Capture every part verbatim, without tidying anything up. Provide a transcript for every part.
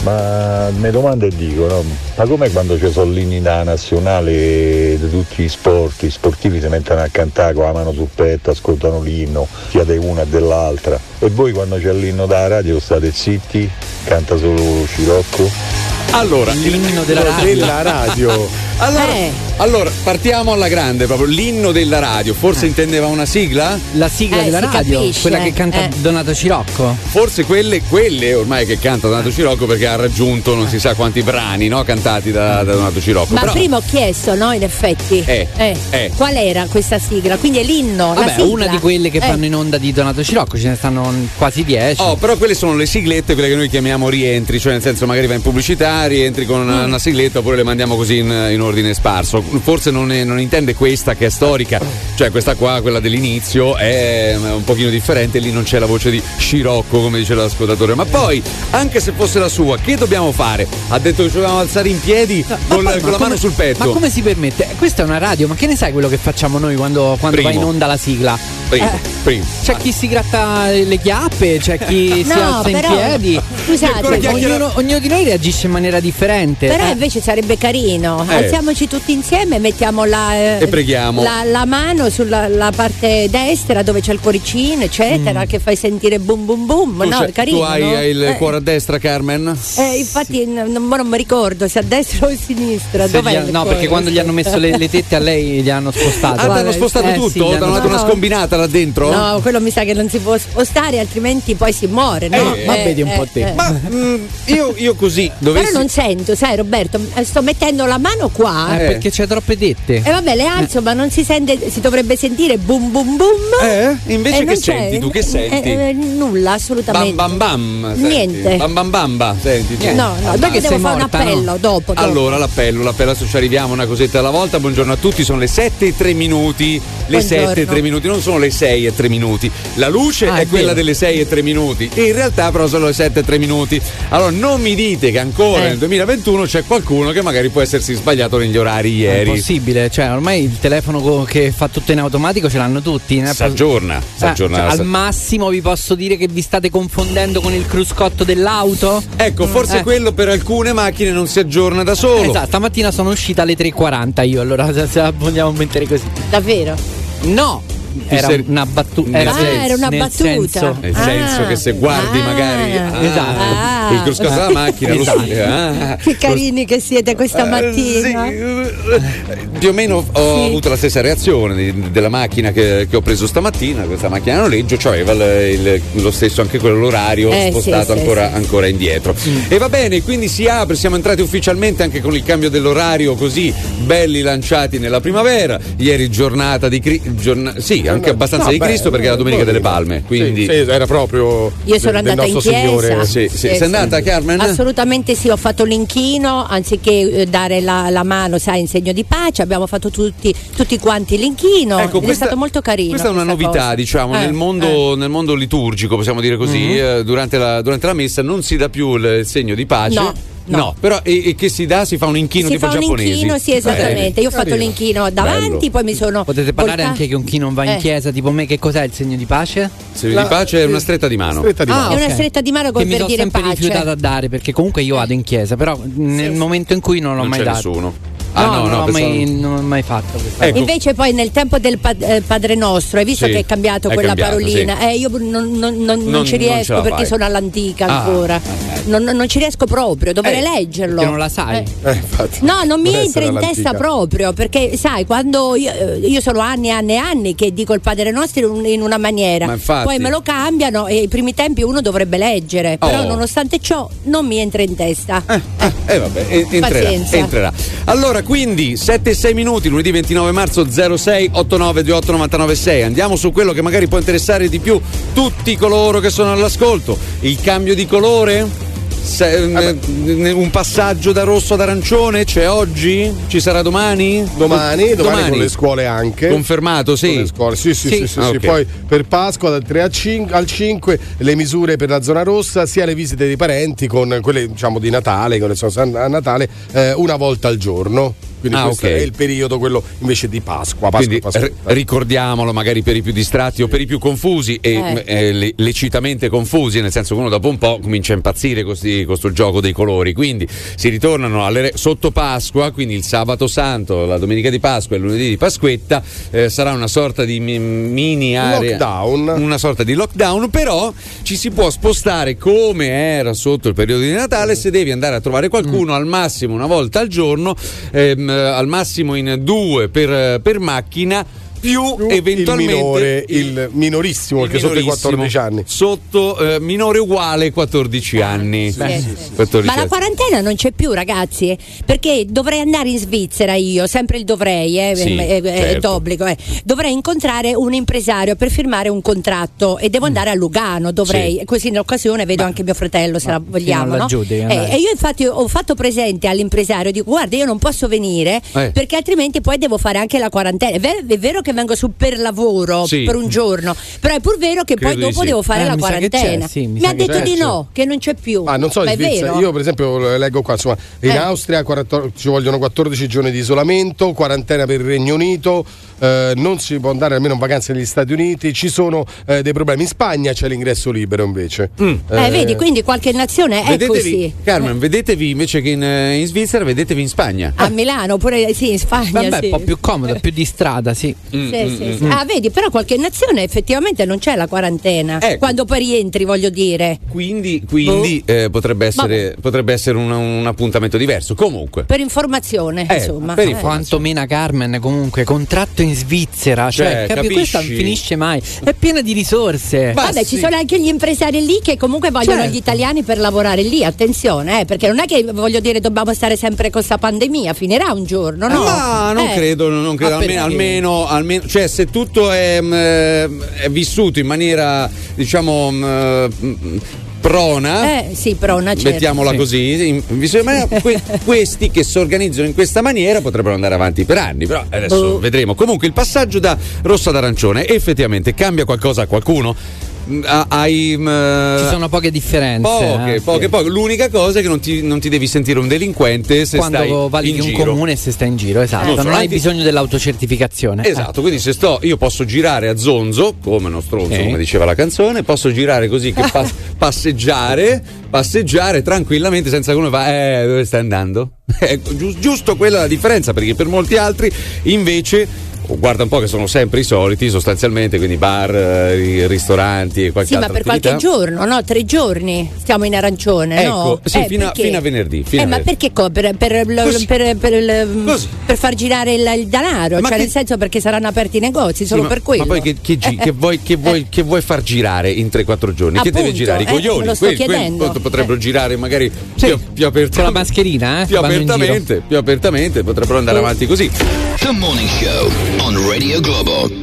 Ma mi domando e dico, no? Ma com'è quando ci sono l'inni da nazionale di tutti gli sport, i sportivi si mettono a cantare con la mano sul petto, ascoltano l'inno, sia di una e dell'altra. E voi quando c'è l'inno da radio state zitti, canta solo Scirocco? Allora, l'inno della radio. Della radio. Allora, Eh. allora, partiamo alla grande, proprio l'inno della radio. Forse intendeva una sigla? La sigla Eh, della si radio, capisce, quella che canta eh. Donato Cirocco. Forse quelle, quelle ormai che canta Donato Cirocco, perché ha raggiunto non si sa quanti brani, no, cantati da, da Donato Cirocco. Ma Però, prima ho chiesto, no, in effetti, Eh, eh. qual era questa sigla? Quindi è l'inno, la Vabbè, sigla. una di quelle che Eh. fanno in onda di Donato Cirocco, ce ne stanno quasi dieci. Oh, però quelle sono le siglette, quelle che noi chiamiamo rientri, cioè nel senso magari vai in pubblicità, rientri con una, una sigletta oppure le mandiamo così in, in ordine sparso. Forse non, è, non intende questa che è storica, cioè questa qua, quella dell'inizio, è un pochino differente, lì non c'è la voce di Scirocco come dice l'ascoltatore. Ma poi, anche se fosse la sua, che dobbiamo fare? Ha detto che ci dobbiamo alzare in piedi No, con, ma la- poi, con ma la mano come- sul petto. Ma come si permette? Questa è una radio, ma che ne sai quello che facciamo noi quando, quando va Primo. in onda la sigla? Primo, Eh, primo. C'è chi si gratta le chiappe, c'è chi si No, alza però, in piedi. scusate, Ognuno, ognuno di noi reagisce in maniera differente. però Eh. invece sarebbe carino. Eh. Alziamoci tutti insieme, mettiamo la, eh, E preghiamo. la, la mano sulla la parte destra dove c'è il cuoricino, eccetera, che fai sentire boom boom boom. Tu, no, c'hai- è carino. tu hai, no? hai il Eh, cuore a destra, Carmen? eh, infatti n- non, non mi ricordo se a destra o a sinistra. Se Dov'è gli ha- il no, cuore? perché quando gli hanno messo le, le tette a lei gli hanno spostato. Ah, ti hanno vabbè, spostato eh, tutto? sì, gli Ti hanno hanno- dato una No. scombinata là dentro? No, quello mi sa che non si può spostare, altrimenti poi si muore, no? Eh, ma vedi un po' te. Ma mm, io, io così dovessi. Però non sento, sai Roberto, eh, sto mettendo la mano qua. Eh, Eh. perché c'è troppe tette. E vabbè, le alzo, ma non si sente, si dovrebbe sentire boom boom boom. Eh? Invece E che non c'è. senti tu? Che senti? Eh, eh, nulla, Bam assolutamente. bam bam. senti? Niente. Bam bam bamba. Senti tu. No, no, Ah, dopo che devo sei fare morta, un appello, no? dopo, dopo. Allora l'appello, l'appello adesso ci arriviamo una cosetta alla volta. Buongiorno a tutti, sono le sette e tre minuti. Le Buongiorno. sette e tre minuti, non sono le sei e tre minuti. La luce Ah, è è quella vero. delle sei e tre minuti. E in realtà però sono le sette e tre minuti. Allora non mi dite che ancora Eh. nel duemilaventuno c'è qualcuno che magari può essersi sbagliato negli orari È ieri. impossibile, cioè ormai il telefono co- che fa tutto in automatico ce l'hanno tutti. Ne è S'aggiorna, Eh, s'aggiorna. cioè, sa- al massimo vi posso dire che vi state confondendo con il cruscotto dell'auto. Ecco, forse Eh. quello per alcune macchine non si aggiorna da solo. Esatto, stamattina sono uscita alle tre e quaranta io, allora se, se la vogliamo mettere così. Davvero? No! Era sei- una battuta. Nel Ah, senso- era una nel battuta. senso- Nel Ah. senso che se guardi Ah. magari ah, Esatto. Ah. il cruscotto della macchina lo Esatto. studio, ah. Che carini che siete questa Eh, mattina. sì, eh, più o meno ho Sì. avuto la stessa reazione di- della macchina che, che ho preso stamattina. Questa macchina a noleggio c'aveva il- il- lo stesso anche quello l'orario Eh, spostato sì, sì, ancora, sì. ancora indietro. E va bene, quindi si apre, siamo entrati ufficialmente anche con il cambio dell'orario, così belli lanciati nella primavera. Ieri giornata di Cristo, sì, anche abbastanza di Vabbè, Cristo perché è la Domenica delle Palme. Quindi Sì, sì, era proprio Io sono del- del andata in nostro chiesa. Signore. Sì, sì. Sì, Sei sì. andata, Carmen? Assolutamente sì, ho fatto l'inchino anziché eh, dare la, la mano, sai, in segno di pace. Abbiamo fatto tutti, tutti quanti l'inchino. Ecco, ed questa- è stato molto carino. Questa è una questa novità, cosa. diciamo, Eh, nel, mondo, nel mondo liturgico, possiamo dire così. eh, durante, la, durante la messa non si dà più il segno di pace. No. No. però e, e che si dà? Si fa un inchino si tipo fa un giapponesi. inchino, sì, esattamente. Io ho fatto Carino. l'inchino davanti, Bello. poi mi sono. Potete parlare volta- anche con chi non va in Eh. chiesa, tipo me, che cos'è il segno di pace? Se di pace è una stretta di mano. Stretta di mano. È una ok. stretta di mano Che come mi per sono dire sempre pace. rifiutato a dare perché comunque io vado in chiesa, però nel sì. momento in cui non l'ho Non mai c'è dato. nessuno. Ah, no, no, non, no, ho pensavo- mai, non ho mai fatto questa Ecco. Invece poi nel tempo del pa- eh, Padre Nostro, hai visto Sì, che è cambiato è quella cambiato, parolina? sì. Eh, io non, non- non- non Non- ci non ce riesco la perché fai. sono all'antica Ah, ancora. Non, non- non ci riesco proprio, dovrei Eh, leggerlo. perché non la sai. Eh. Eh, infatti. No, non mi Deve entra essere in all'antica. testa proprio, perché sai, quando io, eh, io sono anni e anni e anni che dico il Padre Nostro in, un- in una maniera, Ma infatti. poi me lo cambiano e i primi tempi uno dovrebbe leggere, però Oh. nonostante ciò non mi entra in testa. Eh, eh, eh, vabbè, e- entrerà, Pazienza. entrerà. Allora, quindi sette e sei minuti, lunedì ventinove marzo zero sei otto nove due otto nove nove sei. Andiamo su quello che magari può interessare di più tutti coloro che sono all'ascolto. Il cambio di colore? Se- ne- un passaggio da rosso ad arancione c'è oggi? Ci sarà domani? Domani, domani, con le scuole anche. Confermato, sì. Con le scuole, sì, sì, Sì. sì, sì, Ah, sì. ok. Poi per Pasqua dal tre al cinque, al cinque le misure per la zona rossa, sia le visite dei parenti con quelle diciamo di Natale, con le sono a Natale, eh, una volta al giorno. quindi ah, questo okay. è il periodo quello invece di Pasqua, Pasqua, quindi Pasqua. R- ricordiamolo magari per i più distratti o per i più confusi e Eh. eh, le- lecitamente confusi, nel senso che uno dopo un po' comincia a impazzire con sti- con sto gioco dei colori, quindi si ritornano alle re- sotto Pasqua, quindi il sabato santo, la domenica di Pasqua e il lunedì di Pasquetta eh, sarà una sorta di mi- mini area, Lockdown. una sorta di lockdown, però ci si può spostare come era sotto il periodo di Natale se devi andare a trovare qualcuno al massimo una volta al giorno, ehm, al massimo in due per, per macchina, più, Più eventualmente il minore, il minorissimo, il che sotto i minorissimo, quattordici anni. sotto eh, minore uguale quattordici anni. Sì, sì, sì. quattordici Ma la anni. quarantena non c'è più, ragazzi, eh, perché dovrei andare in Svizzera io, sempre il dovrei, eh, Sì, è, è- è certo. d'obbligo. eh. Dovrei incontrare un impresario per firmare un contratto e devo andare a Lugano, dovrei, Sì. così in occasione vedo anche mio fratello se la vogliamo. non la No? giù, devi Eh, andare. e io infatti ho fatto presente all'impresario, dico guarda io non posso venire Eh. perché altrimenti poi devo fare anche la quarantena. È vero, è vero che vengo su per lavoro Sì. per un giorno, però è pur vero che Credo poi di dopo sì. devo fare Eh, la mi sa che c'è, quarantena. sì, mi mi sa ha che detto c'è. di no, che non c'è più. Ah, non so, Ma in è Svizzera. vero? Io, per esempio, leggo qua, insomma, in Eh. Austria quattordici ci vogliono quattordici giorni di isolamento, quarantena per il Regno Unito, eh, non si può andare almeno in vacanza negli Stati Uniti, ci sono eh, dei problemi. In Spagna c'è l'ingresso libero invece. Eh, vedi, quindi qualche nazione è Vedetevi, così. Carmen, vedetevi invece che in, eh, in Svizzera, vedetevi in Spagna. A Milano, oppure sì, in Spagna. Vabbè, sì. un po' più comodo, più di strada, sì. Mm, Sì, sì, sì. Ah, vedi, però qualche nazione effettivamente non c'è la quarantena. Ecco. Quando poi rientri, voglio dire. Quindi, quindi eh, potrebbe essere, potrebbe essere un, un appuntamento diverso. Comunque, Per informazione, Eh, insomma. per Eh. info- Quanto mena Carmen, comunque, contratto in Svizzera, cioè, Cioè, capi- questa non capisci? finisce mai, è piena di risorse. Ma Vabbè, sì. ci sono anche gli impresari lì che comunque vogliono Certo. gli italiani per lavorare lì, attenzione, eh, perché non è che voglio dire dobbiamo stare sempre con sta pandemia, finirà un giorno, no? ma non Eh. credo, non credo Ma almeno, perché? almeno, almeno, cioè se tutto è, mm, è vissuto in maniera, diciamo, mm, prona. Eh, sì, prona, certo. Mettiamola Sì. così, in, in visione- ma que- questi che si organizzano in questa maniera potrebbero andare avanti per anni, però adesso Boh. vedremo. Comunque il passaggio da rosso ad arancione effettivamente cambia qualcosa a qualcuno? Mm, ha- Hai mm, Ci sono poche differenze. poche, eh. poche, poche. L'unica cosa è che non ti, non ti devi sentire un delinquente se Quando stai valighi in un giro. comune e se stai in giro, esatto. Non Non, so, hai anche- bisogno dell'autocertificazione. Esatto, quindi se sto, io posso girare a zonzo, come uno stronzo, Ok. come diceva la canzone, posso girare così che pas- passeggiare, passeggiare tranquillamente senza che uno va, eh, dove stai andando? Ecco, giu- giusto quella è la differenza, perché per molti altri invece guarda un po' che sono sempre i soliti sostanzialmente, quindi bar, eh, i ristoranti e qualche Sì, ma altra per attività. qualche giorno, no? Tre giorni stiamo in arancione, Ecco, no? sì, Eh, fino a- perché? fino a venerdì, fino eh, a ma venerdì. perché co- per, per, il- Così. per, per il- Così. per far girare il, il denaro, Ma cioè che- nel senso perché saranno aperti i negozi, Sì, solo ma, per quello. ma poi che, che gi- che vuoi, che, vuoi, che vuoi far girare in tre quattro giorni? che deve Appunto, girare? I eh, coglioni? me lo sto Quelli- quelli chiedendo. potrebbero Eh. girare magari Sì, più, più apertamente. con la mascherina, eh, Più vanno in giro. apertamente, più apertamente, potrebbero andare avanti così. The Morning Show on Radio Globo.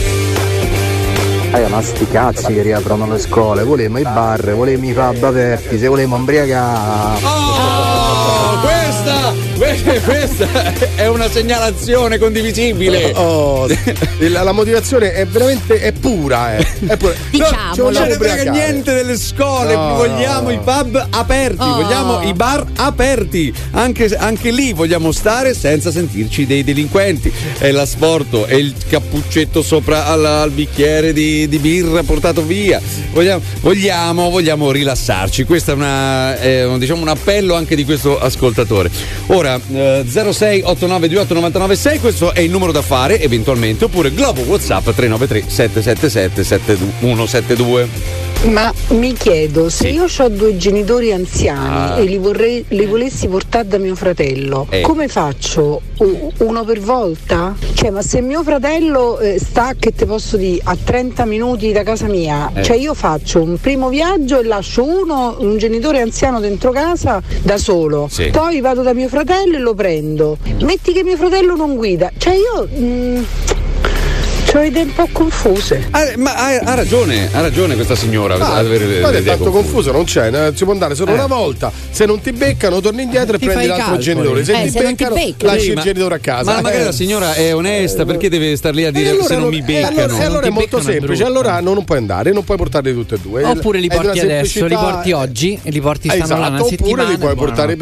Eh, ma sti cazzi che riaprono le scuole, volevamo i bar, volevamo i pub aperti, se volevamo imbriagare. Oh, questa, que- questa è una segnalazione condivisibile. Oh, la, la motivazione è veramente è pura, eh. È pura. Diciamolo. ci Non ce vogliamo ne frega ubriacare. niente delle scuole, No. vogliamo i pub aperti, Oh. vogliamo i bar aperti, anche, anche lì vogliamo stare senza sentirci dei delinquenti. È l'asporto, è il cappuccetto sopra al, al bicchiere di, di birra portato via. Vogliamo, vogliamo, vogliamo rilassarci. Questo è, una, è un, diciamo, un appello anche di questo ascoltatore. Ora, eh, zero sei otto nove due otto nove nove sei, questo è il numero da fare eventualmente, oppure Globo WhatsApp tre nove tre sette sette sette sette uno sette due. Ma mi chiedo, se Sì. io ho due genitori anziani Ah. e li, vorrei, li volessi portare da mio fratello, Eh. come faccio? U- uno per volta? Cioè, ma se mio fratello eh, sta, che te posso dire, a trenta minuti da casa mia, Eh. cioè io faccio un primo viaggio e lascio uno, un genitore anziano dentro casa da solo, Sì. poi vado da mio fratello e lo prendo. Metti che mio fratello non guida, cioè io... Mm, ho idee un po' confuse. Ah, ma ha, ha ragione, ha ragione questa signora. Ah, ad avere le- guarda, le è idee tanto confuse. confuso, non c'è, ne- si può andare solo Eh. una volta. Se non ti beccano, torni indietro e Ti prendi fai i l'altro calcoli. genitore. Se, Eh, ti, se non ti beccano, beccano. lasci Sì, il ma- genitore a casa. Ma magari Eh. la signora è onesta, perché deve star lì a E dire allora se non non- mi e beccano? allora, e Se non allora ti è molto beccano è semplice, brutto. allora non puoi andare, non puoi portarli tutti e due. Oppure li È di porti una adesso, li semplicità- porti oggi e li porti stanno là Esatto, una oppure settimana. li puoi e portare buonanotte. prima.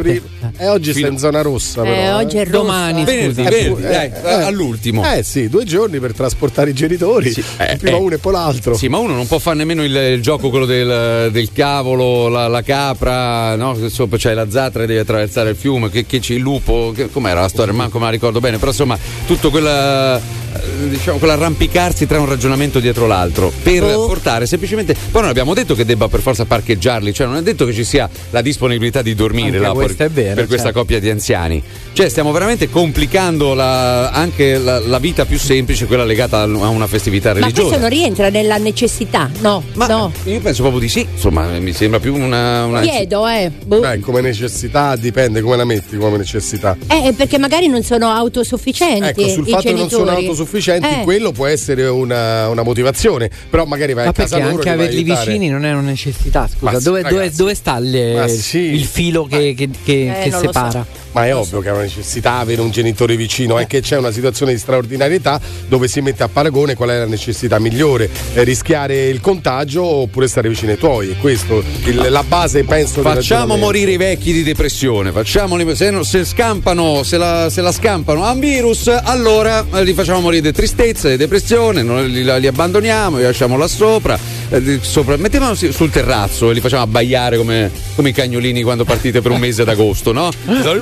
E eh, oggi Fino... sta in zona rossa. Eh, però, oggi è rossa. Domani, venerdì, scusi. venerdì, Eh, dai, eh, all'ultimo. Eh sì, due giorni per trasportare i genitori. Sì, eh, prima eh. uno e poi l'altro. Sì, ma uno non può fare nemmeno il, il gioco quello del, del cavolo, la, la capra, no? Sopra c'è la zattera e devi attraversare il fiume, che, che c'è il lupo, che, com'era la storia? Manco me la ricordo bene, però insomma, tutto quella, diciamo, quell'arrampicarsi tra un ragionamento dietro l'altro per Oh. portare semplicemente. Poi non abbiamo detto che debba per forza parcheggiarli, cioè non è detto che ci sia la disponibilità di dormire Anche là questo per, è vero, per questa certo. coppia di anziani. Cioè stiamo veramente complicando la, anche la, la vita più semplice, quella legata a una festività Ma religiosa. questo non rientra nella necessità, no? Ma no. io penso proprio di sì, insomma, mi sembra più una. una... Chiedo, eh. Boh. Beh, come necessità dipende come la metti come necessità. Eh, perché magari non sono autosufficienti. Ecco, sul i fatto che non sono genitori. autosufficienti, Eh. quello può essere una, una motivazione, però magari vai Ma a casa perché loro anche li vai a averli aiutare. vicini non è una necessità, scusa. Ma sì, dove, dove, ragazzi. dove sta le- Ma sì. il filo che, che, che, Eh, che non lo separa? so. Ma è ovvio che è una necessità avere un genitore vicino, è che c'è una situazione di straordinarietà dove si mette a paragone qual è la necessità migliore, eh, rischiare il contagio oppure stare vicino ai tuoi, e questo il, la base, penso. del Facciamo ragionamento. morire i vecchi di depressione, facciamoli, se, no- se scampano, se la, se la scampano a un virus, allora eh, li facciamo morire di tristezza, di depressione, non li, li abbandoniamo, li lasciamo là sopra, eh, di- sopra mettiamolo sul terrazzo e li facciamo abbaiare come, come i cagnolini quando partite per un mese d'agosto, no?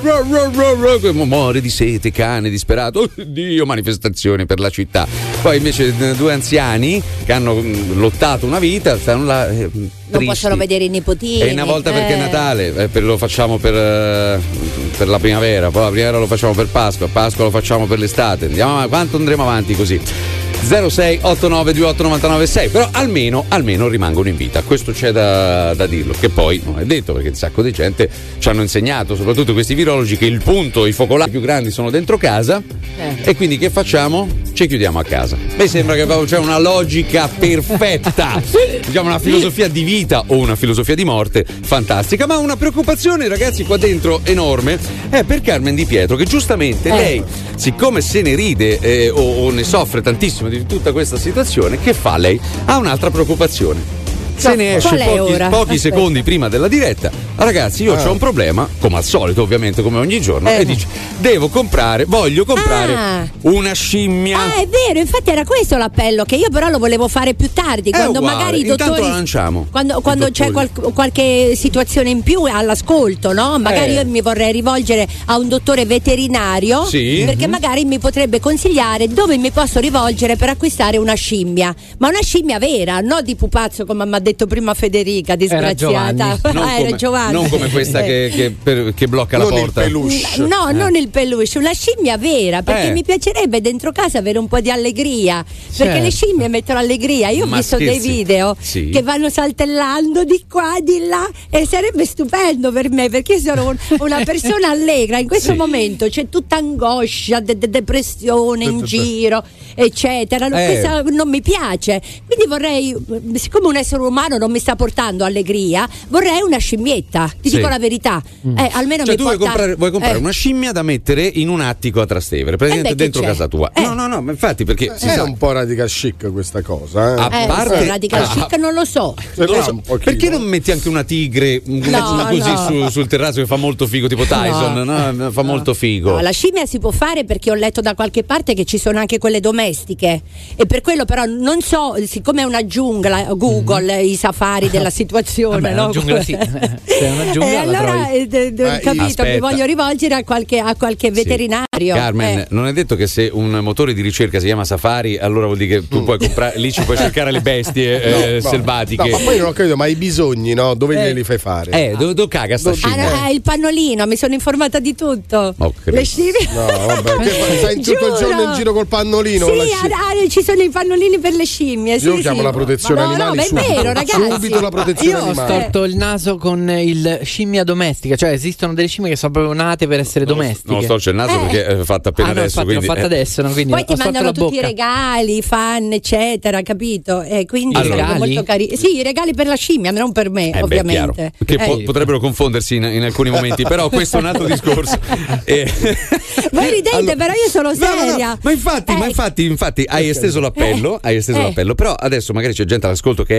Muore di sete, cane disperato, oh, Dio, manifestazioni per la città. Poi invece eh, due anziani che hanno mh, lottato una vita stanno là eh, Non tristi. possono vedere i nipotini. E una volta perché è eh. Natale, eh, per- lo facciamo per, eh, per la primavera, poi la primavera lo facciamo per Pasqua, Pasqua lo facciamo per l'estate. Andiamo avanti, quanto andremo avanti così? zero sei otto nove due otto nove nove sei, però almeno, almeno rimangono in vita, questo c'è da, da dirlo, che poi non è detto, perché un sacco di gente ci hanno insegnato, soprattutto questi virologi, che il punto, i focolai più grandi sono dentro casa, Eh. e quindi che facciamo? Ci chiudiamo a casa. Mi sembra che c'è una logica perfetta, diciamo una filosofia di vita o una filosofia di morte fantastica, ma una preoccupazione, ragazzi, qua dentro enorme è per Carmen Di Pietro, che giustamente Eh. lei, siccome se ne ride eh, o, o ne soffre tantissimo di tutta questa situazione, che fa lei? Ha un'altra preoccupazione. Se No, ne esce qual è pochi, ora? pochi Aspetta. secondi prima della diretta. Ragazzi, io Ah. ho un problema, come al solito, ovviamente, come ogni giorno, Eh. e dice: devo comprare, voglio comprare Ah. una scimmia. Ah, è vero, infatti era questo l'appello, che io però lo volevo fare più tardi, È quando uguale, magari i intanto dottori. la lanciamo. Quando, I quando c'è dottori. qual- qualche situazione in più all'ascolto, no? Magari Eh. io mi vorrei rivolgere a un dottore veterinario, Sì. perché Mhm. magari mi potrebbe consigliare dove mi posso rivolgere per acquistare una scimmia. Ma una scimmia vera, non di pupazzo come mi ha detto prima Federica, disgraziata. Giovanni. Non Ah, era come, Giovanni. non come questa Eh. che, che per- che blocca Non la il porta. peluche. No, Eh. non il peluche, una scimmia vera, perché Eh. mi piacerebbe dentro casa avere un po' di allegria, perché Certo. le scimmie mettono allegria. Io ho Ma visto dei scherzi? video Sì. che vanno saltellando di qua, di là, e sarebbe stupendo per me, perché io sono un- una persona allegra. In questo Sì. momento c'è tutta angoscia, de- de- depressione in De- de- giro, eccetera. No, Eh. questa non mi piace. Quindi vorrei, siccome un essere umano non mi sta portando allegria, vorrei una scimmietta, ti Sì. dico la verità. Eh, almeno Cioè, mi tu vuoi porta- comprare, vuoi comprare eh. una scimmia da mettere in un attico a Trastevere, praticamente Eh beh, che dentro c'è? casa tua. Eh. No, no, no, ma infatti perché si È sa. un po' radical chic questa cosa, eh. A Eh, parte- se radical ah. chic non lo so. Se Non lo no, so, un pochino. perché non metti anche una tigre, una, No, una così no. su- sul terrazzo che fa molto figo, tipo Tyson, no? Fa molto figo. No, la scimmia si può fare perché ho letto da qualche parte che ci sono anche quelle domestiche, e per quello però non so, siccome è una giungla, Google i safari della situazione, Vabbè, no? una giungla sì. Se è una giungla e la allora trovi. eh, d- d- Ma capito, aspetta. mi voglio rivolgere a qualche, a qualche Sì. veterinario. Carmen, Eh. non è detto che se un motore di ricerca si chiama Safari, allora vuol dire che tu puoi comprare, lì ci puoi cercare le bestie eh, No, selvatiche. No, ma poi non ho capito, ma i bisogni, no? Dove Eh. glieli fai fare? Eh, dove, dove caga sta Ah, Ah, scimmia? no, ah, il pannolino, mi sono informata di tutto. Ho capito. Le scimmie. No, vabbè, che fai? Stai tutto il Giuro. giorno in giro col pannolino? con la Sì, sci- ah, ah, ci sono i pannolini per le scimmie. Sì, Io sì. chiamo la protezione Ma no, animali no, ma è subito. vero, ragazzi. Subito la protezione Io ho animali. storto il naso con il scimmia domestica, cioè esistono delle scimmie che sono proprio nate per essere Non lo- domestiche. Non lo sto il naso Eh. perché è fatta appena ah, no, adesso. infatti quindi, l'ho fatta eh. adesso, no? Quindi Poi ho ti storto mandano la tutti i bocca. regali, i fan, eccetera, capito? E quindi Allora. sono Regali? molto carini. Sì, i regali per la scimmia, non per me, Eh beh, ovviamente. chiaro. Che Eh. po- potrebbero confondersi in, in alcuni momenti, però questo è un altro discorso. Eh, Voi ridete, allora- però io sono No, no, no, seria. ma infatti, ma Eh. infatti, infatti hai esteso l'appello, Eh. hai esteso Eh. l'appello, però adesso magari c'è gente all'ascolto che è esperta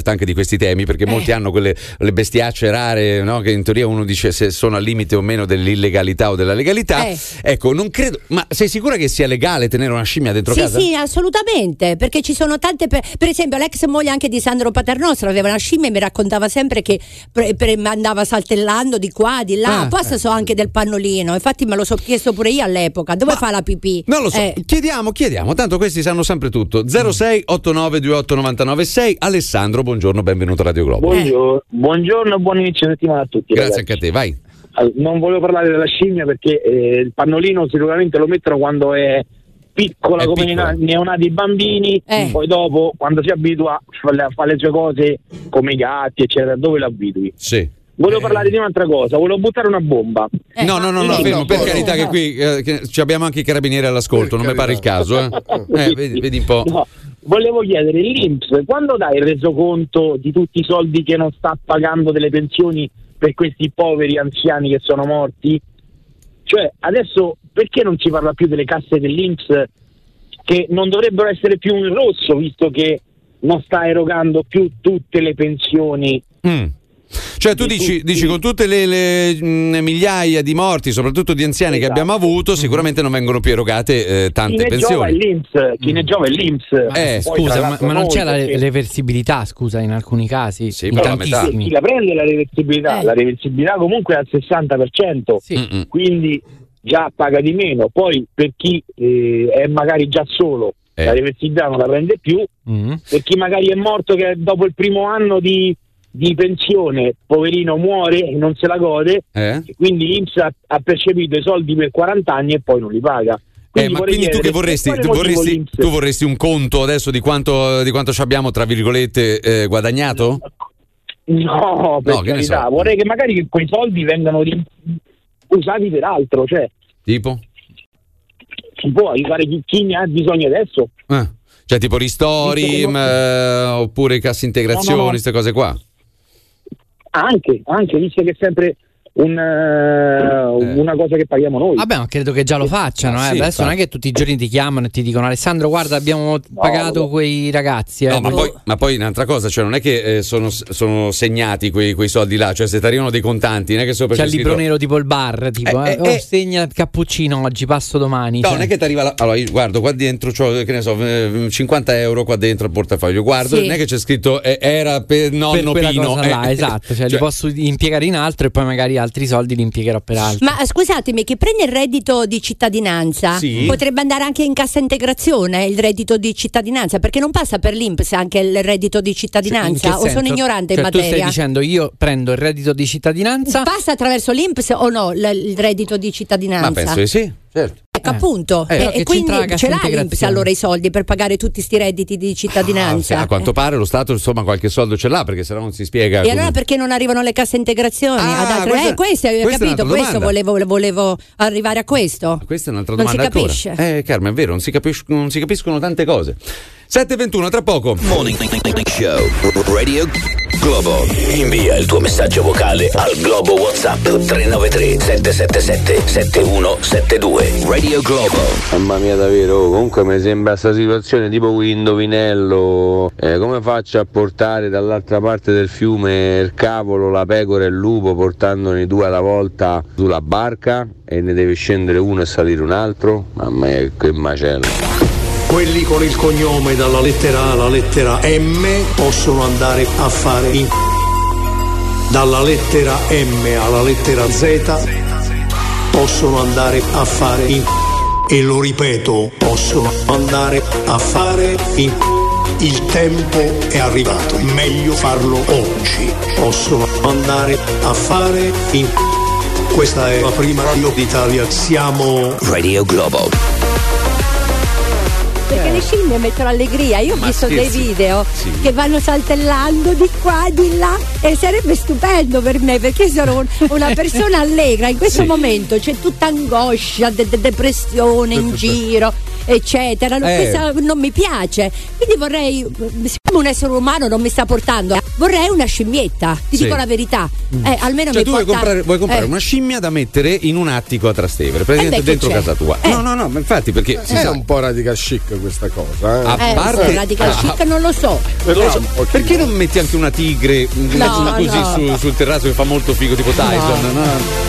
scoperta anche di questi temi, perché molti Eh. hanno quelle le bestiacce rare, no? Che in teoria uno dice se sono al limite o meno dell'illegalità o della legalità. Eh. Ecco, non credo. Ma sei sicura che sia legale tenere una scimmia dentro Sì, casa? sì, assolutamente, perché ci sono tante per, per esempio l'ex moglie anche di Sandro Paternostro aveva una scimmia e mi raccontava sempre che pre, pre, andava saltellando di qua, di là. Ah, Poi so anche del pannolino, infatti me lo so chiesto pure io all'epoca, dove Ma fa la pipì? Non lo so, Eh. chiediamo, chiediamo, tanto questi sanno sempre tutto. zero sei otto nove due otto nove nove sei. Alessandro, buongiorno, benvenuto a Radio Globo. Buongiorno, buongiorno, buon inizio settimana a tutti. Grazie ragazzi. anche a te, vai. Allora, non volevo parlare della scimmia perché eh, il pannolino sicuramente lo mettono quando è piccola, È come piccola. i neonati bambini, Eh. poi dopo quando si abitua a fare, a fare le sue cose come i gatti, eccetera, dove lo abitui. Sì. Volevo Eh. parlare di un'altra cosa, volevo buttare una bomba. Eh. No, no, no, no, Sì, fermo, no, per no, carità, che no. qui eh, che ci abbiamo anche i carabinieri all'ascolto, non mi pare il caso, eh. Eh, vedi, vedi un po'. No, volevo chiedere, l'I N P S quando dà il resoconto di tutti i soldi che non sta pagando delle pensioni per questi poveri anziani che sono morti? Cioè, adesso perché non si parla più delle casse dell'I N P S che non dovrebbero essere più in rosso, visto che non sta erogando più tutte le pensioni? Mm. Cioè tu Di dici, tutti. dici con tutte le, le, mh, migliaia di morti, soprattutto di anziani che Esatto. abbiamo avuto, sicuramente non vengono più erogate eh, tante Chi ne giova è pensioni. l'I N P S, chi ne giova è l'I N P S. Eh, Poi, Scusa, tra ma, l'altro, ma non noi, c'è la perché- reversibilità, scusa, in alcuni casi? Sì, in però la metà. tantissimi. Chi la prende la reversibilità? Eh. La reversibilità comunque è al sessanta per cento. Sì. Mm-mm. Quindi già paga di meno. Poi per chi eh, è magari già solo, Eh. la reversibilità non la prende più. Mm. Per chi magari è morto che dopo il primo anno di, di pensione, poverino, muore e non se la gode, Eh? e quindi l'I N P S ha, ha percepito i soldi per quaranta anni e poi non li paga. Eh, ma vorrei quindi tu chiedere, che vorresti? per Tu quale motivo vorresti, l'I N P S tu vorresti un conto adesso di quanto, di quanto ci abbiamo, tra virgolette, eh, guadagnato? No, per No, che ne carità, so. vorrei che magari che quei soldi vengano ri- usati per altro, cioè Tipo? si può aiutare chi, chi ne ha bisogno adesso. Eh. Cioè tipo ristori, Visto che non- mh, eh, oppure casse integrazioni, No, no. queste cose qua. Anche, anche, visto che è sempre un, eh, una cosa che paghiamo noi. Vabbè, ma credo che già lo facciano. Ah, Eh. sì, Adesso infatti. non è che tutti i giorni ti chiamano e ti dicono: Alessandro, guarda, abbiamo pagato no. quei ragazzi. Eh. No, ma poi, ma poi un'altra cosa, cioè non è che eh, sono, sono segnati quei, quei soldi là, cioè se ti arrivano dei contanti, non è che sopra C'è c'è il libro scritto- nero tipo il bar, tipo, Eh, eh, eh, oh, eh. segna il cappuccino oggi, passo domani. No, cioè. non è che ti arriva la... Allora, io guardo qua dentro, c'ho, che ne so, eh, cinquanta euro qua dentro al portafoglio. Guardo, Sì. non è che c'è scritto eh, era per per nonno quella Pino. cosa là, eh, esatto, cioè, li cioè, posso impiegare in altro e poi magari altri soldi li impiegherò per altro. Ma eh, scusatemi, chi prende il reddito di cittadinanza Sì. potrebbe andare anche in cassa integrazione il reddito di cittadinanza, perché non passa per l'I N P S anche il reddito di In cittadinanza, che o sono senso? ignorante Cioè, in tu stai materia? dicendo io prendo il reddito di cittadinanza. Passa attraverso l'I N P S o no l- il reddito di cittadinanza? ma penso di sì, certo. Ecco, appunto, Eh, però e, che e quindi c'entra la cassa ce l'ha l'I N P S integrazione? allora i soldi per pagare tutti sti redditi di cittadinanza? Ah, a quanto pare lo Stato insomma qualche soldo ce l'ha, perché sennò non si spiega. E come- allora perché non arrivano le casse integrazioni? Ah, ad altre... questa- eh, questo, hai questa è capito? un'altra Questo domanda. volevo, volevo arrivare a questo. Questa è un'altra Non si domanda ancora. capisce. Eh, Carmen, è vero, non si, capisc- non si capiscono tante cose. sette e ventuno, tra poco. Morning Show Radio Globo. Invia il tuo messaggio vocale al Globo WhatsApp tre nove tre sette sette sette sette uno sette due. Radio Globo. Mamma mia, davvero, comunque mi sembra sta situazione tipo quell'indovinello. Eh, come faccio a portare dall'altra parte del fiume il cavolo, la pecora e il lupo, portandone due alla volta sulla barca e ne deve scendere uno e salire un altro? Mamma mia, che macello. Quelli con il cognome dalla lettera A alla lettera M possono andare a fare in dalla lettera M alla lettera Z possono andare a fare in e lo ripeto, possono andare a fare in il tempo è arrivato, meglio farlo oggi. Possono andare a fare in questa è la prima radio d'Italia, siamo Radio Globo. Perché le scimmie mettono allegria. Io ho Ma visto dei scherzi. video Sì. che vanno saltellando di qua, di là, e sarebbe stupendo per me, perché sono un- una persona allegra. In questo Sì. momento c'è tutta angoscia, de- de- depressione in giro. eccetera. Non, Eh. questa non mi piace. Quindi vorrei, siccome un essere umano non mi sta portando, vorrei una scimmietta. Ti Sì. dico la verità. Eh, almeno Cioè mi tu vuoi porta- comprare, vuoi comprare eh. una scimmia da mettere in un attico a Trastevere, praticamente Eh beh, che dentro c'è? casa tua. Eh. No, no, no, ma infatti perché si È sa. un po' radical chic questa cosa. Eh. A Eh, parte- sì, radical ah, chic non lo so. Non lo so, perché non metti anche una tigre No, così no. Su, sul terrazzo che fa molto figo, tipo Tyson? No.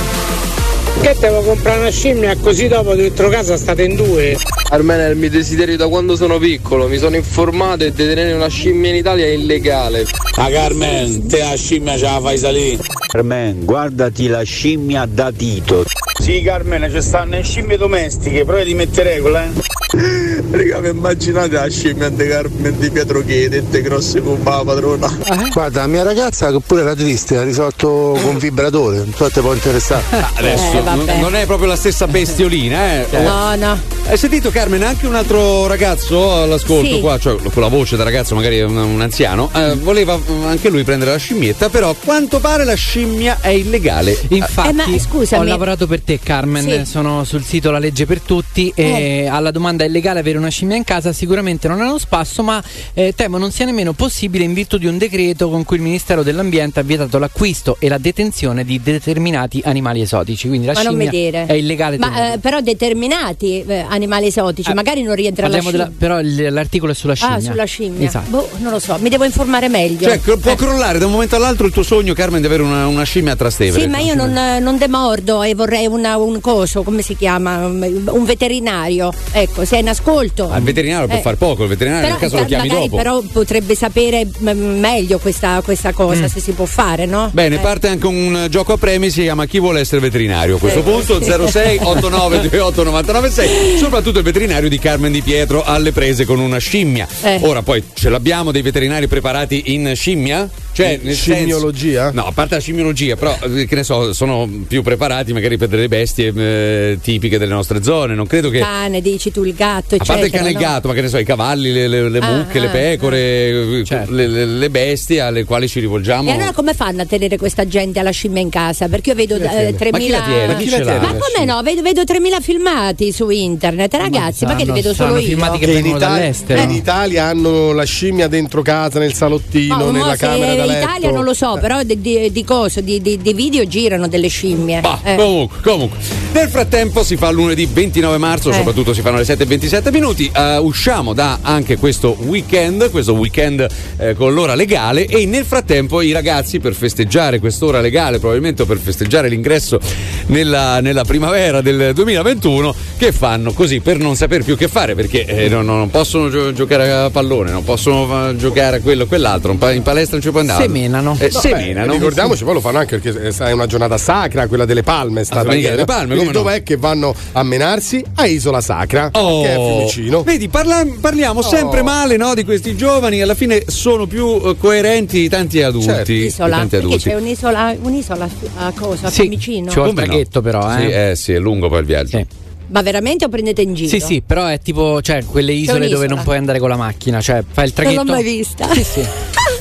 Che devo comprare una scimmia così dopo dentro casa state in due? Almeno è il mio desiderio da quando sono piccolo, mi sono informato e detenere una scimmia in Italia è illegale. Ah Carmen, te la scimmia ce la fai salire? Carmen, guardati la scimmia da Tito. Sì Carmen, ci stanno le scimmie domestiche, però ti metterei quella, eh? Raga, mi immaginate la scimmia di Carmen di Pietro Chiedette grosse come la padrona. Guarda, la mia ragazza che pure era triste, ha risolto con vibratore, non so se ti può interessare. Adesso Eh, non, vabbè. non è proprio la stessa bestiolina, eh? No, no. Hai sentito Carmen, anche un altro ragazzo all'ascolto Sì. qua, cioè con la voce da ragazzo, magari un, un anziano, eh, voleva mm, anche lui prendere la scimmietta, però a quanto pare la scimmia è illegale. Infatti, Eh, ma scusami. ho lavorato per te, Carmen. Sì. Sono sul sito La Legge per Tutti. E alla domanda: è illegale avere una scimmia in casa? Sicuramente non è uno spasso, ma eh, temo non sia nemmeno possibile in virtù di un decreto con cui il Ministero dell'Ambiente ha vietato l'acquisto e la detenzione di determinati animali esotici. Quindi la Ma non mi scimmia dire. è illegale. Ma tenerla. eh, però determinati eh, animali esotici, Eh, magari non rientra la Parliamo scimmia. della- però il- l'articolo è sulla scimmia. Ah, sulla scimmia. Esatto. Boh, non lo so, mi devo informare meglio. Cioè, cro- può crollare da un momento all'altro il tuo sogno, Carmen, di avere una, una scimmia a Trastevere. Sì, ma io non, non demordo e vorrei una, un coso, come si chiama? Un veterinario. Ecco, se è in ascolto. Al veterinario può Eh, far poco, il veterinario nel caso lo chiami magari dopo. però potrebbe sapere m- meglio questa, questa cosa, Mm. se si può fare, no? Bene, Eh. parte anche un gioco a premi, si chiama Chi vuole essere veterinario. A questo Eh, punto sì. zero sei otto nove due otto nove nove sei, soprattutto il veterinario di Carmen Di Pietro alle prese con una scimmia. Eh. Ora poi ce l'abbiamo dei veterinari preparati in scimmia? Cioè, nel Scimmiologia? senso- no, a parte la scimmiologia, però eh, che ne so, sono più preparati magari per delle bestie eh, tipiche delle nostre zone. Non credo che. Cane, dici tu, il gatto, A eccetera. parte il cane e il no? gatto, ma che ne so, i cavalli, le, le- le Ah, mucche, le ah, pecore, eh, le, le- le bestie alle quali ci rivolgiamo. E allora come fanno a tenere questa gente alla scimmia in casa? Perché io vedo Chi la eh, tiene? tremila. Ma chi la tiene? Chi ce l'ha? Ma come no? Vedo, vedo tremila filmati su internet, ragazzi, ma, che li saranno- vedo solo saranno io? filmati che Che in, vengono Italia, dall'estero. in Italia hanno la scimmia dentro casa, nel salottino, Ma, mo nella se camera da in letto. Italia non lo so, però di, di, di coso, di, di, di video girano delle scimmie. Bah, Eh. comunque, comunque. Nel frattempo si fa lunedì ventinove marzo, Eh. soprattutto si fanno le sette e ventisette minuti. eh, usciamo da anche questo weekend, questo weekend eh, con l'ora legale, e nel frattempo i ragazzi, per festeggiare quest'ora legale, probabilmente per festeggiare l'ingresso nella, nella primavera del duemilaventuno, che fanno così per non saper più che fare, perché eh, non, non possono gio- giocare a pallone, non possono eh, giocare a quello o quell'altro, in pa- in palestra non ci può andare. Semenano. Eh, Vabbè, semenano. ricordiamoci, poi lo fanno anche perché è una giornata sacra, quella delle palme. È stata Domenica delle ieri. Palme, Quindi come no? dov'è che vanno a menarsi? A Isola Sacra, Oh. che è a Fiumicino. Vedi, parla- parliamo Oh. sempre male, no, di questi giovani, alla fine sono più eh, coerenti di tanti adulti. Certo. di Isola, tanti perché adulti. c'è un'isola, un'isola a cosa? A Sì, Fiumicino? ci vuole un Come no? traghetto però, eh. Sì, eh sì, è lungo poi il viaggio. Sì. Ma veramente o prendete in giro? Sì, sì, però è tipo, cioè, quelle isole un'isola. dove non puoi andare con la macchina, cioè fai il Non traghetto. l'ho mai vista. Sì, sì.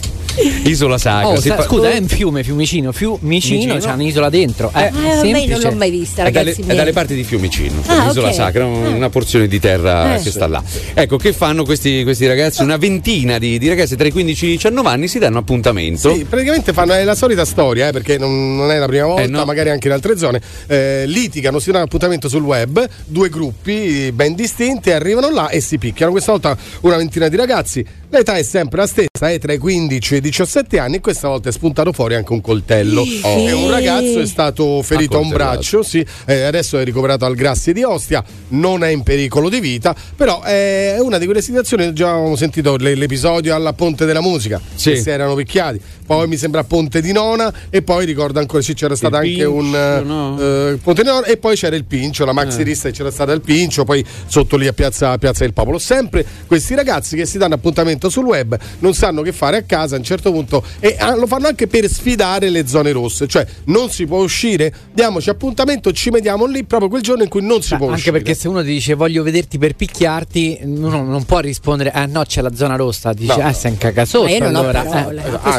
Isola Sacra. Oh, si sa- fa- scusa, è un fiume, Fiumicino, Fiumicino, Fiumicino? c'è un'isola dentro. Eh, Ah, vabbè, non semplice. l'ho mai vista, È dalle, ragazzi è miei. dalle parti di Fiumicino, Ah, l'isola ok. Sacra, un- una porzione di terra Eh. che sta là. Ecco, che fanno questi, questi ragazzi? Una ventina di, di ragazzi tra i quindici e i diciannove anni si danno appuntamento. Sì, praticamente fanno è la solita storia, eh, perché non, non è la prima volta, Eh, no. magari anche in altre zone. Eh, litigano, si danno appuntamento sul web, due gruppi ben distinti, arrivano là e si picchiano. Questa volta una ventina di ragazzi. L'età è sempre la stessa, è tra i quindici e i diciassette anni, e questa volta è spuntato fuori anche un coltello. Oh. E un ragazzo è stato ferito a un Accoltellato. braccio, sì, eh, adesso è ricoverato al Grassi di Ostia, non è in pericolo di vita, però è una di quelle situazioni, già avevamo sentito le- l'episodio alla Ponte della Musica, Sì. che si erano picchiati, poi mi sembra Ponte di Nona, e poi ricordo ancora sì, c'era stato Il anche Pincio, un eh, no? eh, Ponte di Nona, e poi c'era il Pincio, la maxi Eh. lista, e c'era stato il Pincio, poi sotto lì a piazza, piazza del Popolo. Sempre questi ragazzi che si danno appuntamento sul web, non sanno che fare a casa a un certo punto, e ah, lo fanno anche per sfidare le zone rosse, cioè non si può uscire, diamoci appuntamento, ci vediamo lì proprio quel giorno in cui non si Beh, può anche uscire. perché se uno ti dice voglio vederti per picchiarti, uno non può rispondere eh no, c'è la zona rossa, dice No, ah sei un cagasotto. Ma io non allora. ho parole. Eh, A questo anzi, punto è eh,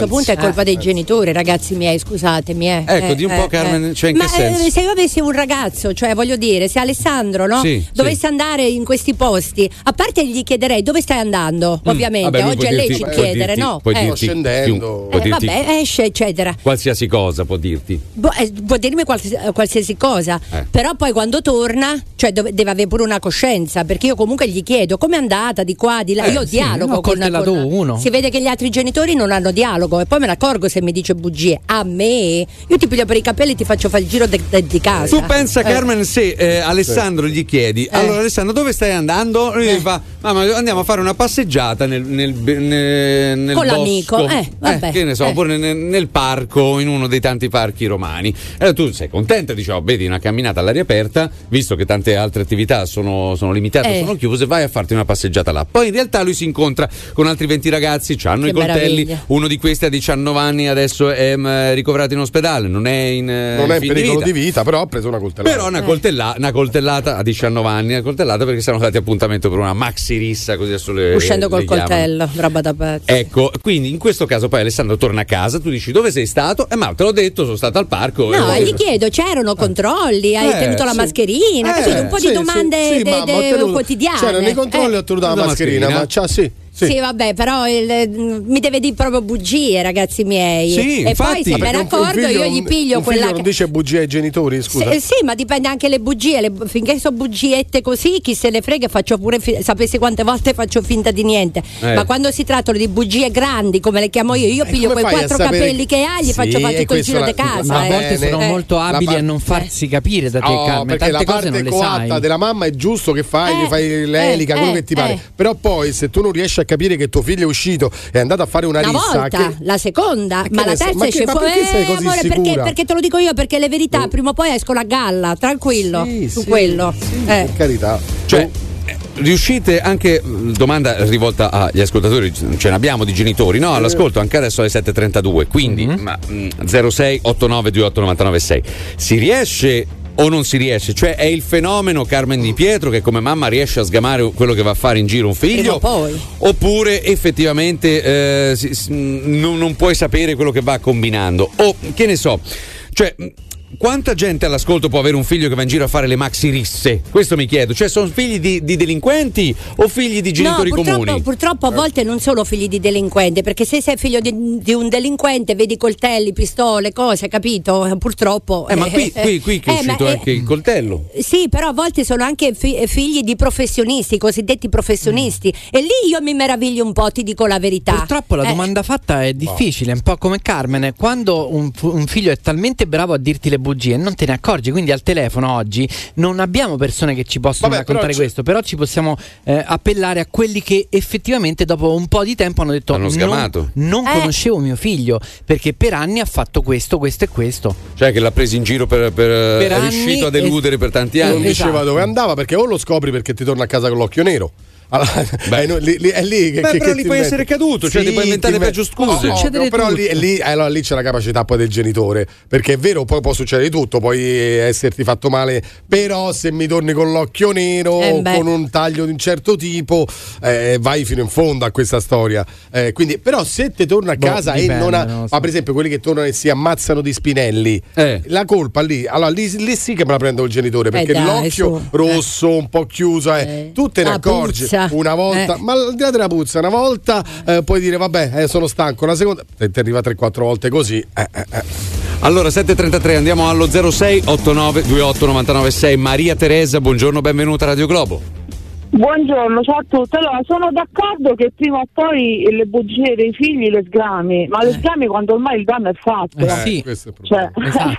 colpa Eh, dei genitori, ragazzi miei, scusatemi. Eh. Ecco, Eh, di un po' eh, Carmen, eh. cioè in Ma che senso? eh, se io avessi un ragazzo, cioè voglio dire, se Alessandro, no? Sì, dovesse sì. andare in questi posti, a parte gli chiederei dove stai andando, ovviamente, Vabbè, lui oggi può è dirti- lecito può chiedere, dirti- no? puoi Eh. dirti scendendo. può Eh, dirti vabbè, esce, eccetera. qualsiasi cosa, può dirti. Boh, eh, può dirmi qualsiasi, qualsiasi cosa, Eh. però poi quando torna, cioè dove- deve avere pure una coscienza, perché io comunque gli chiedo com'è andata di qua, di là, Eh, io sì, dialogo ho con, coltellato con uno. si vede che gli altri genitori non hanno dialogo e poi me ne accorgo se mi dice bugie. A me, io ti piglio per i capelli e ti faccio fare il giro de- de- di casa. Tu pensa, Eh. Carmen, se eh, Alessandro gli chiedi, allora Alessandro dove stai andando? Lui gli fa, mamma andiamo a fare una passeggiata nel, nel, nel, nel Con bosco. l'amico, eh, vabbè. che ne so, Eh. oppure nel, nel parco, in uno dei tanti parchi romani. E allora tu sei contenta, dici, oh, vedi una camminata all'aria aperta, visto che tante altre attività sono, sono limitate, Eh. sono chiuse, vai a farti una passeggiata là. Poi in realtà lui si incontra con altri venti ragazzi, hanno Che i coltelli, meraviglia. uno di questi ha diciannove anni, adesso è mm, ricoverato in ospedale, non è in, eh, Non è in fin di pericolo vita. di vita, però ha preso una coltellata. Però una, coltella- una coltellata a diciannove anni, una coltellata perché siamo dati appuntamento per una maxi rissa, così adesso le, Uscendo col le chiamano. coltello, roba da pezzo. Ecco, quindi in questo caso poi Alessandro torna a casa, tu dici dove sei stato? Eh ma te l'ho detto, sono stato al parco. No, e- e gli chiedo, c'erano controlli, hai Eh, tenuto la sì. mascherina, Eh, capito? Un po' Sì, di sì, domande sì, de- mamma, de- ho tenuto- quotidiane. C'erano i controlli, Eh. ho tenuto la La mascherina, mascherina. ma c'ha sì. Sì. Sì. vabbè, però il- mi deve dire proprio bugie, ragazzi miei. Sì, e infatti. poi se me Perché ne un- un accorgo figlio- io gli un- piglio un quella figlio non che... dice bugie ai genitori, scusa. Sì, sì, ma dipende anche le bugie. Le, finché sono bugiette così, chi se le frega, faccio pure. Fi- sapessi quante volte faccio finta di niente. Eh. Ma quando si tratta di bugie grandi, come le chiamo io, io E piglio come quei fai a quattro sapere capelli che- che ha, gli Sì, faccio fare e tutto il questo giro la- di casa. Ma a eh. volte sono Eh. molto abili par- a non farsi capire da te, Oh, Carmen. perché Tante la cose non parte le coatta sai. della mamma è giusto che fai, Eh, gli fai l'elica, eh, quello eh, che ti pare. eh. Però poi se tu non riesci a capire che tuo figlio è uscito e è andato a fare una, Una rissa, volta, che- la seconda, che ma ne la so- terza ma che- esce ma fuori. perché sei Eh, così amore, perché, sicura? perché te lo dico io, perché le verità Oh. prima o poi escono a galla, tranquillo Sì, su sì, quello. sì, Eh. per carità. Cioè, eh, riuscite anche, domanda rivolta agli ascoltatori, ce ne abbiamo di genitori, no? All'ascolto anche adesso alle sette e trentadue, quindi ma, mm, zero sei otto nove due otto nove nove sei. Si riesce o non si riesce? Cioè è il fenomeno Carmen Di Pietro che come mamma riesce a sgamare quello che va a fare in giro un figlio? Prima o poi. Oppure effettivamente eh, si- si- non, non puoi sapere quello che va combinando? O che ne so, cioè quanta gente all'ascolto può avere un figlio che va in giro a fare le maxi risse? Questo mi chiedo, cioè sono figli di, di delinquenti o figli di genitori no, purtroppo, comuni? purtroppo a volte non sono figli di delinquenti, perché se sei figlio di, di un delinquente vedi coltelli, pistole, cose, capito? Purtroppo. Eh, ma qui, qui, qui che è Eh, uscito ma, eh, anche il coltello. Sì, però a volte sono anche fi- figli di professionisti, cosiddetti professionisti. E lì io mi meraviglio un po', ti dico la verità. Purtroppo la Eh, domanda fatta è difficile, un po' come Carmen. Quando un, un figlio è talmente bravo a dirti le bugie, non te ne accorgi. Quindi al telefono oggi non abbiamo persone che ci possono Vabbè, raccontare però c'è- questo, però ci possiamo eh, appellare a quelli che effettivamente dopo un po' di tempo hanno detto Hanno sgamato. non, non Eh. conoscevo mio figlio perché per anni ha fatto questo, questo e questo. Cioè che l'ha preso in giro per, per, Per è anni riuscito a e- deludere per tanti Non anni. Esatto. diceva dove andava perché o lo scopri perché ti torna a casa con l'occhio nero. Allora, Beh. è, no- lì, lì- è lì che, Beh, che- però che lì ti puoi inventi. essere caduto, cioè ti puoi inventare ti le peggio inventi- scuse. No, no, Succedere però tutto. lì, lì, allora, lì c'è la capacità poi del genitore, perché è vero, poi può succedere di tutto, puoi esserti fatto male, però se mi torni con l'occhio nero Eh o beh. con un taglio di un certo tipo, eh, vai fino in fondo a questa storia. Eh, quindi, però se ti torna a Boh, casa dipende, e non ha, non lo so. ma per esempio quelli che tornano e si ammazzano di spinelli, Eh. la colpa lì, allora lì, lì sì che me la prendo il genitore, perché dai, l'occhio su. rosso, un po' chiuso, eh, Eh. tu te ne La accorgi puzza. una volta, Eh. ma al di là della puzza, una volta eh, puoi dire vabbè, eh, sono stanco, la seconda te ti arriva tre quattro volte così. eh, eh, eh. Allora sette e trentatré andiamo allo zero sei otto nove due otto nove nove sei. Maria Teresa, buongiorno, benvenuta a Radio Globo. Buongiorno, ciao a tutti. Allora, sono d'accordo che prima o poi le bugie dei figli le sgami, ma le sgami quando ormai il danno è fatto. Eh, sì. Questo è il Cioè, problema.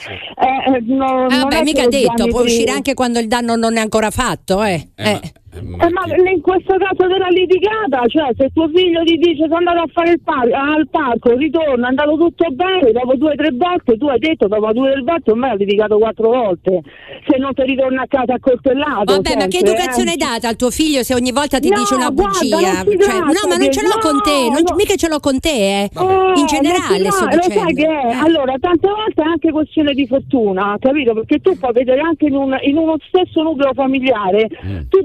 eh, eh, no- Eh, non vabbè, è mica che lo detto, sgami può prima. uscire anche quando il danno non è ancora fatto, eh. Eh, Eh. ma- Eh, ma in questo caso della litigata, cioè se tuo figlio ti dice sono andato a fare il par- al parco, ritorna, è andato tutto bene, dopo due o tre volte, tu hai detto dopo due o tre volte ormai ha litigato quattro volte, se non ti ritorna a casa accoltellato. Vabbè, ma che sempre, educazione eh. hai data al tuo figlio se ogni volta ti No, dice una guarda, bugia? non si Cioè, tratta no, ma non di- ce l'ho con te, no, non- no. mica ce l'ho con te, eh. Eh, In generale no, sto lo dicendo. sai che è? Eh. Allora, tante volte è anche questione di fortuna, capito? Perché tu puoi vedere anche in, un- in uno stesso nucleo familiare, tu dai le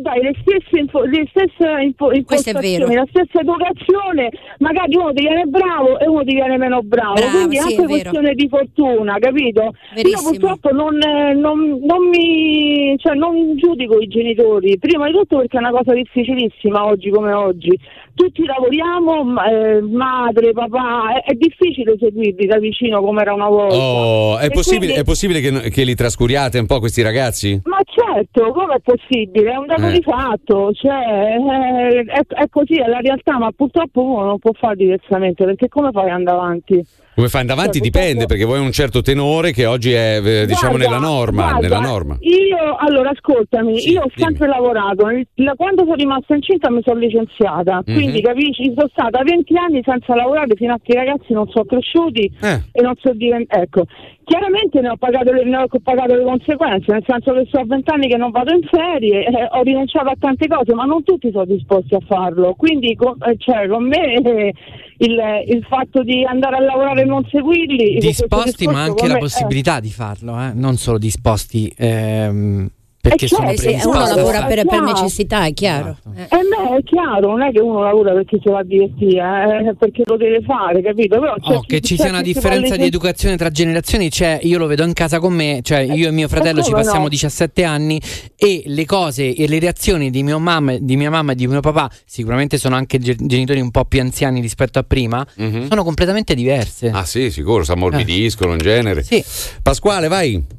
stesse, info, le stesse info, impostazioni, la stessa educazione, magari uno diviene bravo e uno diviene meno bravo, Bravo, quindi è sì, anche è questione di fortuna, capito? Verissimo. Io purtroppo non, non, non mi cioè non giudico i genitori, prima di tutto perché è una cosa difficilissima oggi come oggi. Tutti lavoriamo, eh, madre, papà, è, è difficile seguirli da vicino come era una volta. Oh, è E possibile, quindi- è possibile che, che li trascuriate un po' questi ragazzi? Ma certo, come è possibile? È un dato Eh. di fatto, cioè eh, è, è così, è la realtà, ma purtroppo uno non può fare diversamente, perché come fai ad andare avanti? Come fai davanti Cioè, dipende, perché vuoi un certo tenore che oggi è eh, diciamo Guarda, nella norma, guarda, nella norma. Io, allora, ascoltami, Sì, io ho dimmi. sempre lavorato, da quando sono rimasta incinta mi sono licenziata, Mhm. quindi capisci, sono stata venti anni senza lavorare fino a che i ragazzi non sono cresciuti Eh. e non sono diventati, ecco, chiaramente ne ho, pagato le, ne ho pagato le conseguenze, nel senso che so a venti anni che non vado in ferie, eh, ho rinunciato a tante cose, ma non tutti sono disposti a farlo, quindi con, eh, cioè, con me eh, il, il fatto di andare a lavorare e non seguirli con questo Disposti, ma discorso anche con la me- possibilità di farlo, eh? Non solo disposti ehm, perché Eh, sono certo, Sì, predisposti. uno lavora È per, per chiaro. necessità, è chiaro. Esatto. Eh. Eh no, è chiaro, non è che uno lavora perché si va a divertire, eh, perché lo deve fare, capito? Però c'è Oh, chi- che ci c'è sia una chi si differenza vuole- di educazione tra generazioni c'è, io lo vedo in casa con me, cioè io e mio fratello ci come passiamo no? diciassette anni e le cose e le reazioni di mia mamma, di mia mamma e di mio papà, sicuramente sono anche ge- genitori un po' più anziani rispetto a prima, Mhm. sono completamente diverse. Ah sì, sicuro, si ammorbidiscono in genere. Sì. Pasquale, vai.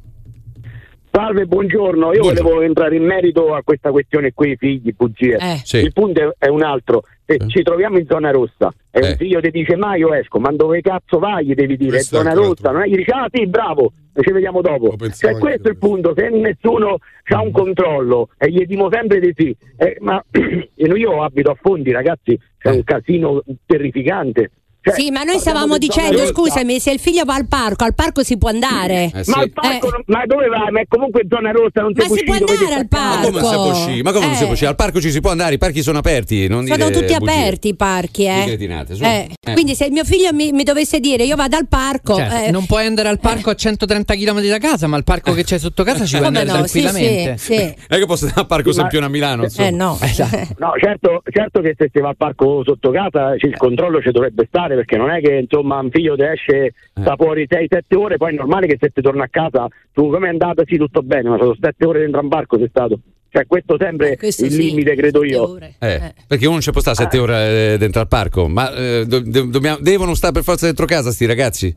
Salve, buongiorno. Io Buongiorno. volevo entrare in merito a questa questione qui, figli, bugie. Eh. Sì. Il punto è- è un altro. Se ci troviamo in zona rossa e Eh. un figlio ti dice ma io esco, ma dove cazzo vai? Gli devi dire, è Questo è zona anche un rossa, altro. non è gli dici ah sì, bravo, ci vediamo dopo. Lo pensavo Cioè questo è il anch'io. punto, se nessuno ha un controllo e gli dimo sempre di sì, eh, ma io abito a Fondi, ragazzi, c'è un casino terrificante. Cioè, Sì, ma noi parliamo stavamo di zona dicendo, rossa. scusami, se il figlio va al parco, al parco si può andare. Eh, sì. Ma, al parco Eh. non- ma dove vai? Ma è comunque zona rossa, non Ma si può si può uscire, andare dove al ti- Ma come non si può uscire? Ma come non si Eh. può uscire? Al parco ci si può andare, i parchi sono aperti. Non Sono dire tutti bugie. aperti i parchi, Di eh. cretinate, su. Eh, Eh. Quindi se il mio figlio mi, mi dovesse dire io vado al parco, Cioè, eh, non puoi andare al parco a centotrenta chilometri da casa, ma al parco che c'è sotto casa ci puoi come andare no? Sì, tranquillamente. sì, sì. Non è che posso andare al parco Sì, ma- Sempione a Milano, insomma. Eh no. No, certo, certo che se si va al parco sotto casa c- il controllo ci dovrebbe stare, perché non è che insomma un figlio te esce sta fuori sei sette ore, poi è normale che se ti torna a casa tu come è andata? Sì, tutto bene, ma sono sette ore dentro un parco sei stato. Cioè questo sempre Eh, questo il sì, limite, credo sette io. ore. Eh, Eh. perché uno non ci può stare sette ore eh, dentro al parco, ma eh, do- do- dobbiamo- devono stare per forza dentro casa sti ragazzi?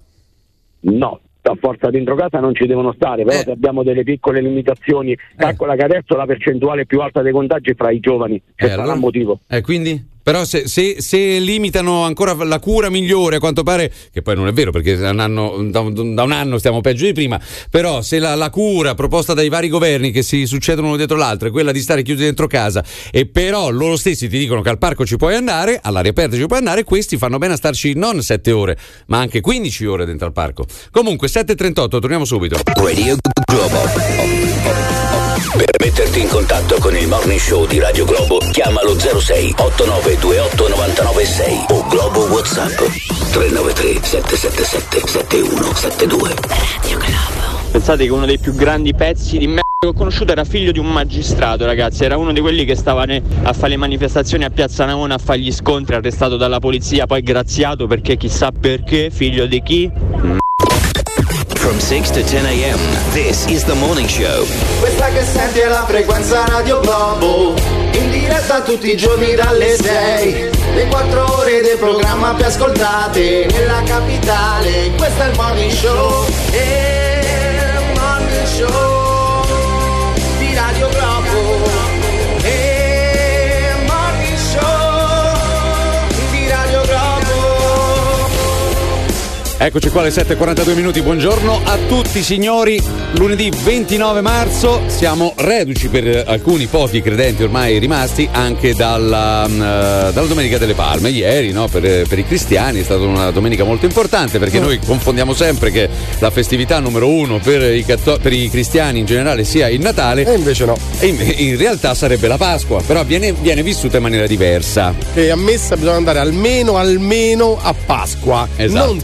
No, a forza dentro casa non ci devono stare, però Eh. se abbiamo delle piccole limitazioni, calcola che adesso la percentuale più alta dei contagi è fra i giovani, che Eh, sarà allora- un motivo. Eh, quindi? Però se, se- se limitano ancora la cura migliore, a quanto pare, che poi non è vero perché da un anno, da un, da un anno stiamo peggio di prima, però se la, la cura proposta dai vari governi che si succedono uno dietro l'altro è quella di stare chiusi dentro casa e però loro stessi ti dicono che al parco ci puoi andare, all'aria aperta ci puoi andare, questi fanno bene a starci non sette ore, ma anche quindici ore dentro al parco. Comunque sette e trentotto, torniamo subito. Radio Globo. Per metterti in contatto con il Morning Show di Radio Globo, chiamalo zero sei otto nove due otto nove nove sei o Globo WhatsApp tre nove tre sette sette sette sette uno sette due. Radio Globo. Pensate che uno dei più grandi pezzi di merda che ho conosciuto era figlio di un magistrato, ragazzi. Era uno di quelli che stava ne- a fare le manifestazioni a Piazza Navona, a fare gli scontri, arrestato dalla polizia, poi graziato perché chissà perché, figlio di chi? From six to ten a.m. This is the Morning Show. Questa che senti è la frequenza Radio Globo, in diretta tutti i giorni dalle sei. Le quattro ore del programma più ascoltate nella capitale. Questo è il Morning Show, è il Morning Show di Radio Globo, è il Morning Show di Radio Globo. Eccoci qua alle sette e quarantadue minuti, buongiorno a tutti signori, lunedì ventinove marzo, siamo reduci per alcuni pochi credenti ormai rimasti anche dalla, uh, dalla Domenica delle Palme, ieri no? per, per i cristiani è stata una domenica molto importante perché noi confondiamo sempre che la festività numero uno per i, catto- per i cristiani in generale sia il Natale E invece no. e in, in realtà sarebbe la Pasqua, però viene, viene vissuta in maniera diversa. Che a messa bisogna andare almeno, almeno a Pasqua, Esatto. non tanto a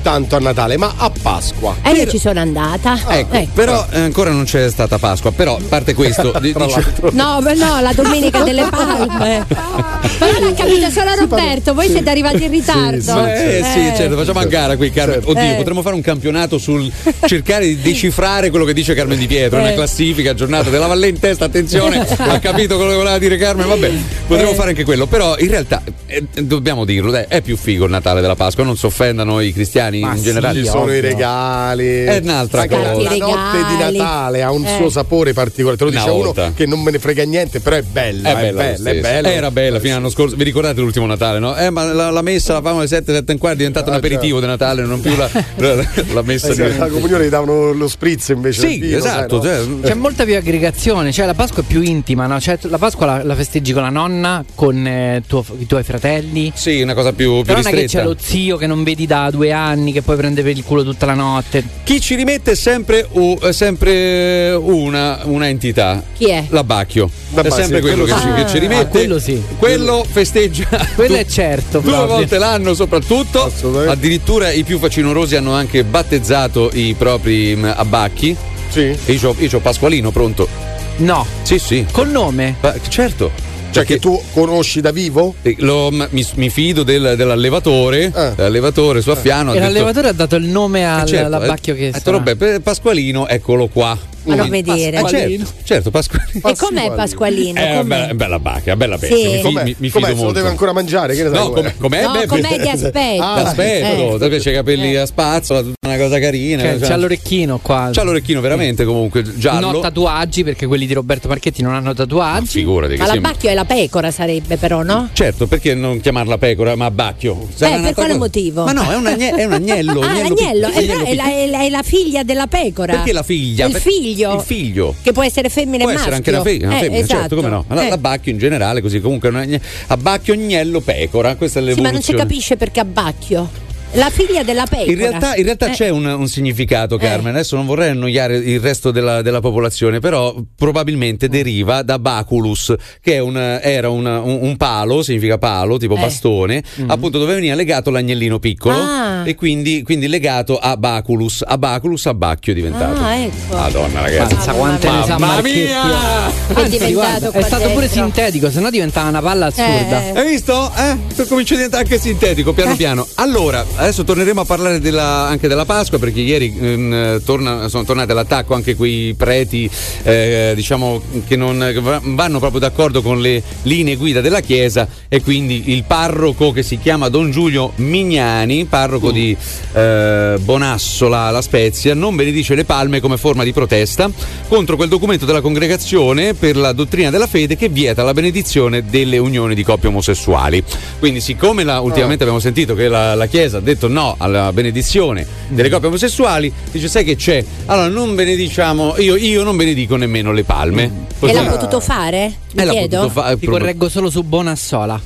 Natale, ma a Pasqua. E eh, io ci sono andata. Ecco, ecco. però eh, ancora non c'è stata Pasqua, però a parte questo di, dice... no, no, la domenica delle Palme. Però non ho capito, sono Roberto, voi siete arrivati in ritardo. Sì, sì, eh, sì certo, facciamo a gara qui, Carmen. Oddio, eh. potremmo fare un campionato sul cercare di decifrare quello che dice Carmen Di Pietro, eh. una classifica, giornata della Valle in testa, attenzione, ha capito quello che voleva dire Carmen, vabbè, potremmo eh. fare anche quello, però in realtà eh, dobbiamo dirlo, dai, è più figo il Natale della Pasqua, non si offendano i cristiani ma in sì, generale. Ci sono i regali. È un'altra cosa. La notte di Natale ha un eh. suo sapore particolare, te lo dice uno che non me ne frega niente, però è bella, è, è bella, bella, è bella. Era bella fino all'anno scorso, vi ricordate l'ultimo Natale, no? Eh, ma la, la messa la fanno alle sette, sette e un quarto, è diventato ah, un aperitivo di Natale, non più la, la, la messa eh, di... la comunione gli davano lo spritz invece sì, del vino, esatto, sai, no? cioè, c'è molta più aggregazione, cioè la Pasqua è più intima, no? Cioè la Pasqua la, la festeggi con la nonna, con eh, tuo, i tuoi fratelli. Sì, una cosa più, più però ristretta. Non è che c'è lo zio che non vedi da due anni, che poi prende per il culo tutta la notte. Chi ci rimette è sempre, uh, sempre una, una entità. Chi è? L'abbacchio. Da è sempre quello, quello che, ci, ah, che ci rimette. Ah, quello sì. Quello festeggia. Quello è certo. Due proprio. volte l'anno soprattutto. Addirittura i più facinorosi hanno anche battezzato i propri um, abbacchi. Sì. E io ho Pasqualino pronto. No. Sì, sì. Col nome? Ma, certo. Cioè che tu conosci da vivo? Lo, mi, mi fido del, dell'allevatore, eh. l'allevatore suo affiano. E l'allevatore ha dato il nome al, eh certo, all'abbacchio che ha detto, vabbè, Pasqualino, eccolo qua. Fallo vedere. Pas- eh, certo, certo, Pasqualino. E com'è Pasqualino? È com'è? una bella bacca, bella pesca. Sì. Mi, com'è? mi, mi com'è? fido molto. Lo deve ancora mangiare? Che ne sai no, com'è? com'è? No, Beh, com'è di aspetto? Ah, aspetto, eh. c'è i capelli eh. a spazzola, tutta una cosa carina. Cioè, c'ha l'orecchino qua. C'ha l'orecchino veramente comunque giallo. Non tatuaggi, perché quelli di Roberto Marchetti non hanno tatuaggi. Ma figurati che ma l'abbacchio è la pecora, sarebbe però, no? Certo, perché non chiamarla pecora, ma abbacchio? Eh, per quale motivo? Ma no, è un, agne- è un agnello. Ah, agnello l'agnello, pic- è, è, la, è, la, è la figlia della pecora. Perché la figlia? Il figlio. Il figlio. Che può essere femmina Può e essere maschio. anche una, fe- una eh, femmina, esatto. certo, come no? Eh. L'abbacchio in generale, così comunque un abbacchio, agnello, pecora, questa è l'evoluzione. Sì, ma non si capisce perché abbacchio. La figlia della pecora. In realtà, in realtà eh. c'è un, un significato, Carmen. Eh. Adesso non vorrei annoiare il resto della, della popolazione, però probabilmente deriva da baculus, che è un, era un, un, un palo, significa palo, tipo eh. bastone, mm-hmm. appunto dove veniva legato l'agnellino piccolo ah. e quindi, quindi legato a baculus. A baculus, abbacchio è diventato. Ah, ecco. Madonna, ragazzi. Mazza, quante ne sa Mamma mia! È diventato guarda, è stato dentro. pure sintetico, sennò diventava una palla assurda. Eh. Hai visto? Eh? Comincia a diventare anche sintetico, piano Eh. piano. Allora, adesso torneremo a parlare della, anche della Pasqua, perché ieri ehm, torna, sono tornati all'attacco anche quei preti eh, diciamo che non che vanno proprio d'accordo con le linee guida della Chiesa, e quindi il parroco, che si chiama Don Giulio Mignani, parroco mm. di eh, Bonassola La Spezia, non benedice le palme come forma di protesta contro quel documento della Congregazione per la dottrina della fede che vieta la benedizione delle unioni di coppie omosessuali. Quindi, siccome la, ultimamente abbiamo sentito che la, la Chiesa ha detto no alla benedizione delle coppie omosessuali, dice: sai che c'è? Allora non benediciamo, io, io non benedico nemmeno le palme. E l'ha potuto fare? Mi l'ha chiedo? potuto fa- Ti correggo solo su Bonassola.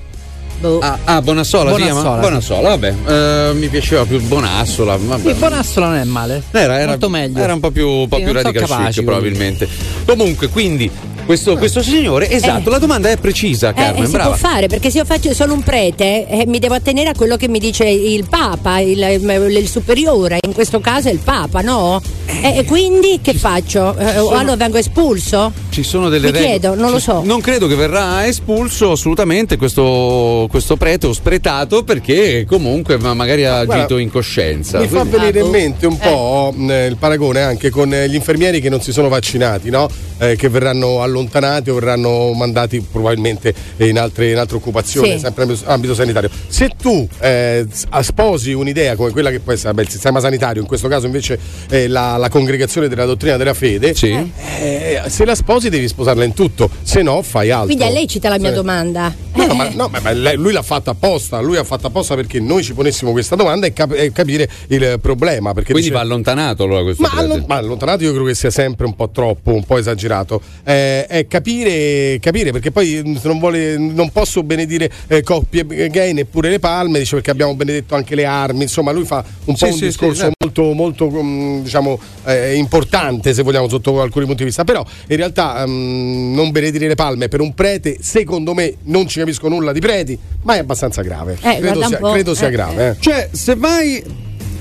Boh. Ah, ah, Bonassola, Bonassola, si chiama? sì. Bonassola, vabbè, eh, mi piaceva più Bonassola. Vabbè. Sì, Bonassola non è male. Era, era, molto meglio. Era un po' più, un po' Sì, più non so radical capaci, chic, quelli. probabilmente. Comunque, quindi. Questo, questo signore, esatto, Eh. la domanda è precisa, Carmen, Eh, si brava. può fare, perché se io faccio solo un prete eh, mi devo attenere a quello che mi dice il Papa, il, il, il superiore, in questo caso è il Papa, no? Eh, e quindi che faccio? Eh, sono- allora vengo espulso? Ci sono delle Mi regole. chiedo, non lo Ci- so. Non credo che verrà espulso assolutamente questo, questo prete o spretato, perché comunque ma magari ha Guarda, agito in coscienza. Mi fa Quindi- venire in boh. mente un Eh. po' mh, il paragone anche con eh, gli infermieri che non si sono vaccinati, no? Eh, che verranno allontanati o verranno mandati probabilmente in altre, in altre occupazioni, Sì. sempre in ambito sanitario. Se tu eh, s- sposi un'idea come quella che può essere vabbè, il sistema sanitario, in questo caso invece eh, la, la congregazione della dottrina della fede, Sì. eh, se la sposi devi sposarla in tutto, se no fai altro. Quindi è lecita la mia Sì. domanda. No, Eh. ma, no, ma- ma lei- lui l'ha fatta apposta, lui ha fatto apposta perché noi ci ponessimo questa domanda e, cap- e capire il problema. Perché Quindi dice- va allontanato allora questo ma, prete. allo- ma allontanato io credo che sia sempre un po' troppo, un po' esagerato. Eh, è capire, capire perché poi mm, se non, vuole, non posso benedire eh, coppie gay neppure le palme, dice, perché abbiamo benedetto anche le armi. Insomma, lui fa un Sì, po' un sì, discorso sì, molto, molto mm, diciamo eh, importante, se vogliamo, sotto alcuni punti di vista. Però in realtà mm, non benedire le palme per un prete, secondo me, non ci capisco nulla di preti, ma è abbastanza grave. Eh, credo guarda un sia, po'. credo sia Eh, grave. eh. Cioè, se vai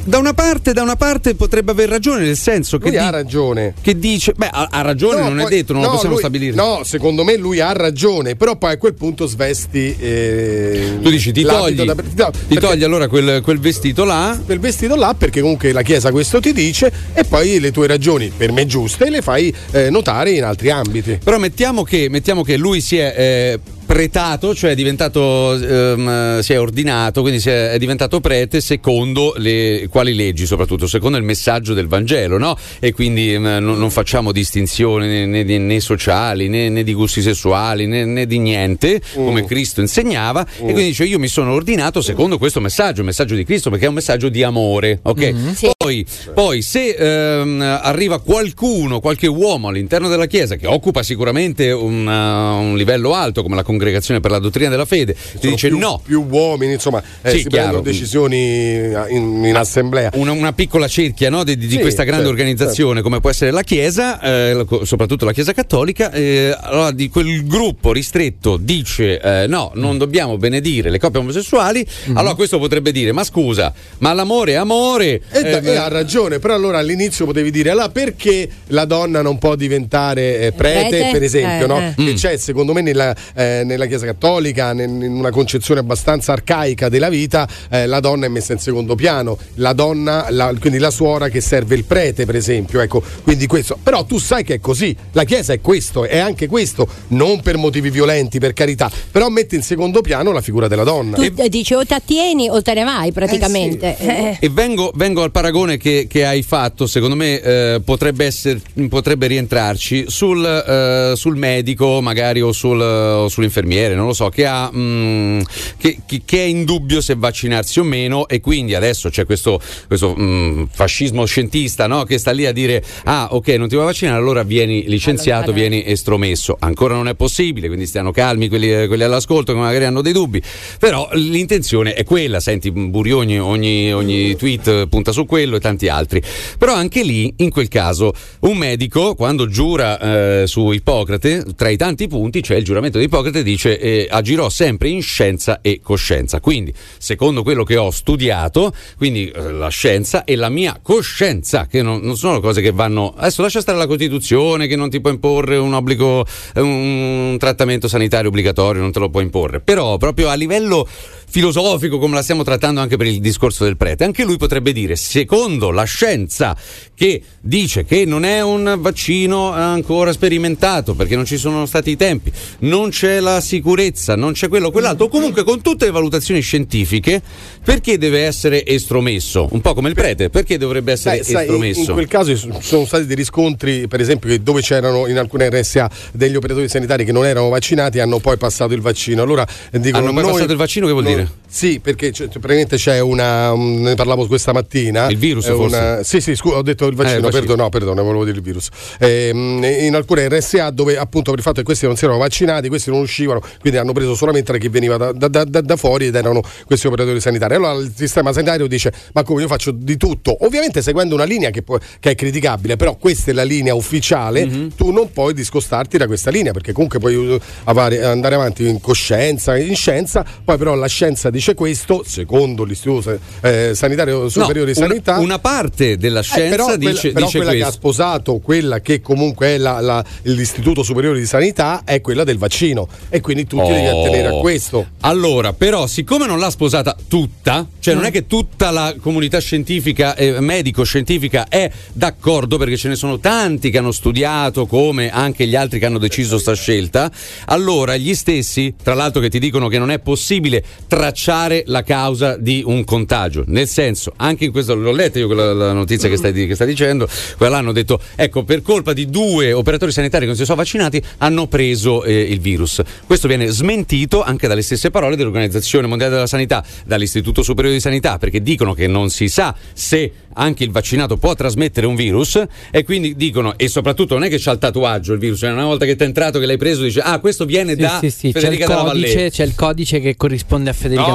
Da una parte, da una parte potrebbe aver ragione, nel senso che lui di- ha ragione. Che dice, beh, ha, ha ragione, No, non poi- è detto, non no, lo possiamo lui- stabilire. No, secondo me lui ha ragione, però poi a quel punto svesti. eh, Tu dici ti l'abito togli, da- no, ti perché- togli allora quel, quel vestito là. quel vestito là, perché comunque la Chiesa questo ti dice, e poi le tue ragioni, per me giuste, le fai eh, notare in altri ambiti. Però mettiamo che, mettiamo che lui si è eh, pretato, cioè è diventato, ehm, si è ordinato, quindi si è, è diventato prete secondo le quali leggi, soprattutto secondo il messaggio del Vangelo, no? E quindi ehm, non, non facciamo distinzioni né, né, di- né sociali né, né di gusti sessuali né, né di niente, Mm. come Cristo insegnava, Mm. e quindi dice io mi sono ordinato secondo questo messaggio, il messaggio di Cristo, perché è un messaggio di amore, ok? Mm, sì. Poi, poi se ehm, arriva qualcuno, qualche uomo all'interno della Chiesa che occupa sicuramente un, uh, un livello alto come la Congregazione per la Dottrina della Fede, ti Sono dice più, no. più uomini, insomma, eh, Sì, si chiaro. prendono decisioni in, in assemblea. Una, una piccola cerchia, no, di, di Sì, questa grande certo, organizzazione come può essere la Chiesa, eh, la- soprattutto la Chiesa Cattolica, eh, allora di quel gruppo ristretto dice eh, no, non dobbiamo benedire le coppie omosessuali, allora questo potrebbe dire ma scusa, ma l'amore è amore. E, da- eh, e ha ragione, però allora all'inizio potevi dire allora perché la donna non può diventare eh, prete, Prete? per esempio, Eh, no? eh. Che Mm. c'è secondo me nella, eh, nella Chiesa Cattolica, ne- in una concezione abbastanza arcaica della vita, eh, la donna è messa in secondo piano, la donna, la- quindi la suora che serve il prete, per esempio, ecco, quindi questo. Però tu sai che è così, la Chiesa è questo, è anche questo, non per motivi violenti, per carità, però mette in secondo piano la figura della donna. Tu eh, dici o ti attieni o te ne vai praticamente. Eh, E vengo, vengo al paragone che, che hai fatto, secondo me eh, potrebbe, essere, potrebbe rientrarci sul, eh, sul medico magari o, sul, o sull'infermiere, non lo so, che, ha, mh, che, che- che è in dubbio se vaccinarsi o meno, e quindi adesso c'è questo, questo mh, fascismo scientista, no? Che sta lì a dire ah ok non ti vuoi vaccinare, allora vieni licenziato, Allontanare. vieni estromesso. Ancora non è possibile, quindi stiano calmi quelli, quelli all'ascolto che magari hanno dei dubbi, però l'intenzione è quella. Senti Burioni ogni, ogni tweet punta su quello e tanti altri, però anche lì in quel caso un medico quando giura eh, su Ippocrate, tra i tanti punti c'è il giuramento di Ippocrate, dice eh, agirò sempre in scienza e coscienza, quindi secondo quello che ho studiato, quindi eh, la scienza e la mia coscienza, che non, non sono cose che vanno adesso, lascia stare la Costituzione che non ti può imporre un obbligo, eh, un trattamento sanitario obbligatorio, non te lo può imporre, però proprio a livello filosofico, come la stiamo trattando anche per il discorso del prete, anche lui potrebbe dire secondo la scienza, che dice che non è un vaccino ancora sperimentato perché non ci sono stati i tempi, non c'è la sicurezza, non c'è quello o quell'altro, o comunque con tutte le valutazioni scientifiche, perché deve essere estromesso? Un po' come il prete, perché dovrebbe essere Beh, sai, estromesso? in quel caso ci sono stati dei riscontri, per esempio, che dove c'erano in alcune R S A degli operatori sanitari che non erano vaccinati, hanno poi passato il vaccino. Allora eh, dicono, Hanno poi noi- passato il vaccino, che vuol noi- dire? Sì, perché c'è, praticamente c'è una. um, ne parlavo questa mattina. Il virus, è una- forse? Sì, sì, scusa, ho detto il vaccino, Eh, il vaccino. perdono, no, perdono, volevo dire il virus. Ehm, in alcune R S A dove appunto per il fatto che questi non si erano vaccinati, questi non uscivano, quindi hanno preso solamente da chi veniva da, da- da- da fuori, ed erano questi operatori sanitari. Allora il sistema sanitario dice: ma come, io faccio di tutto, ovviamente seguendo una linea che, può- che è criticabile, però questa è la linea ufficiale, Mm-hmm. tu non puoi discostarti da questa linea, perché comunque puoi uh, avare- andare avanti in coscienza, in scienza, poi però la scienza dice questo, secondo l'Istituto eh, Sanitario Superiore di una, Sanità. una parte della Eh, scienza però dice, quella, però dice quella che ha questo. sposato, quella che comunque è la- la- l'Istituto Superiore di Sanità, è quella del vaccino, e quindi tu ti devi Oh. attenere a questo. Allora, però, siccome non l'ha sposata tutta, cioè non è che tutta la comunità scientifica, eh, medico-scientifica è d'accordo, perché ce ne sono tanti che hanno studiato, come anche gli altri che hanno deciso sta scelta, allora gli stessi, tra l'altro, che ti dicono che non è possibile tracciare la causa di un contagio, nel senso, anche in questo, l'ho letta io quella la notizia che stai, che stai dicendo, quella hanno detto, ecco, per colpa di due operatori sanitari che non si sono vaccinati hanno preso eh, il virus. Questo viene smentito anche dalle stesse parole dell'Organizzazione Mondiale della Sanità, dall'Istituto Superiore di Sanità, perché dicono che non si sa se anche il vaccinato può trasmettere un virus, e quindi dicono, e soprattutto non è che c'ha il tatuaggio il virus, cioè una volta che ti è entrato, che l'hai preso, dice ah, questo viene Sì, da sì, sì, c'è il, Federica Della codice, Vallée. c'è il codice che corrisponde a Federica No,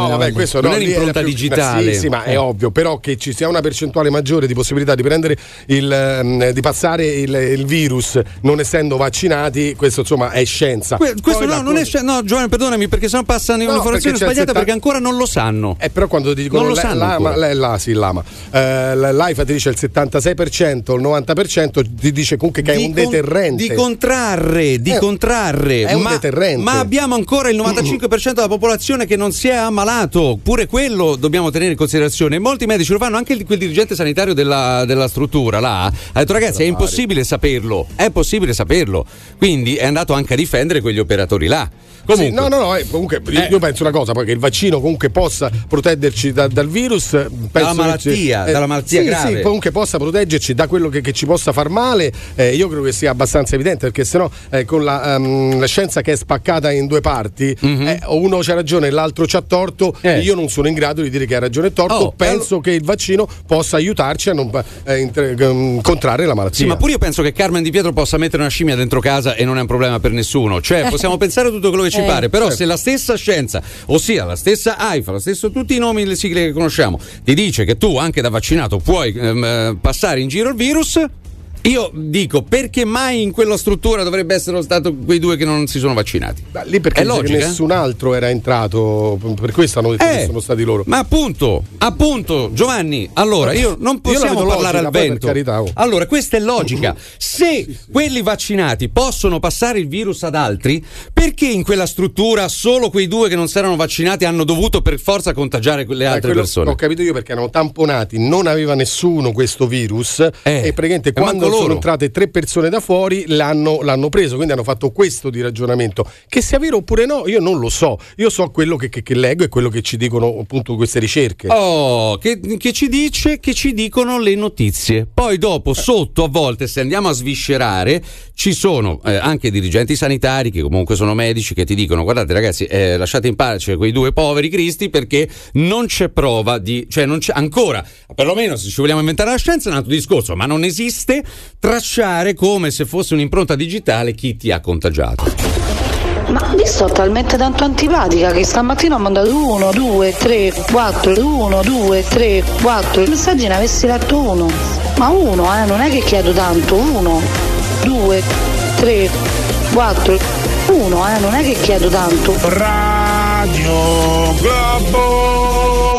No, vabbè, questo non no, è l'impronta più, digitale. Sì, sì, ma eh. è ovvio, però che ci sia una percentuale maggiore di possibilità di prendere il di passare il, il virus non essendo vaccinati, questo insomma è scienza. Que- questo Poi no, non cosa... è no, Giovanni, perdonami, perché sennò passano no, un'informazione sbagliata setta... perché ancora non lo sanno. Eh, però quando ti dicono non lo la, sanno lama, la, la, sì, lama. Eh, l'AIFA ti dice il settantasei per cento, il novanta per cento ti dice comunque che di è un con, deterrente. Di contrarre, di è, contrarre. È un ma, deterrente. Ma abbiamo ancora il novantacinque per cento della popolazione che non si è ammalato. Pure quello dobbiamo tenere in considerazione. Molti medici lo fanno, anche il, quel dirigente sanitario della, della struttura là ha detto ragazzi è impossibile saperlo, è possibile saperlo. Quindi è andato anche a difendere quegli operatori là. Comunque. Sì, no, no, no, eh, comunque eh. io penso una cosa, poi che il vaccino comunque possa proteggerci da, dal virus, penso dalla malattia, ci, eh, dalla malattia sì, grave. Sì, comunque possa proteggerci da quello che, che ci possa far male, eh, io credo che sia abbastanza evidente, perché sennò eh, con la, um, la scienza che è spaccata in due parti, mm-hmm. eh, uno c'ha ragione e l'altro c'ha torto, eh. io non sono in grado di dire che ha ragione e torto, oh, penso allora... che il vaccino possa aiutarci a non eh, inter- um, contrarre la malattia. Sì, ma pure io penso che Carmen Di Pietro possa mettere una scimmia dentro casa e non è un problema per nessuno, cioè possiamo pensare tutto quello che ci eh. pare, però certo. se la stessa scienza, ossia la stessa AIFA, lo stesso tutti i nomi e le sigle che conosciamo, ti dice che tu anche da vaccinato puoi ehm, passare in giro il virus, io dico perché mai in quella struttura dovrebbe essere stato quei due che non si sono vaccinati? Beh, lì perché è logica, nessun altro era entrato, per questo hanno detto eh, che sono stati loro. Ma appunto, appunto, Giovanni, allora io non possiamo io parlare logica, al vento. Per carità, oh. Allora, questa è logica. Se sì, sì. quelli vaccinati possono passare il virus ad altri, perché in quella struttura solo quei due che non si erano vaccinati hanno dovuto per forza contagiare le altre eh, persone? Ho capito io, perché erano tamponati, non aveva nessuno questo virus eh, e praticamente quando sono entrate tre persone da fuori l'hanno, l'hanno preso, quindi hanno fatto questo di ragionamento. Che sia vero oppure no, io non lo so. Io so quello che, che, che leggo e quello che ci dicono appunto queste ricerche. Oh, che, che ci dice, che ci dicono le notizie. Poi dopo, sotto, a volte, se andiamo a sviscerare, ci sono eh, anche dirigenti sanitari che comunque sono medici che ti dicono guardate ragazzi, eh, lasciate in pace quei due poveri cristi perché non c'è prova di, cioè non c'è ancora, perlomeno se ci vogliamo inventare la scienza è un altro discorso, ma non esiste tracciare come se fosse un'impronta digitale chi ti ha contagiato. Ma mi sto talmente tanto antipatica che stamattina ho mandato uno, due, tre, quattro, uno, due, tre, quattro. I messaggi ne avessi letto uno. Ma uno, eh, non è che chiedo tanto, uno, due, tre, quattro, uno, eh, non è che chiedo tanto. Radio Globo.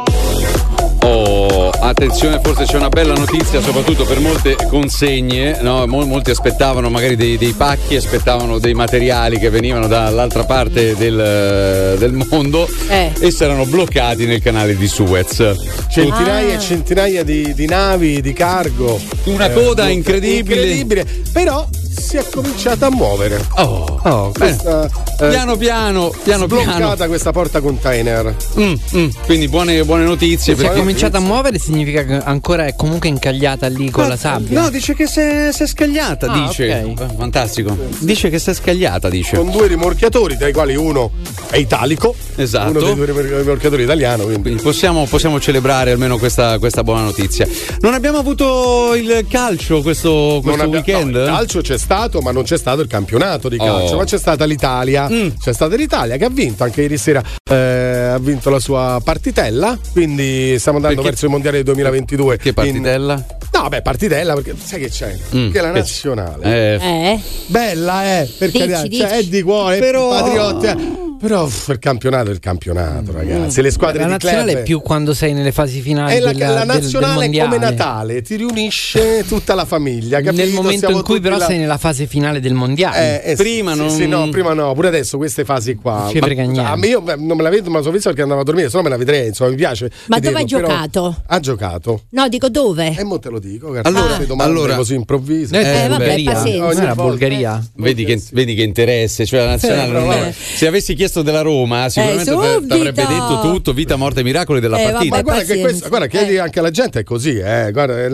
Oh, attenzione, forse c'è una bella notizia, soprattutto per molte consegne, no? Mol, molti aspettavano magari dei, dei pacchi, aspettavano dei materiali che venivano dall'altra parte del, del mondo eh. e si erano bloccati nel canale di Suez. Centinaia e ah. centinaia di, di navi, di cargo. Una coda eh, incredibile. incredibile. Però si è cominciata a muovere. Oh, oh questa, eh, piano piano, piano sbloccata piano. questa porta container. Mm, mm, quindi buone, buone notizie. Se è cominciata a muovere significa che ancora è comunque incagliata lì con Ma, la sabbia. No, dice che si è, si è scagliata, ah, dice. Okay. Oh, fantastico. Dice che si è scagliata, dice. Con due rimorchiatori, tra i quali uno è italico. Esatto. Uno dei due rimorchiatori italiano. Quindi, quindi possiamo, possiamo celebrare almeno questa, questa buona notizia. Non abbiamo avuto il calcio questo, questo abbia, weekend? No, il calcio c'è stato, ma non c'è stato il campionato di calcio, oh. ma c'è stata l'Italia. Mm. C'è stata l'Italia che ha vinto anche ieri sera, eh, ha vinto la sua partitella, quindi stiamo andando perché, verso il mondiale del duemilaventidue. Che partitella? In... No, beh, partitella perché sai che c'è? Mm. Che è la nazionale. Eh. Eh. Bella, eh, per dici, carità, dici. Cioè, è di cuore, però... patriotti. Eh. Però il campionato è il campionato, ragazzi. Le squadre la di nazionale club è più quando sei nelle fasi finali. È la, della, la nazionale del, del è come Natale, ti riunisce tutta la famiglia. Capito? Nel momento Siamo in cui però la... sei nella fase finale del mondiale. Eh, eh, prima sì, non. Sì, no, prima no, pure adesso queste fasi qua. Ci frega niente. A me io non me la vedo, ma la so vista perché andavo a dormire, se no me la vedrei, insomma, mi piace. Ma vederlo, dove hai giocato? Ha giocato. No, dico dove? E mo te lo dico, guarda, allora, allora così improvviso. Eh, eh vabbè, pazienza. Non era Bulgaria. Eh. Vedi, che, vedi che interesse, cioè la nazionale non è. Se avessi chiesto della Roma, sicuramente eh, ti avrebbe detto tutto, vita, morte e miracoli della eh, partita. Ma guarda che questo, guarda, chiedi eh. anche alla gente, è così, eh. Guarda,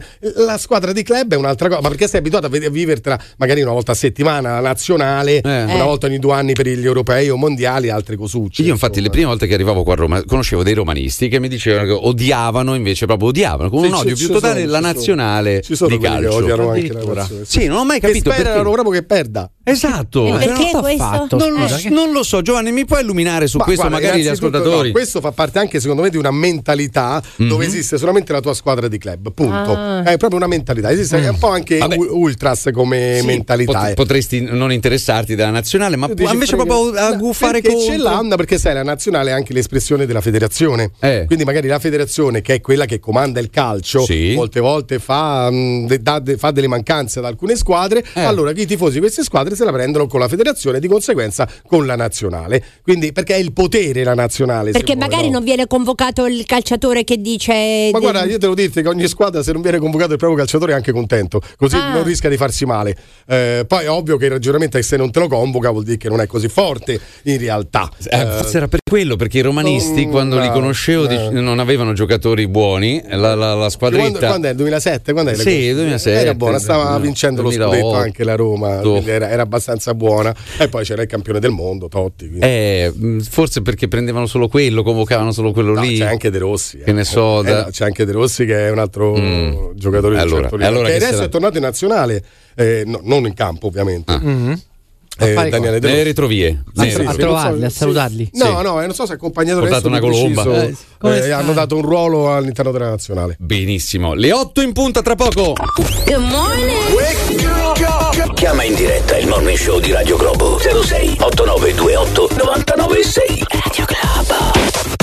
la squadra di club è un'altra cosa, ma perché sei abituato a vivertela magari una volta a settimana, la nazionale, eh. una volta ogni due anni per gli europei o mondiali, altre cosucce. Io infatti insomma. Le prime volte che arrivavo qua a Roma conoscevo dei romanisti che mi dicevano che odiavano, invece proprio odiavano, con sì, un odio più totale sono, la nazionale ci sono di calcio. Che odiano anche la nazione. Sì, non ho mai capito che sperano perché. proprio che perda. Esatto. E perché questo? Fatto, non, lo, non lo so, Giovanni, mi puoi illuminare su Ma questo guarda, magari gli innanzitutto, ascoltatori? no, questo fa parte anche secondo me di una mentalità Mhm. dove esiste solamente la tua squadra di club, punto. Ah. È proprio una mentalità, esiste Mm. un po' anche Vabbè. u- ultras come Sì, mentalità. pot- eh. potresti non interessarti della nazionale, ma Tu pu- dici, invece frega- proprio a No, guffare perché contro. ce l'hanno, perché sai, la nazionale è anche l'espressione della federazione. Eh. Quindi magari la federazione, che è quella che comanda il calcio, Sì. molte volte fa, mh, de- dà de- fa delle mancanze ad alcune squadre, Eh. allora i tifosi di queste squadre se la prendono con la federazione e di conseguenza con la nazionale. Quindi perché è il potere la nazionale. se Perché vuoi, magari no? non viene convocato il calciatore che dice. Ma guarda, io devo dirti che ogni squadra, se non viene convocato il proprio calciatore, è anche contento, così Ah. non rischia di farsi male. Eh, poi è ovvio che il ragionamento è che se non te lo convoca vuol dire che non è così forte in realtà. Eh, forse era per quello, perché i romanisti, Mm, quando li no, conoscevo, no. dic- non avevano giocatori buoni. La, la, la squadretta. Quando, quando è il duemilasette? Quando è le Sì, cose? duemilasette, Era buona, stava no, vincendo lo duemilaotto. scudetto anche la Roma, quindi era, era abbastanza buona. E poi c'era il campione del mondo, Totti. quindi- Eh, mh, forse perché prendevano solo quello, convocavano solo quello No, lì. c'è anche De Rossi. Che ne so. Eh, da- no, c'è anche De Rossi che è un altro Mm. giocatore di un Allora, certo livello, allora che che adesso sarà? è tornato in nazionale, eh, no, non in campo ovviamente. Mhm. Eh, A fare Daniele De Nelle Rossi. retrovie. Sì, Nelle sì, a sì, retrovie. trovarli, non a sì. salutarli. No, Sì. no, eh, non so se accompagnato Portato adesso una di colomba. preciso, Eh, come eh, sta? hanno dato un ruolo all'interno della nazionale. Benissimo. Le otto in punta tra poco. Good morning. Chiama in diretta il Morning Show di Radio Globo zero sei otto nove due otto nove nove sei. Radio Globo.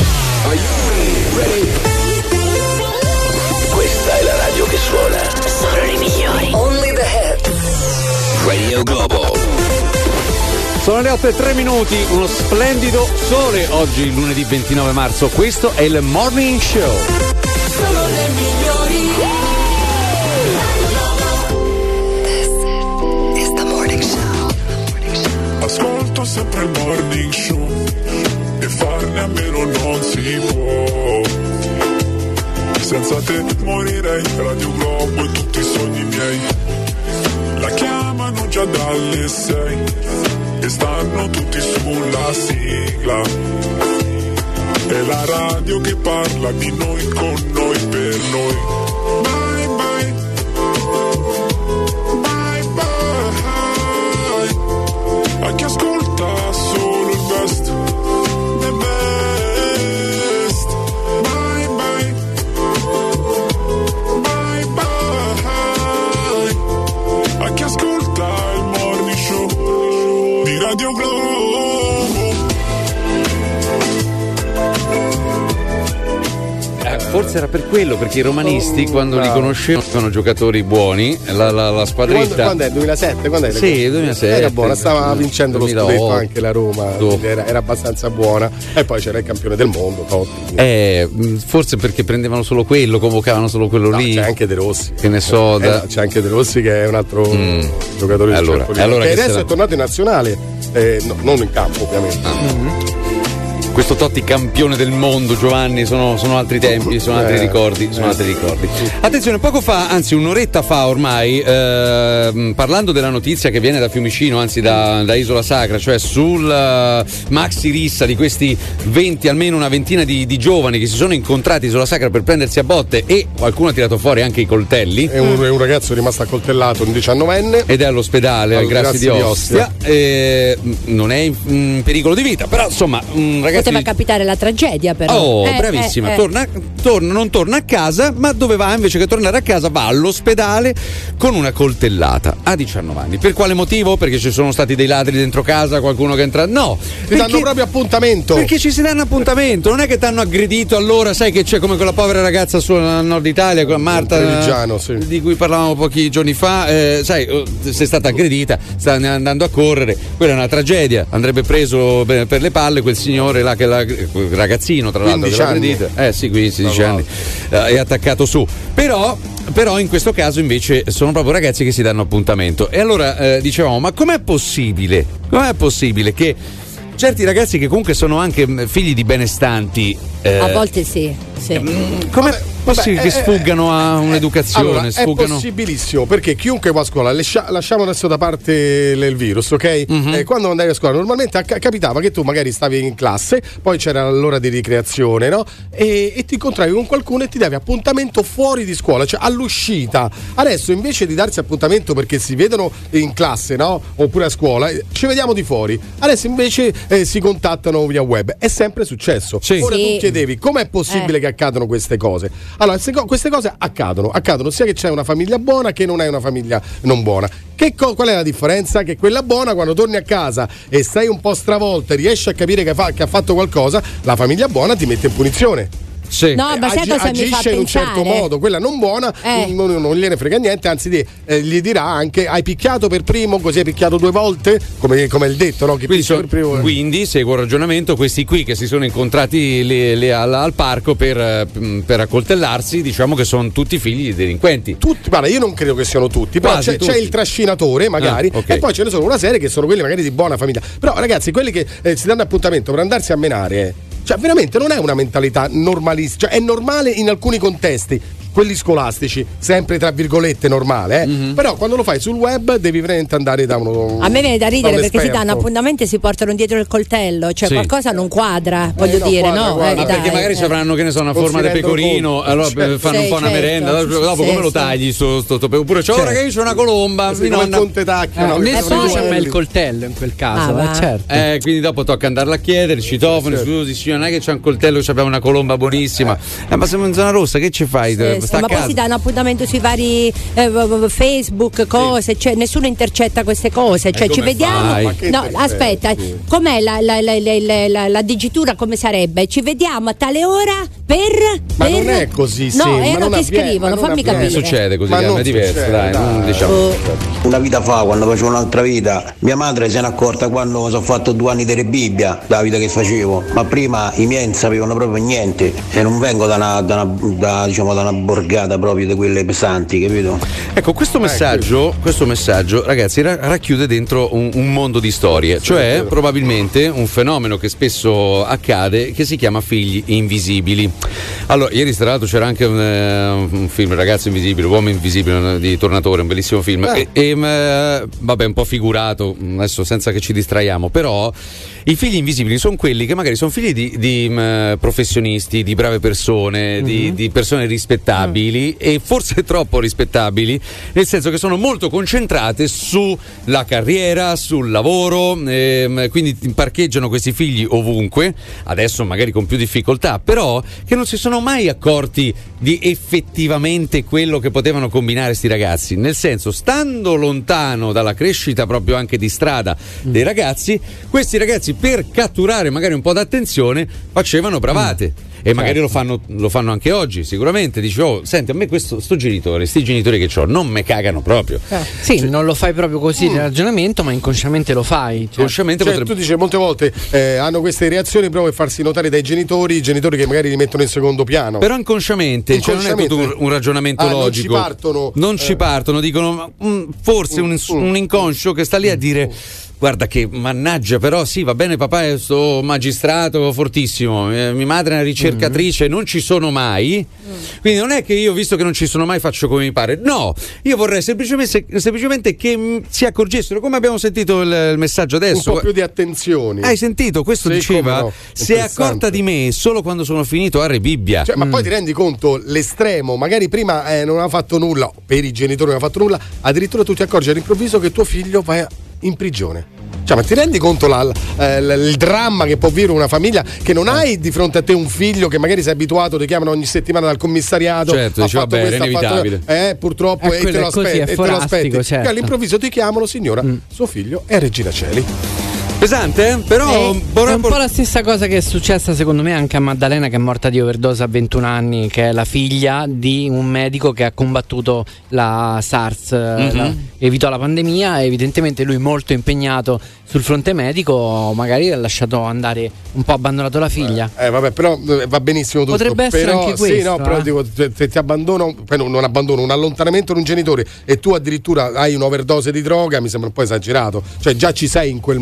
Questa è la radio che suona. Solo le migliori. Only the hits. Radio Globo. Sono le otto e tre minuti, uno splendido sole oggi, lunedì ventinove marzo. Questo è il Morning Show. Solo le migliori. This is the morning show. Ascolto sempre il Morning Show e farne a meno non si può. Senza te morirei, Radio Globo e tutti i sogni miei. La chiamano già dalle sei e stanno tutti sulla sigla. È la radio che parla di noi, con noi, per noi. Bye bye. Bye bye. A chi ascolta solo il best. The best. Bye bye. Bye bye. A chi ascolta il Morning Show di Radio Globo. Eh, forse era per quello, perché i romanisti, Oh, quando li bravo. conoscevano giocatori buoni, la, la, la squadretta. Quando, quando è il duemilasette? Quando è Sì, duemilasette. Era buona, stava vincendo lo scudetto duemilaotto. anche la Roma, quindi era, era abbastanza buona. E poi c'era il campione del mondo, Totti. quindi- Eh, mh, forse perché prendevano solo quello, convocavano solo quello No, lì. c'è anche De Rossi. Che ne so. Eh, da- no, c'è anche De Rossi che è un altro Mm. giocatore di un Allora, certo livello, allora che che adesso sarà? è tornato in nazionale, eh, no, non in campo ovviamente. Ah. Questo Totti campione del mondo, Giovanni, sono, sono altri tempi, sono altri Eh, ricordi, sono eh. altri ricordi. Attenzione, poco fa, anzi un'oretta fa ormai, ehm, parlando della notizia che viene da Fiumicino, anzi da, da Isola Sacra, cioè sul eh, maxi rissa di questi venti, almeno una ventina di, di giovani che si sono incontrati a Isola Sacra per prendersi a botte, e qualcuno ha tirato fuori anche i coltelli. È un, è un ragazzo rimasto accoltellato, un diciannovenne. Ed è all'ospedale al Grassi di Ostia, eh, non è in, in pericolo di vita, però insomma un ragazzo Poteva di- capitare la tragedia, però. Oh, Eh, bravissima, eh, eh. Torna, torna- non torna a casa, ma dove va invece che tornare a casa va all'ospedale con una coltellata a diciannove anni. Per quale motivo? Perché ci sono stati dei ladri dentro casa, qualcuno che entra? No, Ti danno proprio appuntamento. perché ci si danno appuntamento, non è che ti hanno aggredito, allora sai che c'è come quella povera ragazza sul Nord Italia, quella Marta Trevigiano, sì. di cui parlavamo pochi giorni fa, eh, sai, eh, sei stata aggredita, sta andando a correre, quella è una tragedia, andrebbe preso per per le palle quel signore là, che la, quel ragazzino tra l'altro che quindici l'ha anni. aggredita, eh sì, quindici sedici No, anni, eh, è attaccato su, però però in questo caso invece sono proprio ragazzi che si danno appuntamento. E allora eh, dicevamo, ma com'è possibile? Com'è possibile che certi ragazzi che comunque sono anche mh, figli di benestanti Eh, a volte sì, sì. Come possibile che sfuggano a un'educazione? Allora, sfuggano... è possibilissimo, perché chiunque va a scuola, lascia, lasciamo adesso da parte il virus, ok? Mm-hmm. Eh, quando andavi a scuola normalmente acc- capitava che tu magari stavi in classe, poi c'era l'ora di ricreazione, no? E, e ti incontravi con qualcuno e ti davi appuntamento fuori di scuola, cioè all'uscita. Adesso invece di darsi appuntamento perché si vedono in classe, no? Oppure a scuola, eh, ci vediamo di fuori. Adesso invece eh, si contattano via web. È sempre successo. Sì. Ora Sì. tu chiedevi com'è possibile Eh. che accadano queste cose. Allora, se co- queste cose accadono, accadono sia che c'è una famiglia buona che non è una famiglia non buona. Che co- qual è la differenza? Che quella buona, quando torni a casa e sei un po' stravolta e riesci a capire che, fa- che ha fatto qualcosa, la famiglia buona ti mette in punizione. Sì. No, ma sai Agi- cosa mi fa agisce in un certo pensare? modo, quella non buona Eh. non, non gliene frega niente, anzi di- eh, gli dirà anche hai picchiato per primo, così hai picchiato due volte, come, come il detto, no? Chi Quindi, picchia so- per primo. quindi seguo il ragionamento, questi qui che si sono incontrati lì- lì al, al parco per, eh, per accoltellarsi, diciamo che sono tutti figli di delinquenti. Tutti, guarda, io non credo che siano tutti, però Quasi c'è, tutti. c'è il trascinatore magari, Ah, ok. e poi ce ne sono una serie che sono quelli magari di buona famiglia. Però ragazzi, quelli che eh, si danno appuntamento per andarsi a menare, eh, cioè veramente non è una mentalità normalissima, cioè è normale in alcuni contesti, quelli scolastici, sempre tra virgolette normale, eh? Mhm. Però quando lo fai sul web devi veramente andare da uno. A me viene da ridere da un perché si esperto. danno appuntamento e si portano dietro il coltello, cioè Sì. qualcosa non quadra, voglio no, dire, quadra, no? quadra. Eh, Ma dai, perché magari eh. ci avranno, che ne so, una Non forma si di rendono pecorino, conto. allora Certo. fanno Sì, un po' una certo. merenda. Dopo Sì, come lo sì. tagli sto, sto, sto, oppure c'è, oh, Certo. ragazzi, c'è una colomba. Sì, mi come il nonna- Conte Tacchio, Eh, no? Che nessuno sono c'ha mai il quelli. coltello in quel caso, Ah, eh, va. certo. Eh, quindi dopo tocca andarla a chiedere, citofono, Certo. scusi signora, non è che c'è un coltello, c'abbiamo una colomba buonissima. Eh, ma siamo in zona rossa, che ci fai? Sì, sì, Sta a ma poi casa. si danno appuntamento sui vari eh, v- v- Facebook, cose, cioè nessuno intercetta queste cose, cioè come ci vediamo. fai? Ma che No, intercetti? aspetta, com'è la, la, la, la, la, la, la digitura, come sarebbe? Ci vediamo a tale ora per. Ma per... non è così, sì, No, ma eh, non no, ti avviene, scrivono, ma non fammi avviene. Non capire. succede così, Ma Carmen, non è diverso, succede, dai, non dai. diciamo. Oh. Una vita fa, quando facevo un'altra vita, mia madre se n'è accorta quando mi sono fatto due anni di Bibbia, la vita che facevo, ma prima i miei non sapevano proprio niente e non vengo da una, da una, da, diciamo, da una borgata proprio di quelle pesanti, capito? Ecco, questo messaggio, questo messaggio, ragazzi, ra- racchiude dentro un, un mondo di storie, cioè probabilmente un fenomeno che spesso accade che si chiama figli invisibili. Allora, ieri tra l'altro c'era anche un, eh, un film, Ragazzo Invisibile, Uomo Invisibile di Tornatore, un bellissimo film. Eh. E, e, eh, vabbè, un po' figurato, adesso senza che ci distraiamo, però i figli invisibili sono quelli che magari sono figli di, di mh, professionisti, di brave persone, di, di persone rispettabili e forse troppo rispettabili, nel senso che sono molto concentrate sulla carriera, sul lavoro, ehm, quindi parcheggiano questi figli ovunque, adesso magari con più difficoltà, però che non si sono mai accorti di effettivamente quello che potevano combinare sti ragazzi, nel senso, stando lontano dalla crescita proprio anche di strada dei ragazzi, questi ragazzi per catturare magari un po' d'attenzione facevano bravate. E magari lo fanno, lo fanno anche oggi, sicuramente. Dici, oh, senti, a me questo sto genitore, sti genitori che ho, non me cagano proprio. Eh, sì, non lo fai proprio così nel ragionamento, ma inconsciamente lo fai. Cioè. Consciamente Cioè, potrebbe. tu dici molte volte eh, hanno queste reazioni proprio per farsi notare dai genitori, i genitori che magari li mettono in secondo piano. Però inconsciamente, cioè non è tutto un, un ragionamento Ah, logico. Non ci partono. Non ci eh. partono, dicono ma, mm, forse un, un inconscio che sta lì a dire guarda che mannaggia, però sì, va bene papà è sto magistrato fortissimo, eh, mia madre è una ricercatrice, non ci sono mai, quindi non è che io visto che non ci sono mai faccio come mi pare, no, io vorrei semplicemente, semplicemente che mh, si accorgessero, come abbiamo sentito il, il messaggio adesso. Un po' più di attenzioni. Hai sentito? Questo Sì, diceva, come no, si è interessante. accorta di me solo quando sono finito a Re Bibbia. Cioè, ma poi ti rendi conto l'estremo, magari prima eh, non aveva fatto nulla, per i genitori non aveva fatto nulla, addirittura tu ti accorgi all'improvviso che tuo figlio va in prigione. Cioè, ma ti rendi conto la, eh, l- il dramma che può vivere una famiglia che non hai di fronte a te un figlio che magari sei abituato, ti chiamano ogni settimana dal commissariato. Certo, ha dice, fatto vabbè, questo, era ha fatto- inevitabile. Eh, purtroppo, Eh, e te quello lo è così, aspetti, è e te lo forastico, aspetti. certo. E all'improvviso ti chiamano, signora, suo figlio è Regina Coeli. Pesante, eh? Però Eh, buona- è un po' la stessa cosa che è successa secondo me anche a Maddalena, che è morta di overdose a ventuno anni, che è la figlia di un medico che ha combattuto la SARS, Mhm. la- evitò la pandemia, e evidentemente lui molto impegnato sul fronte medico magari ha lasciato andare, un po' abbandonato la figlia. Eh vabbè, però eh, va benissimo tutto. Potrebbe essere però, anche sì, questo, no, però eh. dico, se, se ti abbandono, poi non, non abbandono, un allontanamento di un genitore e tu addirittura hai un'overdose di droga, mi sembra un po' esagerato. Cioè già ci sei in quel mondo.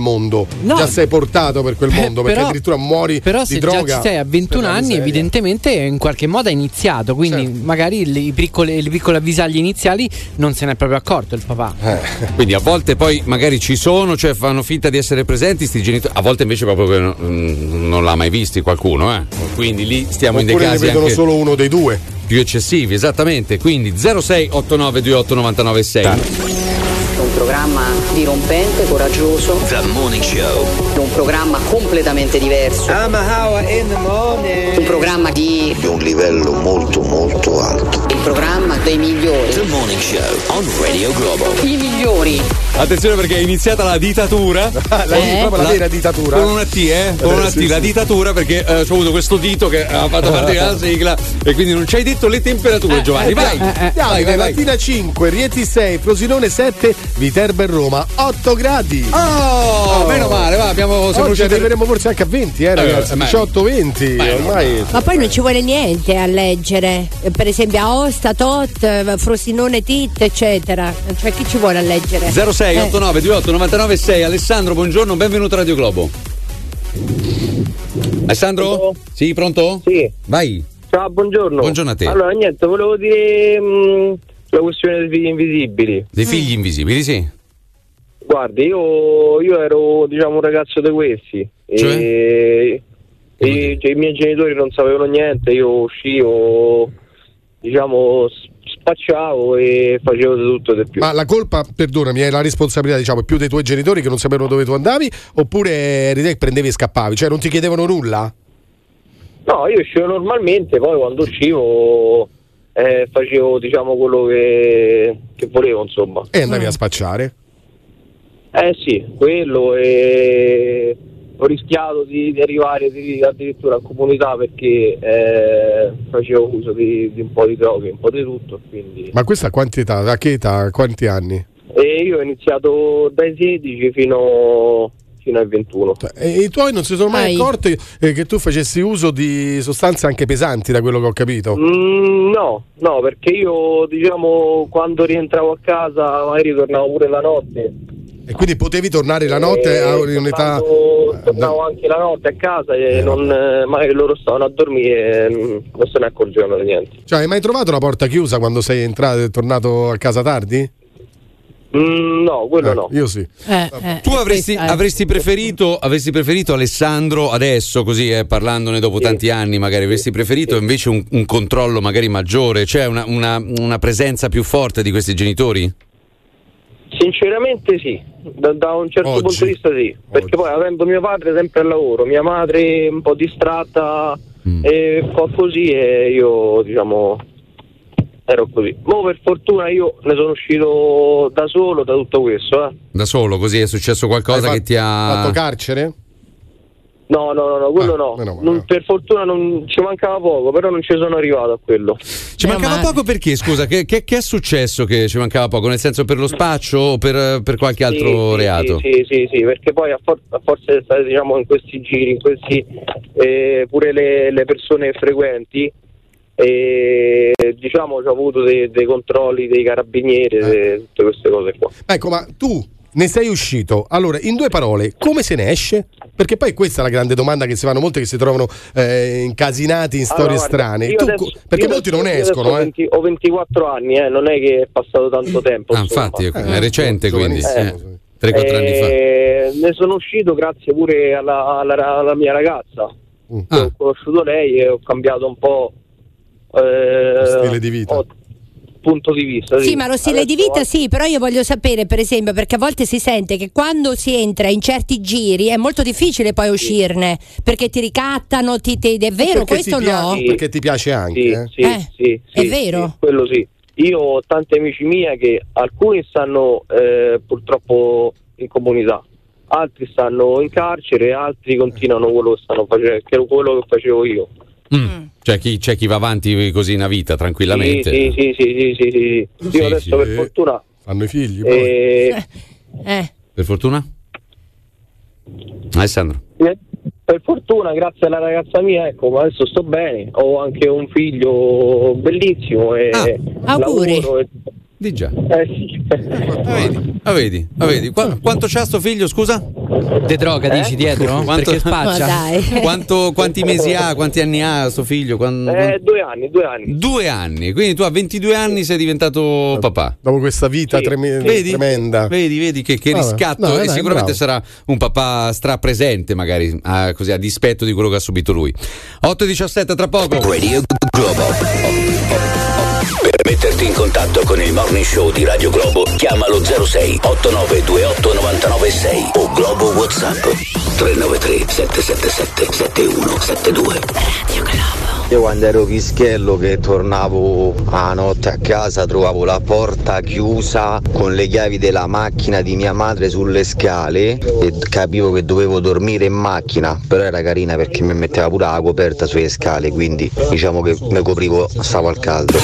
No. già sei portato per quel mondo, Eh, perché però- addirittura muori Però di se droga. già ci sei a ventuno per la anni, miseria. evidentemente in qualche modo è iniziato, quindi Certo. magari le piccole, le piccole avvisaglie iniziali non se n'è proprio accorto il papà. Eh. Quindi a volte poi magari ci sono, cioè fanno finta di essere presenti sti genitori, a volte invece proprio che non, non l'ha mai visti qualcuno, eh. Quindi lì stiamo in dei Oppure ne casi vedono anche solo uno dei due. più eccessivi, esattamente. Quindi zero sei otto nove due otto nove nove sei. Un programma dirompente, coraggioso. The Morning Show. Un programma completamente diverso. I'm a hour in the morning. Un programma di Di un livello molto molto alto. il programma dei migliori. The Morning Show on Radio Globo. I migliori. Attenzione perché è iniziata la dittatura. La, Eh? proprio la vera dittatura. Con una T, eh? Con Eh, una T, sì, la sì. dittatura perché eh, ho avuto questo dito che ha fatto partire la sigla e quindi non ci hai detto le temperature, Giovanni. Vai, vai, vai, vai, vai. Latina cinque, Rieti sei, Frosinone sette, Viterbo e Roma otto gradi. Oh, meno male, va, abbiamo siamo Oggi riusciti a- arriveremo forse anche a venti, eh, ragazzi. Eh, ma- diciotto venti. ma è Ormai. Ma poi non ci vuole niente a leggere, Eh, per esempio Aosta, Tot, eh, Frosinone, Tit, eccetera. Cioè chi ci vuole a leggere? zero sei Eh. otto nove due otto nove nove sei. Alessandro, buongiorno, benvenuto a Radio Globo. Alessandro? Pronto? Sì, pronto? Sì. Vai. Ciao, buongiorno. Buongiorno a te. Allora, niente, volevo dire mh, la questione dei figli invisibili. Dei figli invisibili, sì. Guardi, io, io ero, diciamo, un ragazzo di questi. Cioè? E, e cioè, i miei genitori non sapevano niente, io uscivo, diciamo, s- spacciavo e facevo di tutto e di più. Ma la colpa, perdonami, è la responsabilità, diciamo, più dei tuoi genitori che non sapevano dove tu andavi, oppure eri te che prendevi e scappavi? Cioè non ti chiedevano nulla? No, io uscivo normalmente, poi quando uscivo eh, facevo, diciamo, quello che, che volevo, insomma. E andavi a spacciare? Eh sì, quello, e ho rischiato di, di arrivare di- addirittura a comunità perché eh, facevo uso di, di un po' di droghe, un po' di tutto, quindi... Ma questa a quanti età? A che età? Quanti anni? E io ho iniziato dai sedici fino, fino ai ventuno. E i tuoi non si sono mai Ai. accorti eh, che tu facessi uso di sostanze anche pesanti, da quello che ho capito? Mm, no, no, perché io, diciamo, quando rientravo a casa magari tornavo pure la notte. E quindi potevi tornare la notte a un'età... Tornavo, tornavo anche la notte a casa e non, eh, magari loro stavano a dormire e mm, non se ne accorgevano di niente. Cioè, hai mai trovato la porta chiusa quando sei entrato e tornato a casa tardi? Mm, no, quello Eh, no. Io sì. Tu avresti, avresti, preferito, avresti preferito Alessandro adesso, così eh, parlandone dopo tanti anni, magari avresti preferito invece un, un controllo magari maggiore, cioè una, una, una presenza più forte di questi genitori? Sinceramente sì, da, da un certo Oggi. punto di vista sì, perché poi avendo mio padre sempre al lavoro, mia madre un po' distratta e un po' così e io, diciamo, ero così. Ma per fortuna io ne sono uscito da solo da tutto questo, eh. Da solo, così è successo qualcosa Hai che ti ha... Fatto carcere? No, no, no, no, quello no. Non- per fortuna non ci mancava poco, però non ci sono arrivato a quello. Ci mancava poco perché, scusa, che, che- che è successo che ci mancava poco? Nel senso per lo spaccio o per, per qualche altro Sì, sì, reato? Sì, sì, sì, perché poi a, for- a forza di stare, diciamo, in questi giri, in questi eh, pure le, le persone frequenti, e diciamo ho avuto dei, dei controlli dei carabinieri, de- tutte queste cose qua. Ecco, ma tu ne sei uscito. Allora, in due parole, come se ne esce? Perché poi questa è la grande domanda che si fanno molti, che si trovano eh, incasinati in storie Allora, guarda, strane. io Tu adesso- co- perché io molti adesso- non io adesso escono, ho, eh. venti ho ventiquattro anni, eh, non è che è passato tanto tempo. Ah, insomma. infatti, è recente quindi, Eh, tre quattro anni fa. eh, Ne sono uscito grazie pure alla, alla, alla mia ragazza. Mm. Che Ho conosciuto lei e ho cambiato un po' eh, stile di vita. ho- punto di vista. Sì, ma lo stile di Adesso- vita sì, però io voglio sapere, per esempio, perché a volte si sente che quando si entra in certi giri è molto difficile poi uscirne, perché ti ricattano, ti, ti- è vero Perché questo ti o pia- no? Perché ti piace anche, Sì, eh? sì, Eh, sì, è sì, vero? sì, quello sì. Io ho tanti amici miei che alcuni stanno eh, purtroppo in comunità, altri stanno in carcere, altri continuano quello che stanno facendo, che è quello che facevo io. Mm. Cioè chi, c'è chi va avanti così una vita tranquillamente. Sì, sì, sì, sì, sì, sì, sì. Sì, Io adesso sì. per fortuna fanno i figli eh, Eh. Per fortuna? Alessandro. eh, per fortuna grazie alla ragazza mia, ecco, adesso sto bene, ho anche un figlio bellissimo e auguri. lavoro e- Di già. eh, sì. Ah, vedi, ah, vedi, ah, vedi. Qua- quanto c'ha sto figlio, scusa? De droga dici dietro? Quanto- Perché spaccia? Ma dai. Quanto, quanti mesi ha? Quanti anni ha sto figlio? Quan- Eh, due anni, due anni. Due anni, quindi tu a ventidue anni sei diventato papà. Dopo questa vita Sì. treme- Vedi? tremenda. Vedi, vedi che, che Vabbè. riscatto. No, e dai, sicuramente bravo. sarà un papà strapresente, magari a, così, a dispetto di quello che ha subito lui. otto e diciassette tra poco. Radio Globo. Per metterti in contatto con il Morning Show di Radio Globo, chiamalo zero sei otto nove due otto nove nove sei o Globo WhatsApp tre nove tre sette sette sette sette uno sette due. Radio Globo. Io quando ero pischello che tornavo a notte a casa trovavo la porta chiusa con le chiavi della macchina di mia madre sulle scale e capivo che dovevo dormire in macchina, però era carina perché mi metteva pure la coperta sulle scale, quindi diciamo che mi coprivo, stavo al caldo.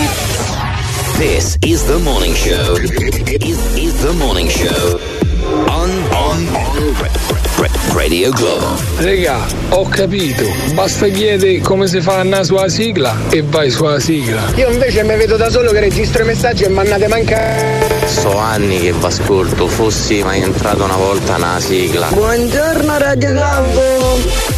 This is the morning show. Is, is the morning show. On, on, on Radio Globo. Regà, ho capito, basta chiedere come si fa a andare sulla sigla e vai sulla sigla. Io invece mi vedo da solo che registro i messaggi e mannate manca. So anni che v'ascolto, fossi mai entrato una volta nella sigla. Buongiorno Radio Globo.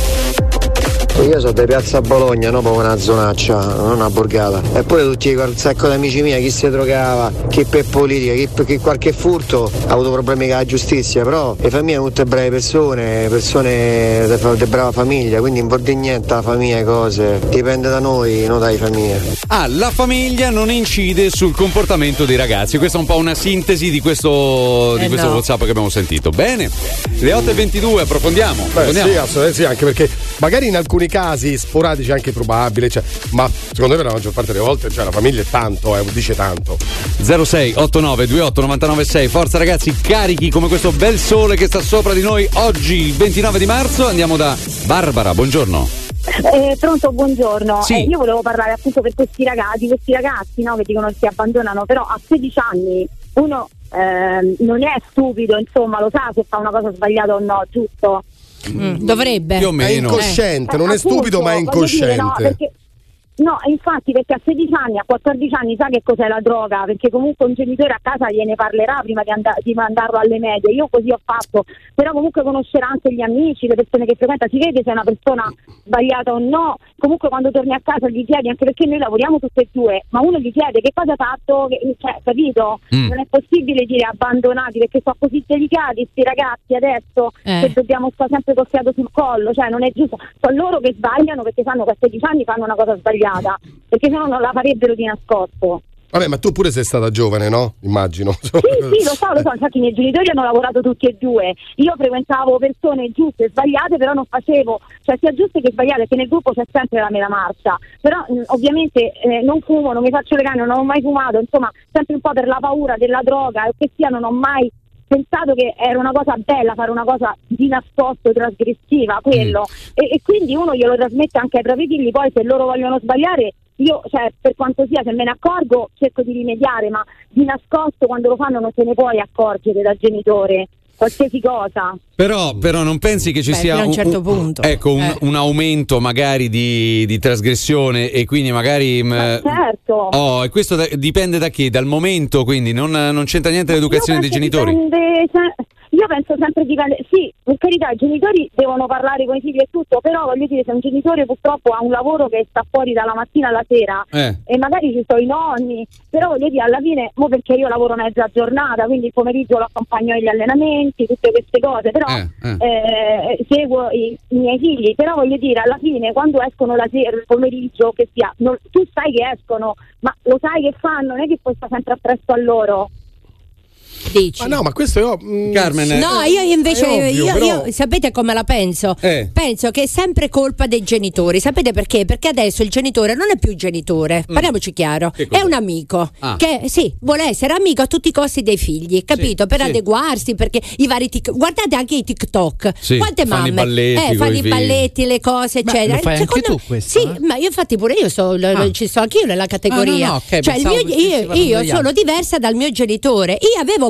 Io sono di Piazza Bologna, no, proprio una zonaccia, non una borgata. E poi tutti quel sacco di amici miei, chi si drogava, chi per politica, chi per chi qualche furto, ha avuto problemi con la giustizia, però le famiglie sono tutte brave persone, persone di brava famiglia, quindi non vuol dire niente la famiglia, cose, dipende da noi, non dalle famiglie. Ah, la famiglia non incide sul comportamento dei ragazzi. Questa è un po' una sintesi di questo, di Eh questo no. WhatsApp che abbiamo sentito. Bene, le otto e ventidue, approfondiamo. Beh, approfondiamo. sì, assolutamente sì, anche perché magari in alcuni casi sporadici anche probabile, cioè, ma secondo me per la maggior parte delle volte, cioè, la famiglia è tanto, eh, dice tanto. zero sei otto nove due otto nove nove sei. Forza ragazzi, carichi come questo bel sole che sta sopra di noi oggi, il ventinove di marzo. Andiamo da Barbara, buongiorno. Eh, pronto, buongiorno. Sì. Eh, io volevo parlare appunto per questi ragazzi, questi ragazzi no, che dicono che si abbandonano, però a sedici anni uno eh, non è stupido, insomma, lo sa se fa una cosa sbagliata o no, giusto? Mm, dovrebbe. Più o meno. È incosciente, Eh, non è appunto, stupido ma è voglio dire, incosciente. no, perché- No, infatti, perché a sedici anni, a quattordici anni sa che cos'è la droga, perché comunque un genitore a casa gliene parlerà prima di, and- di mandarlo alle medie. Io così ho fatto, però comunque conoscerà anche gli amici, le persone che frequenta, si vede se è una persona sbagliata o no. Comunque quando torni a casa gli chiedi, anche perché noi lavoriamo tutte e due, ma uno gli chiede che cosa ha fatto, che, cioè, capito? Mm. Non è possibile dire abbandonati perché sono così delicati sti ragazzi adesso Eh. che dobbiamo stare sempre col fiato sul collo, cioè non è giusto. Sono loro che sbagliano perché sanno che a sedici anni fanno una cosa sbagliata, perché se no non la farebbero di nascosto. Vabbè, ma tu pure sei stata giovane, no? Immagino. Sì, sì, lo so, lo so, infatti i miei genitori hanno lavorato tutti e due. Io frequentavo persone giuste e sbagliate, però non facevo, cioè sia giuste che sbagliate, che nel gruppo c'è sempre la mela marcia. Però mh, ovviamente eh, non fumo, non mi faccio le canne, non ho mai fumato, insomma, sempre un po' per la paura della droga, e che sia non ho mai pensato che era una cosa bella fare una cosa di nascosto, trasgressiva, quello. E, e quindi uno glielo trasmette anche ai propri figli, poi se loro vogliono sbagliare, io, cioè, per quanto sia, se me ne accorgo, cerco di rimediare, ma di nascosto quando lo fanno non se ne puoi accorgere da genitore, qualsiasi cosa. Però, però non pensi che ci Beh, sia fino a un un, certo un- punto. ecco, un, Eh. un aumento magari di, di trasgressione e quindi magari mh, Ma certo. oh, e questo da- dipende da chi? Dal momento, quindi non, non c'entra niente l'educazione dei Io penso genitori. dipende se- io penso sempre dipende, sì, per carità i genitori devono parlare con i figli e tutto, però voglio dire, se un genitore purtroppo ha un lavoro che sta fuori dalla mattina alla sera Eh. e magari ci sono i nonni, però voglio dire, alla fine, mo perché io lavoro mezza giornata, quindi il pomeriggio lo accompagno agli allenamenti, tutte queste cose, però Eh, eh. eh, seguo i, i miei figli, però voglio dire, alla fine quando escono la sera, il pomeriggio, che sia, non- tu sai che escono, ma lo sai che fanno, non è che puoi stare sempre appresso a loro. Dici. Ma no, ma questo io. mm, Carmen, sì, No, io invece, è ovvio, io, però- io- sapete come la penso? Eh. Penso che è sempre colpa dei genitori. Sapete perché? Perché adesso il genitore non è più genitore, parliamoci chiaro, Che cos'è? è un amico Ah. che sì, vuole essere amico a tutti i costi dei figli, capito? Per sì. adeguarsi, perché i vari tic- guardate anche i TikTok. Sì, Quante fanno mamme i balletti eh, coi fanno i figli. balletti, le cose, Beh, eccetera. lo fai anche Secondo tu me- questo, Sì, eh? ma io infatti pure io sto, Ah. ci sto anch'io nella categoria. Ah, no, no, ok, cioè il pensavo mio- che stessi io, parlando io degli sono altri. diversa dal mio genitore. Io avevo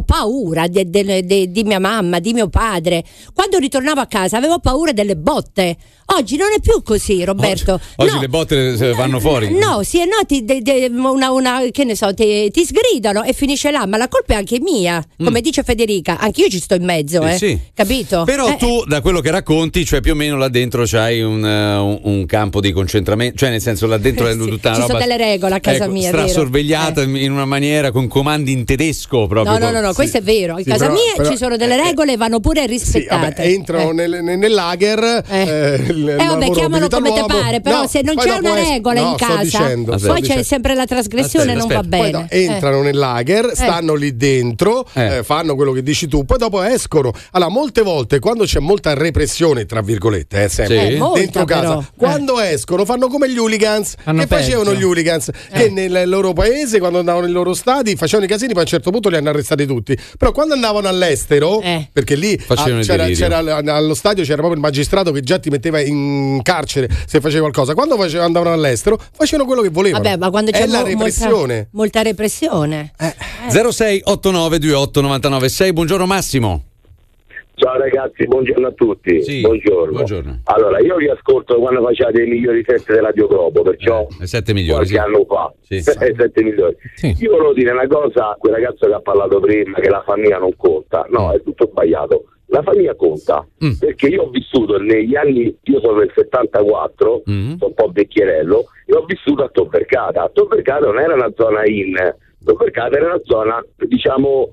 paura de, de, de, di mia mamma, di mio padre. Quando ritornavo a casa avevo paura delle botte. Oggi non è più così, Roberto. Oggi, oggi no. le botte vanno fuori. No, sì, no, ti, de, de, una, una, che ne so, ti, ti sgridano e finisce là, ma la colpa è anche mia, come mm. dice Federica, anche io ci sto in mezzo, sì, eh. sì. Capito? Però eh, tu, da quello che racconti, cioè più o meno là dentro c'hai un, uh, un campo di concentramento, cioè nel senso là dentro eh, è sì. tutta una ci roba, sono delle regole a casa ecco, mia, strasorvegliata eh. in una maniera con comandi in tedesco proprio. No, no, no, no, sì. questo è vero. In sì, casa però, mia però, ci sono delle regole e vanno pure rispettate. Sì, vabbè, entrano eh. nel, nel, nel lager. Eh, eh, il, eh vabbè, chiamalo come te pare, però no, se non c'è una es- regola no, in casa, dicendo, poi sto c'è dicendo. sempre la trasgressione, aspetta, non aspetta. va bene. Poi no, entrano eh. nel lager, stanno eh. lì dentro, eh. Eh, fanno quello che dici tu, poi dopo escono. Allora, molte volte quando c'è molta repressione, tra virgolette, eh, sempre sì. molta, dentro casa, però. quando eh. escono fanno come gli hooligans. Fanno che facevano peggio. gli hooligans? Eh. Che nel loro paese, quando andavano nei loro stadi, facevano i casini, poi a un certo punto li hanno arrestati tutti. Però quando andavano all'estero, eh. perché lì Facevano ah, il c'era, delirio. c'era allo stadio c'era proprio il magistrato che già ti metteva in carcere se facevi qualcosa. Quando face- andavano all'estero, facevano quello che volevano. Vabbè, ma quando c'è è la mo- repressione. molta, molta repressione. Eh. zero sei otto nove due otto nove nove sei. Buongiorno Massimo. Ciao ragazzi, buongiorno a tutti. Sì, buongiorno. buongiorno. Allora, io vi ascolto quando facevate i migliori sette della Radio Globo, perciò eh, sette migliori, qualche sì. anno fa. Sì. sette migliori. Sì. Io volevo dire una cosa a quel ragazzo che ha parlato prima, che la famiglia non conta. No, è tutto sbagliato. La famiglia conta, Mm. perché io ho vissuto negli anni, io sono del settantaquattro, Mm. sono un po' vecchierello, e ho vissuto a Tor Vergata. A Tor Vergata non era una zona in, Tor Vergata era una zona, diciamo,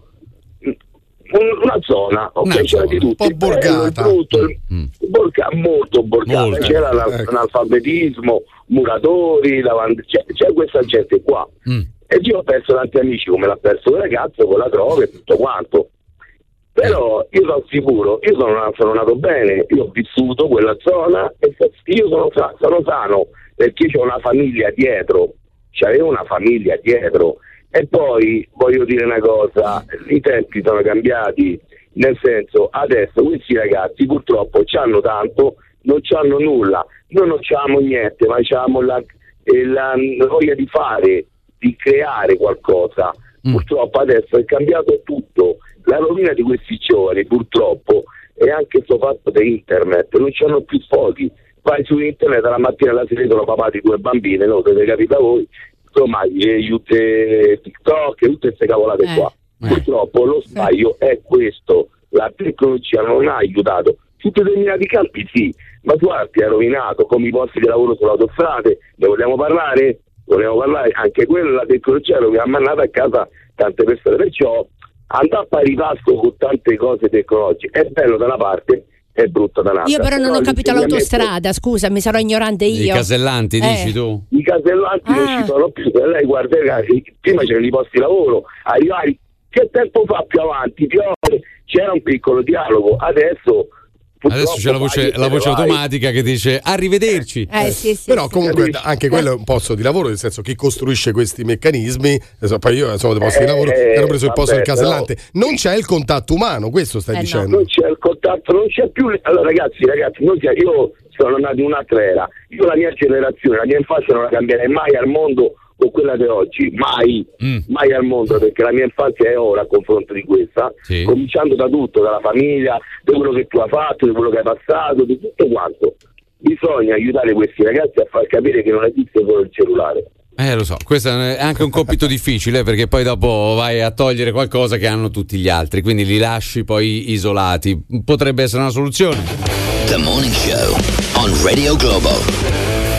una zona, ok, Una c'era zona, di tutto, un po' borgata. il brutto, il- Mm. borga- molto borgata, Molto. c'era Ecco. l'analfabetismo, muratori, lavand- c'è, c'è questa gente qua. Mm. E io ho perso tanti amici, come l'ha perso quel ragazzo con la droga e tutto quanto. Però io sono sicuro, io sono, sono nato bene, io ho vissuto quella zona e so- io sono, sa- sono sano perché c'ho una famiglia dietro, c'avevo una famiglia dietro. E poi voglio dire una cosa, i tempi sono cambiati, nel senso adesso questi ragazzi purtroppo c'hanno tanto, non c'hanno nulla, noi non c'hanno niente, ma c'hanno la, eh, la voglia di fare, di creare qualcosa. Mm. Purtroppo adesso è cambiato tutto, la rovina di questi giovani purtroppo è anche questo fatto di internet, non c'hanno più sfoghi, vai su internet dalla mattina alla sera sono papà di due bambine, no, deve capire a voi. Insomma, tutte TikTok e tutte queste cavolate Eh. qua. Eh. Purtroppo lo sbaglio è questo, la tecnologia non ha aiutato. Tutti determinati campi sì, ma tu ti hai rovinato, come i posti di lavoro sulle autostrade, ne vogliamo parlare? Vogliamo parlare, anche quella la tecnologia che ha mandato a casa tante persone, perciò andare a pari passo con tante cose tecnologiche è bello da una parte, è brutto da un'altra. Io però non ho capito l'insegnamento- l'autostrada, scusa, mi sarò ignorante I io. casellanti, Eh. dici tu? I casellanti non Ah. ci sono più, se lei guarda, prima c'erano i posti di lavoro, arrivare, che tempo fa più avanti, piove, c'era un piccolo dialogo, adesso Adesso c'è la voce, la voce automatica che dice arrivederci. Eh, sì, sì, Però sì. comunque anche quello è un posto di lavoro, nel senso chi costruisce questi meccanismi, adesso, poi io sono dei posti di lavoro Eh, che hanno preso il posto del vabbè, casellante, non c'è il contatto umano, questo stai Eh, no. dicendo. non c'è il contatto, non c'è più. Allora ragazzi, ragazzi, noi, io sono nato in un'altra era, io la mia generazione, la mia infanzia non la cambierei mai al mondo con quella di oggi, mai, Mm. mai al mondo, perché la mia infanzia è ora a confronto di questa, Sì. cominciando da tutto, dalla famiglia, di quello che tu hai fatto, di quello che hai passato, di tutto quanto. Bisogna aiutare questi ragazzi a far capire che non esiste solo il cellulare. Eh, lo so, questo è anche un compito difficile perché poi dopo vai a togliere qualcosa che hanno tutti gli altri, quindi li lasci poi isolati. Potrebbe essere una soluzione. The Morning Show on Radio Globo.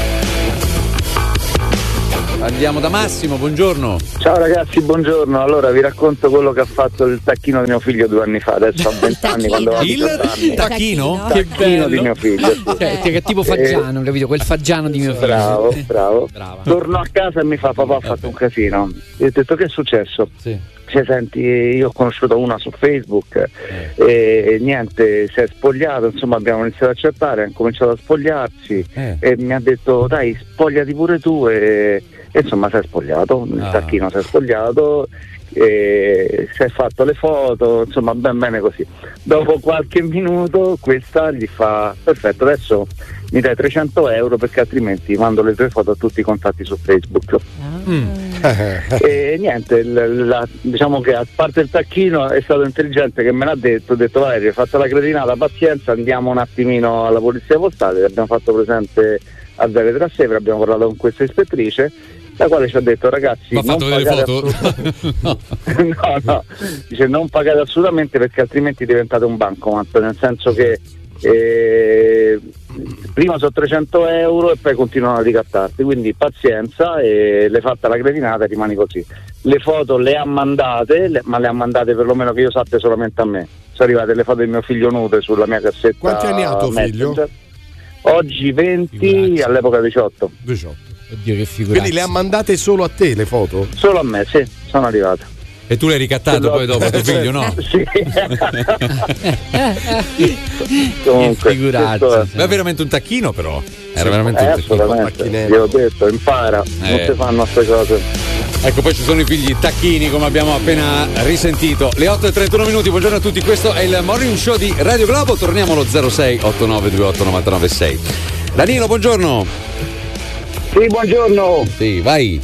Andiamo da Massimo, buongiorno. Ciao ragazzi, buongiorno. Allora vi racconto quello che ha fatto il tacchino di mio figlio due anni fa. Adesso ha venti anni, quando aveva Il diciotto anni. tacchino? Che Tacchino di bello. mio figlio. sì. Cioè, che è tipo Faggiano, capito? Quel Faggiano di mio figlio. Bravo, bravo. Brava. Torno a casa e mi fa: papà, ho fatto un casino. E ho detto: che è successo? Sì. Cioè, senti, io ho conosciuto una su Facebook Eh. e, e niente, si è spogliato, insomma abbiamo iniziato a chattare, ha cominciato a spogliarsi Eh. e mi ha detto: dai, spogliati pure tu, e, e insomma si è spogliato, il Ah. tacchino si è spogliato, e si è fatto le foto, insomma ben bene così. Dopo qualche minuto questa gli fa: perfetto, adesso mi dai trecento euro perché altrimenti mando le tue foto a tutti i contatti su Facebook. Mm. E niente, l- la, diciamo che a parte il tacchino è stato intelligente che me l'ha detto, ho detto Valerio, hai fatto la cretinata, pazienza, andiamo un attimino alla polizia postale, abbiamo fatto presente a Vele Trastevere, abbiamo parlato con questa ispettrice, la quale ci ha detto: ragazzi, ma ha fatto vedere foto? Assolut- no. no, no, dice non pagate assolutamente perché altrimenti diventate un bancomat, nel senso che eh, prima sono trecento euro e poi continuano a ricattarti, quindi pazienza, e le fatta la cretinata e rimani così. Le foto le ha mandate, le, ma le ha mandate perlomeno che io sappia solamente a me. Sono arrivate le foto di mio figlio nude sulla mia cassetta. Quanti anni ha tuo figlio? Oggi venti, all'epoca diciotto. diciotto. Oddio, che figuraccia. Quindi le ha mandate solo a te le foto? Solo a me, sì, sono arrivate. E tu l'hai ricattato poi dopo tuo figlio, no? Sì. Comunque, figuraccia. Ma è veramente un tacchino, però. Era Sì, veramente eh, un tacchino. assolutamente. Io ho detto, impara, Eh. non si fanno queste cose. Ecco, poi ci sono i figli tacchini, come abbiamo appena risentito. Le otto e trentuno minuti, buongiorno a tutti, questo è il Morning Show di Radio Globo. Torniamo allo zero sei otto nove due otto nove nove sei. Danilo, buongiorno. Sì, buongiorno. Sì, vai.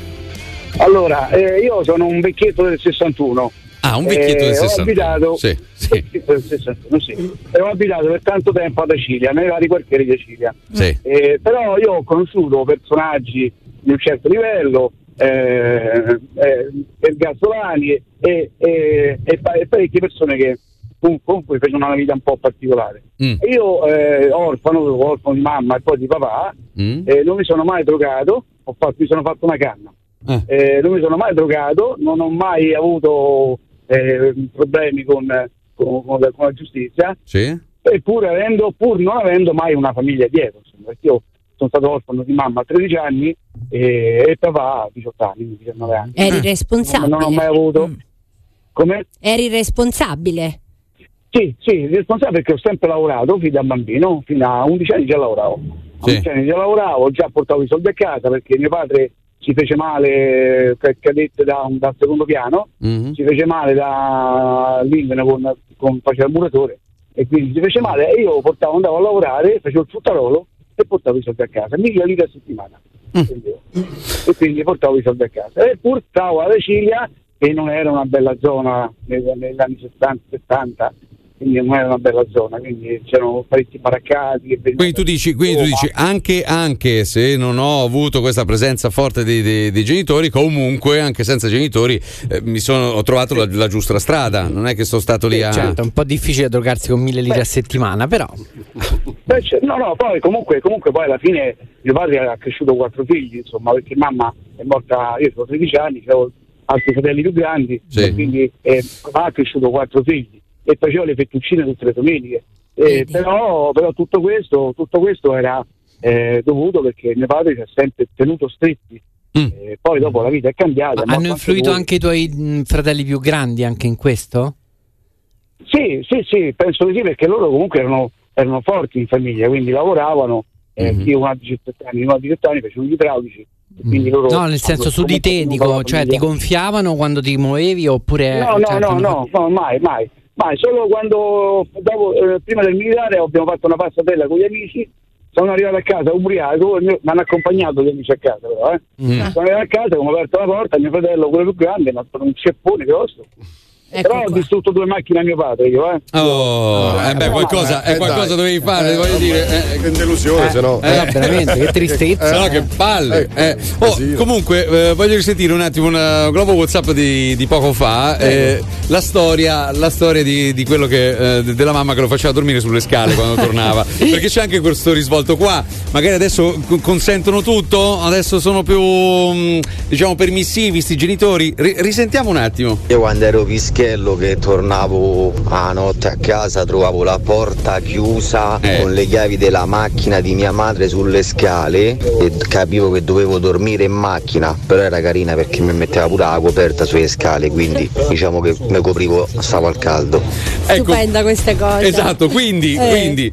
Allora, eh, io sono un vecchietto del sessantuno. Ah, un vecchietto eh, del ho sessantuno. abitato, Sì, sì. vecchietto del sessantuno, sì. E ho abitato per tanto tempo ad Acilia, nei vari quartieri di Acilia. Sì. Eh, però io ho conosciuto personaggi di un certo livello, eh, eh, Gasolani e, e, e, e parecchie persone che comunque facevano una vita un po' particolare. Mm. E io, eh, orfano, orfano di mamma e poi di papà, Mm. eh, non mi sono mai drogato, ho fatto, mi sono fatto una canna. Ah. Eh, non mi sono mai drogato, non ho mai avuto eh, problemi con, con, con, la, con la giustizia, Sì. eppure avendo, pur non avendo mai una famiglia dietro, insomma, perché io sono stato orfano di mamma a tredici anni e, e papà a diciotto anni, diciannove anni. Eri Non, responsabile. non ho mai avuto. Come? Eri responsabile. Sì, sì, responsabile perché ho sempre lavorato fin da bambino, fino a undici anni già lavoravo. A undici anni già lavoravo, già portavo i soldi a casa perché mio padre si fece male, cadette da un, dal secondo piano, mm-hmm. si fece male da l'Indene con, con faceva il muratore e quindi si fece male e io portavo, andavo a lavorare, facevo il fruttarolo e portavo i soldi a casa, mille lire a settimana. Mm. E quindi portavo i soldi a casa. E pur stavo alla Sicilia, che non era una bella zona negli, negli anni sessanta settanta, quindi non era una bella zona, quindi c'erano parecchi baraccati. Che Quindi tu dici, quindi tu dici anche, anche se non ho avuto questa presenza forte dei, dei, dei genitori, comunque anche senza genitori eh, mi sono, ho trovato la, la giusta strada, non è che sono stato lì a... Certo, è un po' difficile drogarsi con mille lire a settimana, però... Beh, cioè, no, no, poi comunque, comunque poi alla fine mio padre ha cresciuto quattro figli, insomma, perché mamma è morta, io avevo tredici anni, avevo altri fratelli più grandi, Sì. e quindi eh, papà ha cresciuto quattro figli e facevo le fettuccine tutte le domeniche. Eh, però, però tutto questo, tutto questo era eh, dovuto perché mio padre ci ha sempre tenuto stretti. Mm. Eh, poi dopo la vita è cambiata. Ma hanno influito anche i tuoi mh, fratelli più grandi anche in questo? Sì, sì, sì, penso di sì, perché loro comunque erano, erano forti in famiglia, quindi lavoravano. Eh, Mm-hmm. io ho diciassette anni, uno a diciotto anni facevo gli idraulici. Quindi loro No, nel senso su di te, dico, cioè ti gonfiavano quando ti muovevi oppure... No, cioè, no, no, ti- no, no, mai, mai, mai. Solo quando dopo, eh, prima del militare abbiamo fatto una passatella con gli amici, sono arrivato a casa ubriaco, mi hanno accompagnato gli amici a casa però, eh. Mm. Sono arrivato a casa, come ho aperto la porta, mio fratello, quello più grande, mi ha fatto un ceppone grosso. Però ho distrutto due macchine a mio padre io, eh. Oh, eh beh, qualcosa, eh, eh, qualcosa dai. dovevi fare, Eh, voglio vabbè, dire. Eh, che delusione, se no. Eh, no, veramente, che tristezza. Se no, che palle. Eh. Oh, comunque, eh, voglio risentire un attimo un globo WhatsApp di, di poco fa. eh, la storia, la storia di, di quello che eh, della mamma che lo faceva dormire sulle scale quando tornava. Perché c'è anche questo risvolto qua. Magari adesso c- consentono tutto, adesso sono più mh, diciamo permissivi sti genitori. Ri- risentiamo un attimo. Io quando ero pischello che tornavo a notte a casa trovavo la porta chiusa con le chiavi della macchina di mia madre sulle scale e capivo che dovevo dormire in macchina, però era carina perché mi metteva pure la coperta sulle scale, quindi diciamo che mi coprivo, stavo al caldo. Stupenda queste cose. Esatto, quindi, Eh. quindi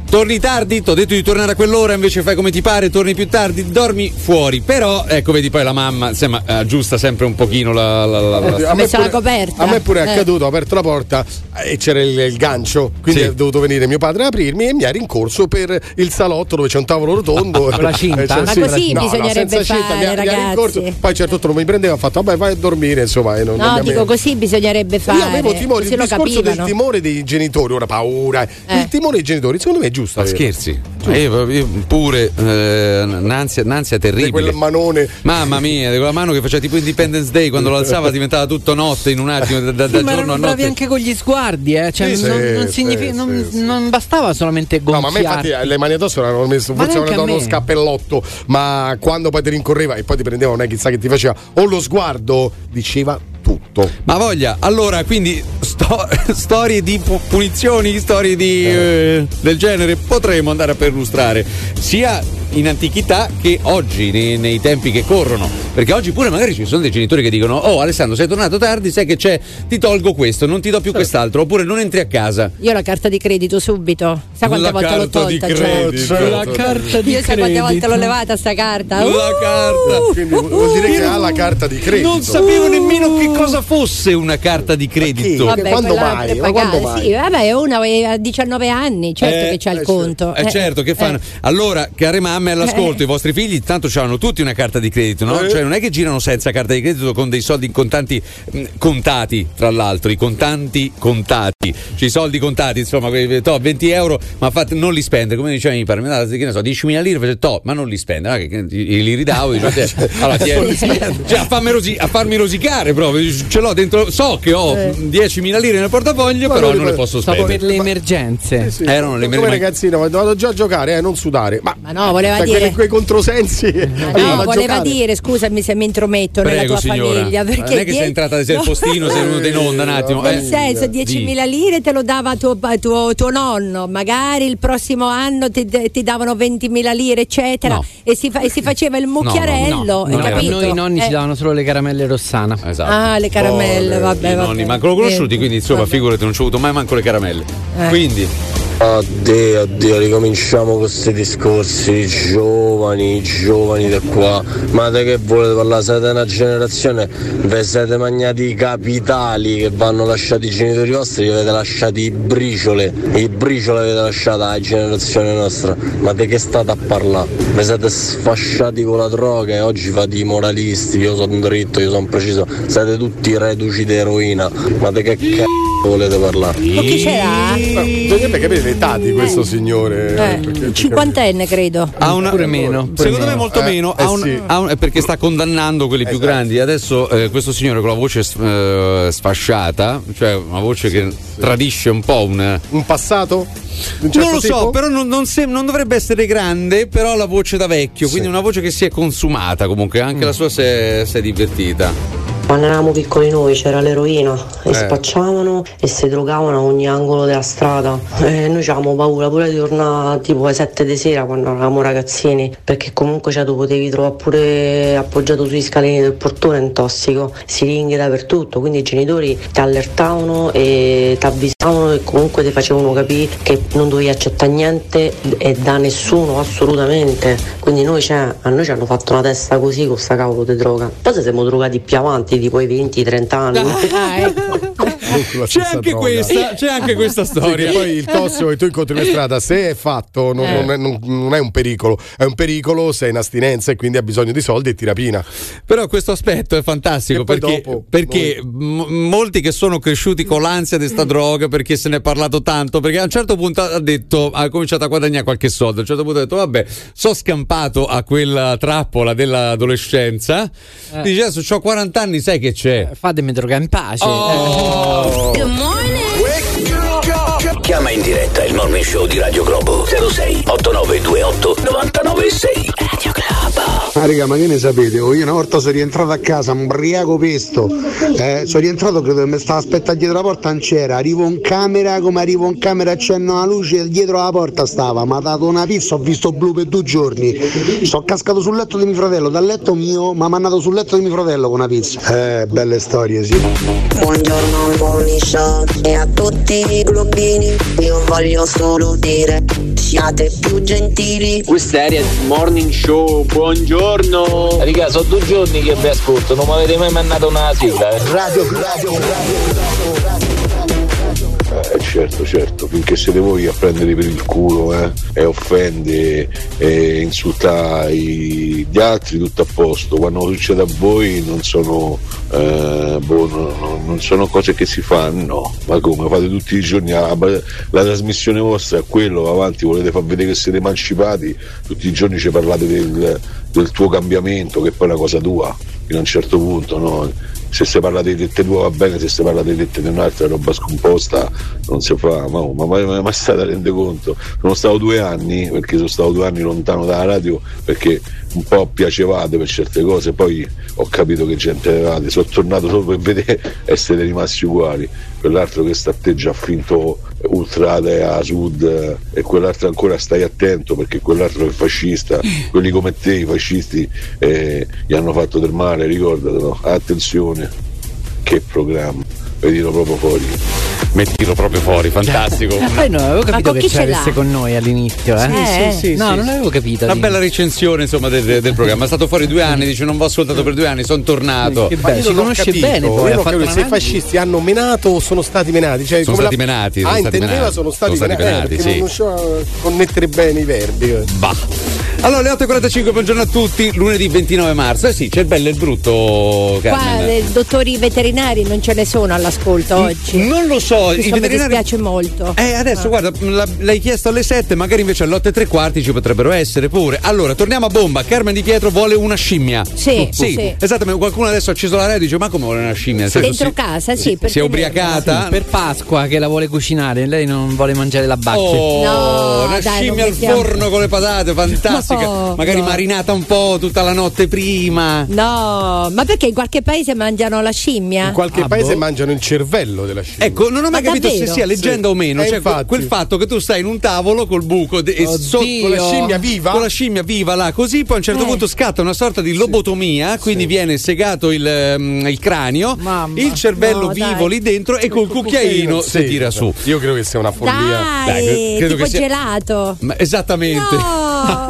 torni tardi, ti ho detto di tornare a quell'ora, invece fai come ti pare, torni più tardi, dormi fuori. Però ecco, vedi, poi la mamma insomma aggiusta sempre un pochino la, la, la, la... Ha messo la coperta. A me pure è Eh. accaduto, ho aperto la porta e c'era il, il gancio, quindi Sì. è dovuto venire mio padre ad aprirmi e mi ha rincorso per il salotto dove c'è un tavolo rotondo. Con la cinta? Eh, cioè, Ma sì. così No, no, bisognerebbe senza cinta, fare, mi ha- mi ha ragazzi. rincorso. Poi certo tutto non mi prendeva, ha fatto vabbè vai a dormire, insomma. E non, non No, mi ha- dico così bisognerebbe fare. Io avevo timore, così il lo discorso capivano. del timore dei genitori, ora paura, Eh. il timore dei genitori secondo me è giusto. Ma avere. scherzi? Ma io, io pure eh, un'ansia, un'ansia Di terribile. quel manone. Mamma mia, di quella mano che faceva tipo Independence Day, quando lo alzava diventava tutto notte in un attimo, da, da, Sì, da ma giorno a erano bravi notte. anche con gli sguardi, eh. Cioè, Sì, non, sì, non, sì, significa- sì, non, sì. non bastava solamente No, ma a me gonfiarti. infatti le mani addosso l'hanno messo, Ma forse neanche avevano a dato uno me. scappellotto, ma quando poi ti rincorreva e poi ti prendeva, non è chissà che ti faceva, o lo sguardo diceva tutto. Ma voglia, allora, quindi sto- storie di pu- punizioni, storie di, eh, del genere potremo andare a perlustrare sia in antichità che oggi, nei, nei tempi che corrono, perché oggi pure magari ci sono dei genitori che dicono: oh Alessandro, sei tornato tardi, sai che c'è, ti tolgo questo, non ti do più quest'altro, oppure non entri a casa. Io la carta di credito subito. Sai quante La volte l'ho carta di tolta? credito. Cioè, La carta di Io sai quante volte credito. l'ho levata sta carta? Uh! La carta. Quindi vuol dire che ha la carta di credito. Non sapevo nemmeno che cosa fosse una carta di credito. Vabbè, Quando quella mai? prepagata. Ma quando mai? Sì, vabbè, uno a diciannove anni, certo Eh, che c'ha il eh, conto. Eh, certo, che fanno? Allora, care mamme all'ascolto, Eh. i vostri figli tanto c'hanno tutti una carta di credito, no? Eh. Cioè non è che girano senza carta di credito con dei soldi in contanti mh, contati, tra l'altro, i contanti contati, cioè i soldi contati, insomma, quelli, to, venti euro, ma fate, non li spendere, come diceva mi pare, mi date, che ne so, diecimila lire, face, to, ma non li spende, no? che, che, li ridavo, dicevo, te, allora, ti è- cioè, a, farmi rosi- a farmi rosicare proprio, ce l'ho dentro, so che ho Eh. diecimila lire nel portafoglio, Ma però non non li le puoi- posso Stavo spendere. per le emergenze. Sì, Erano le come mie- ragazzino, ma vado già a giocare, eh, non sudare. Ma, Ma no, voleva cioè, dire- quei, quei controsensi. Ma no, voleva dire, scusami se mi intrometto nella Prego, tua signora. famiglia. Perché Non è che die- sei entrata sei il postino, sei venuta in onda un attimo. Nel eh. senso, diecimila lire te lo dava tuo, tuo, tuo nonno, magari il prossimo anno ti, ti davano ventimila lire, eccetera, No. e, si fa- e si faceva il mucchiarello. no, hai non era- A capito? noi i nonni Eh. ci davano solo le caramelle Rossana. Esatto. Ah, le caramelle, Oh, vabbè, I vabbè. nonni manco l'ho conosciuti, Eh, quindi insomma, vabbè. figurati, non ci ho avuto mai manco le caramelle. Eh. Quindi, Oddio, oddio, ricominciamo con questi discorsi, giovani, giovani da qua. Ma da che volete parlare? Siete una generazione, vi siete mangiati i capitali che vanno lasciati i genitori vostri, vi avete lasciati i briciole, i briciole avete lasciato alla generazione nostra. Ma di che state a parlare? Vi siete sfasciati con la droga e oggi fate i moralisti, io sono dritto, io sono preciso, siete tutti reduci di eroina. Ma di che c***o volete parlare? Ma chi c'era? Bisognerebbe capire l'età di questo signore. Eh, perché- perché- cinquantenne credo. ha una, Pure meno. pure secondo me meno. molto Eh, meno, eh ha un- sì. ha un- è perché sta condannando quelli più Esatto. grandi. Adesso eh, questo signore con la voce eh, sfasciata, cioè una voce che tradisce un po' un... Un passato? Di un certo non lo so, tipo? però non, non sem- non dovrebbe essere grande, però ha la voce da vecchio, quindi una voce che si è consumata comunque, anche la sua si è, si è divertita. Quando eravamo piccoli noi c'era l'eroina e Eh. spacciavano e si drogavano a ogni angolo della strada e noi avevamo paura pure di tornare tipo alle sette di sera quando eravamo ragazzini, perché comunque cioè, tu potevi trovare pure appoggiato sui scalini del portone un tossico, siringhe dappertutto, quindi i genitori ti allertavano e ti avvisavano e comunque ti facevano capire che non dovevi accettare niente e da nessuno assolutamente, quindi noi cioè, a noi ci hanno fatto una testa così con sta cavolo di droga, poi se siamo drogati più avanti tipo i venti trenta anni. Ah, ecco. C'è anche questa, c'è anche questa storia. Sì, poi il tossico che tu incontri per strada, se è fatto, non, Eh. non è, non- non è un pericolo. È un pericolo se è in astinenza e quindi ha bisogno di soldi e ti rapina. Però questo aspetto è fantastico E poi perché, dopo, perché m- molti che sono cresciuti con l'ansia di sta droga, perché se ne è parlato tanto, perché a un certo punto ha detto, ha cominciato a guadagnare qualche soldo, a un certo punto ha detto vabbè, sono scampato a quella trappola dell'adolescenza, Eh. dice adesso ho quaranta anni, sai che c'è? Fatemi drogare in pace. Oh. Chiama in diretta il Morning Show di Radio Globo zero sei otto nove due otto nove nove sei. Radio Globo. Ah raga, ma che ne sapete? Oh, io una volta sono rientrato a casa, ubriaco pesto, eh, sono rientrato, credo che mi stava aspettando dietro la porta, non c'era, arrivo in camera, come arrivo in camera accenno la luce, dietro la porta stava, mi ha dato una pizza, ho visto blu per due giorni, sono cascato sul letto di mio fratello, dal letto mio, mi ha mandato sul letto di mio fratello con una pizza. Eh, belle storie, sì. Buongiorno Morning Show e a tutti i globini io voglio solo dire Siate più gentili. Questa è Morning Show, buongiorno. Raga, sono due giorni che vi ascolto, non mi avete mai mandato una sigla. Eh. Radio, radio, radio, radio, radio. Eh, certo, certo, finché siete voi a prendere per il culo eh, e offende e insulta gli altri, tutto a posto. Quando succede a voi non sono eh, boh, no, non sono cose che si fanno. Ma come fate tutti i giorni la, la trasmissione vostra è quello, avanti, volete far vedere che siete emancipati, tutti i giorni ci parlate del, del tuo cambiamento, che poi è una cosa tua fino a un certo punto, no? Se si parla di tette tua va bene, se si parla di tette di un'altra roba scomposta non si fa. Ma, ma, ma, ma state a rende conto? Sono stato due anni, perché sono stato due anni lontano dalla radio, perché un po' piacevate per certe cose, poi ho capito che gente eravate, sono tornato solo per vedere e siete rimasti uguali. Quell'altro che sta a te già finto ultrate a sud, e quell'altro ancora stai attento, perché quell'altro è fascista, quelli come te, i fascisti, eh, gli hanno fatto del male, ricordatelo. Attenzione, che programma, vedilo proprio fuori. Mettilo proprio fuori, fantastico. Poi non avevo capito che chi ce ce l'avesse l'ha? con noi all'inizio, eh? Eh, sì, sì, no, sì. non avevo capito. Una all'inizio. bella recensione, insomma, del, del programma. È stato fuori due anni, dice non vi ho ascoltato per due anni, sono tornato. Che Ma bello, io si non ho conosce capito, bene poi. io ha non fatto capito se i un'analisi. fascisti hanno menato o sono stati menati. Cioè, Sono come stati la... menati, Ah, sono stati intendeva menati. sono stati, Sono stati menati, menati, perché sì. non riuscivo a connettere bene i verbi. Bah. Allora, le otto e quarantacinque, buongiorno a tutti. Lunedì ventinove marzo. Eh sì, c'è il bello e il brutto, Qua Carmen. eh, dottori veterinari non ce ne sono all'ascolto oggi. Non lo so, Questo i mi veterinari. dispiace molto. Eh, adesso guarda, la- l'hai chiesto alle sette, magari invece alle otto e tre quarti ci potrebbero essere pure. Allora, torniamo a bomba. Carmen Di Pietro vuole una scimmia. Sì, sì, sì. esattamente. Qualcuno adesso ha acceso la radio e dice: ma come vuole una scimmia? Nel senso, Dentro si- casa, sì. si, per si è tenerla. ubriacata. Sì, per Pasqua che la vuole cucinare, lei non vuole mangiare la bacchia. Oh, No, una dai, scimmia non al mettiamo- forno con le patate, fantastica. No, magari no. marinata un po' tutta la notte prima. No, ma perché in qualche paese mangiano la scimmia? In qualche Ah, paese boh. mangiano il cervello della scimmia. Ecco, non ho mai Ma capito davvero? se sia leggenda Sì. o meno. Eh, Cioè, infatti. quel fatto che tu stai in un tavolo col buco de- e Oddio. sotto Con la scimmia viva? con la scimmia viva là, così poi a un certo Eh. punto scatta una sorta di lobotomia, quindi viene segato il, ehm, il cranio, Mamma. il cervello No, vivo dai. lì dentro e col cucchiaino si Sì, tira su. Io credo che sia una follia. Dai, Dai, credo tipo che sia- gelato. Ma esattamente. No.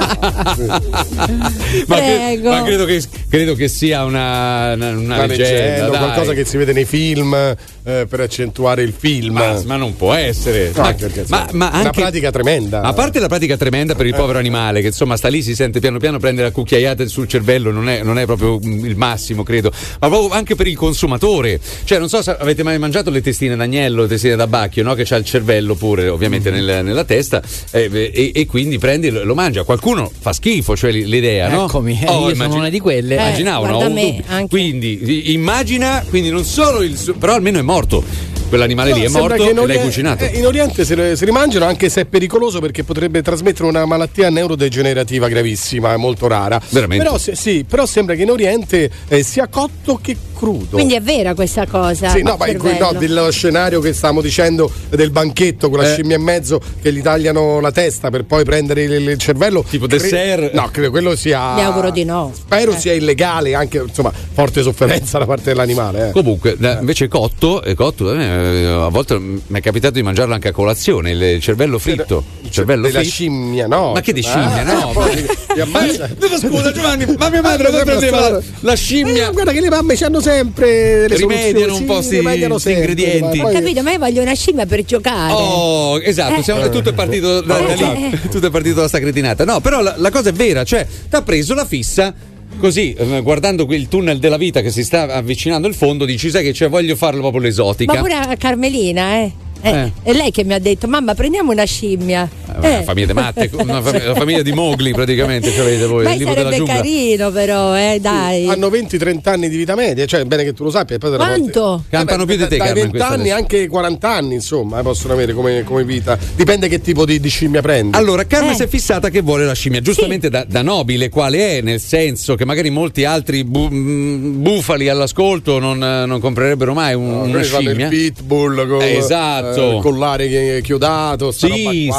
ma, cre- Prego. ma credo, che, credo che sia una, una, una Una leggenda, leggenda, dai. qualcosa che si vede nei film eh, per accentuare il film. Ma, ma non può essere. No, ma, perché, ma- insomma, ma una anche, pratica tremenda. a parte la pratica tremenda per il povero animale, che insomma sta lì, si sente piano piano prendere la cucchiaiata sul cervello, non è, non è proprio mm, il massimo, credo. Ma proprio anche per il consumatore. Cioè, non so se avete mai mangiato le testine d'agnello, le testine da bacchio, no? Che c'ha il cervello pure, ovviamente, Mm-hmm. nel- nella testa, eh, e, e quindi prendi e lo, lo mangia. Qualcuno fa schifo, cioè l'idea, no? Eccomi, eh, Oh, io immagin- sono una di quelle. Eh, Immaginavo, no? guarda Ho un me, dubbio. anche. Quindi i- immagina, quindi non solo il suo, però almeno è morto. Quell'animale lì è sembra morto che in e l'hai Orient- cucinato. eh, in Oriente se, se li mangiano, anche se è pericoloso, perché potrebbe trasmettere una malattia neurodegenerativa gravissima, molto rara. Veramente? Però, se- sì, però sembra che in Oriente eh, sia cotto che crudo. Quindi è vera questa cosa. Sì, no, il ma in cui- no, cervello. dello scenario che stavamo dicendo del banchetto con la Eh. scimmia e mezzo che gli tagliano la testa per poi prendere il, il cervello. Tipo Cre- dessert. No, credo quello sia. Mi auguro di no. Spero Eh. sia illegale, anche insomma, forte sofferenza da parte dell'animale. Eh. Comunque, da- invece cotto, eh, cotto eh, a volte mi è capitato di mangiarlo anche a colazione, il, il cervello fritto. Il cervello Della fritto. scimmia, no. Ma che di Ah, scimmia, no? eh, poi ti- ti ammazza. Ma, scusa Giovanni, ma mia madre dove prendeva la, la scimmia? Eh, guarda che le mamme hanno sempre le Rimediano soluzioni, un po' sì, sti- rimediano sti sempre, ingredienti. ma Ho poi- capito, ma io voglio una scimmia per giocare. Oh, esatto, Eh. siamo- tutto è partito da, da lì, Eh. tutto è partito da sta cretinata. No, però la, la cosa è vera, cioè, t'ha preso la fissa. Così, eh, guardando quel tunnel della vita che si sta avvicinando al fondo, dici, sai che c'è, voglio farlo proprio l'esotica. Ma pure a Carmelina, eh. Eh, Eh. È lei che mi ha detto, mamma, prendiamo una scimmia. Eh, Una famiglia di matte, una fam- la famiglia di Mowgli praticamente, ce l'avete voi, Ma il libro della sarebbe giungla. carino, però, eh, dai. Hanno venti trenta anni di vita media, cioè è bene che tu lo sappia. e Poi delle Quanto? volte- Campano Eh beh, più di te, dai Carmen, venti questa anni adesso. anche quaranta anni, insomma, eh, possono avere come, come vita. Dipende che tipo di, di scimmia prendi. Allora, Carmen Eh. si è fissata che vuole la scimmia, giustamente da, da nobile quale è, nel senso che magari molti altri bu- mm, bufali all'ascolto non, non comprerebbero mai un- una Noi fanno scimmia. il pitbull con Eh, esatto. eh, il collare chi- chiodato, sta Sì, roba qua, queste capito? cose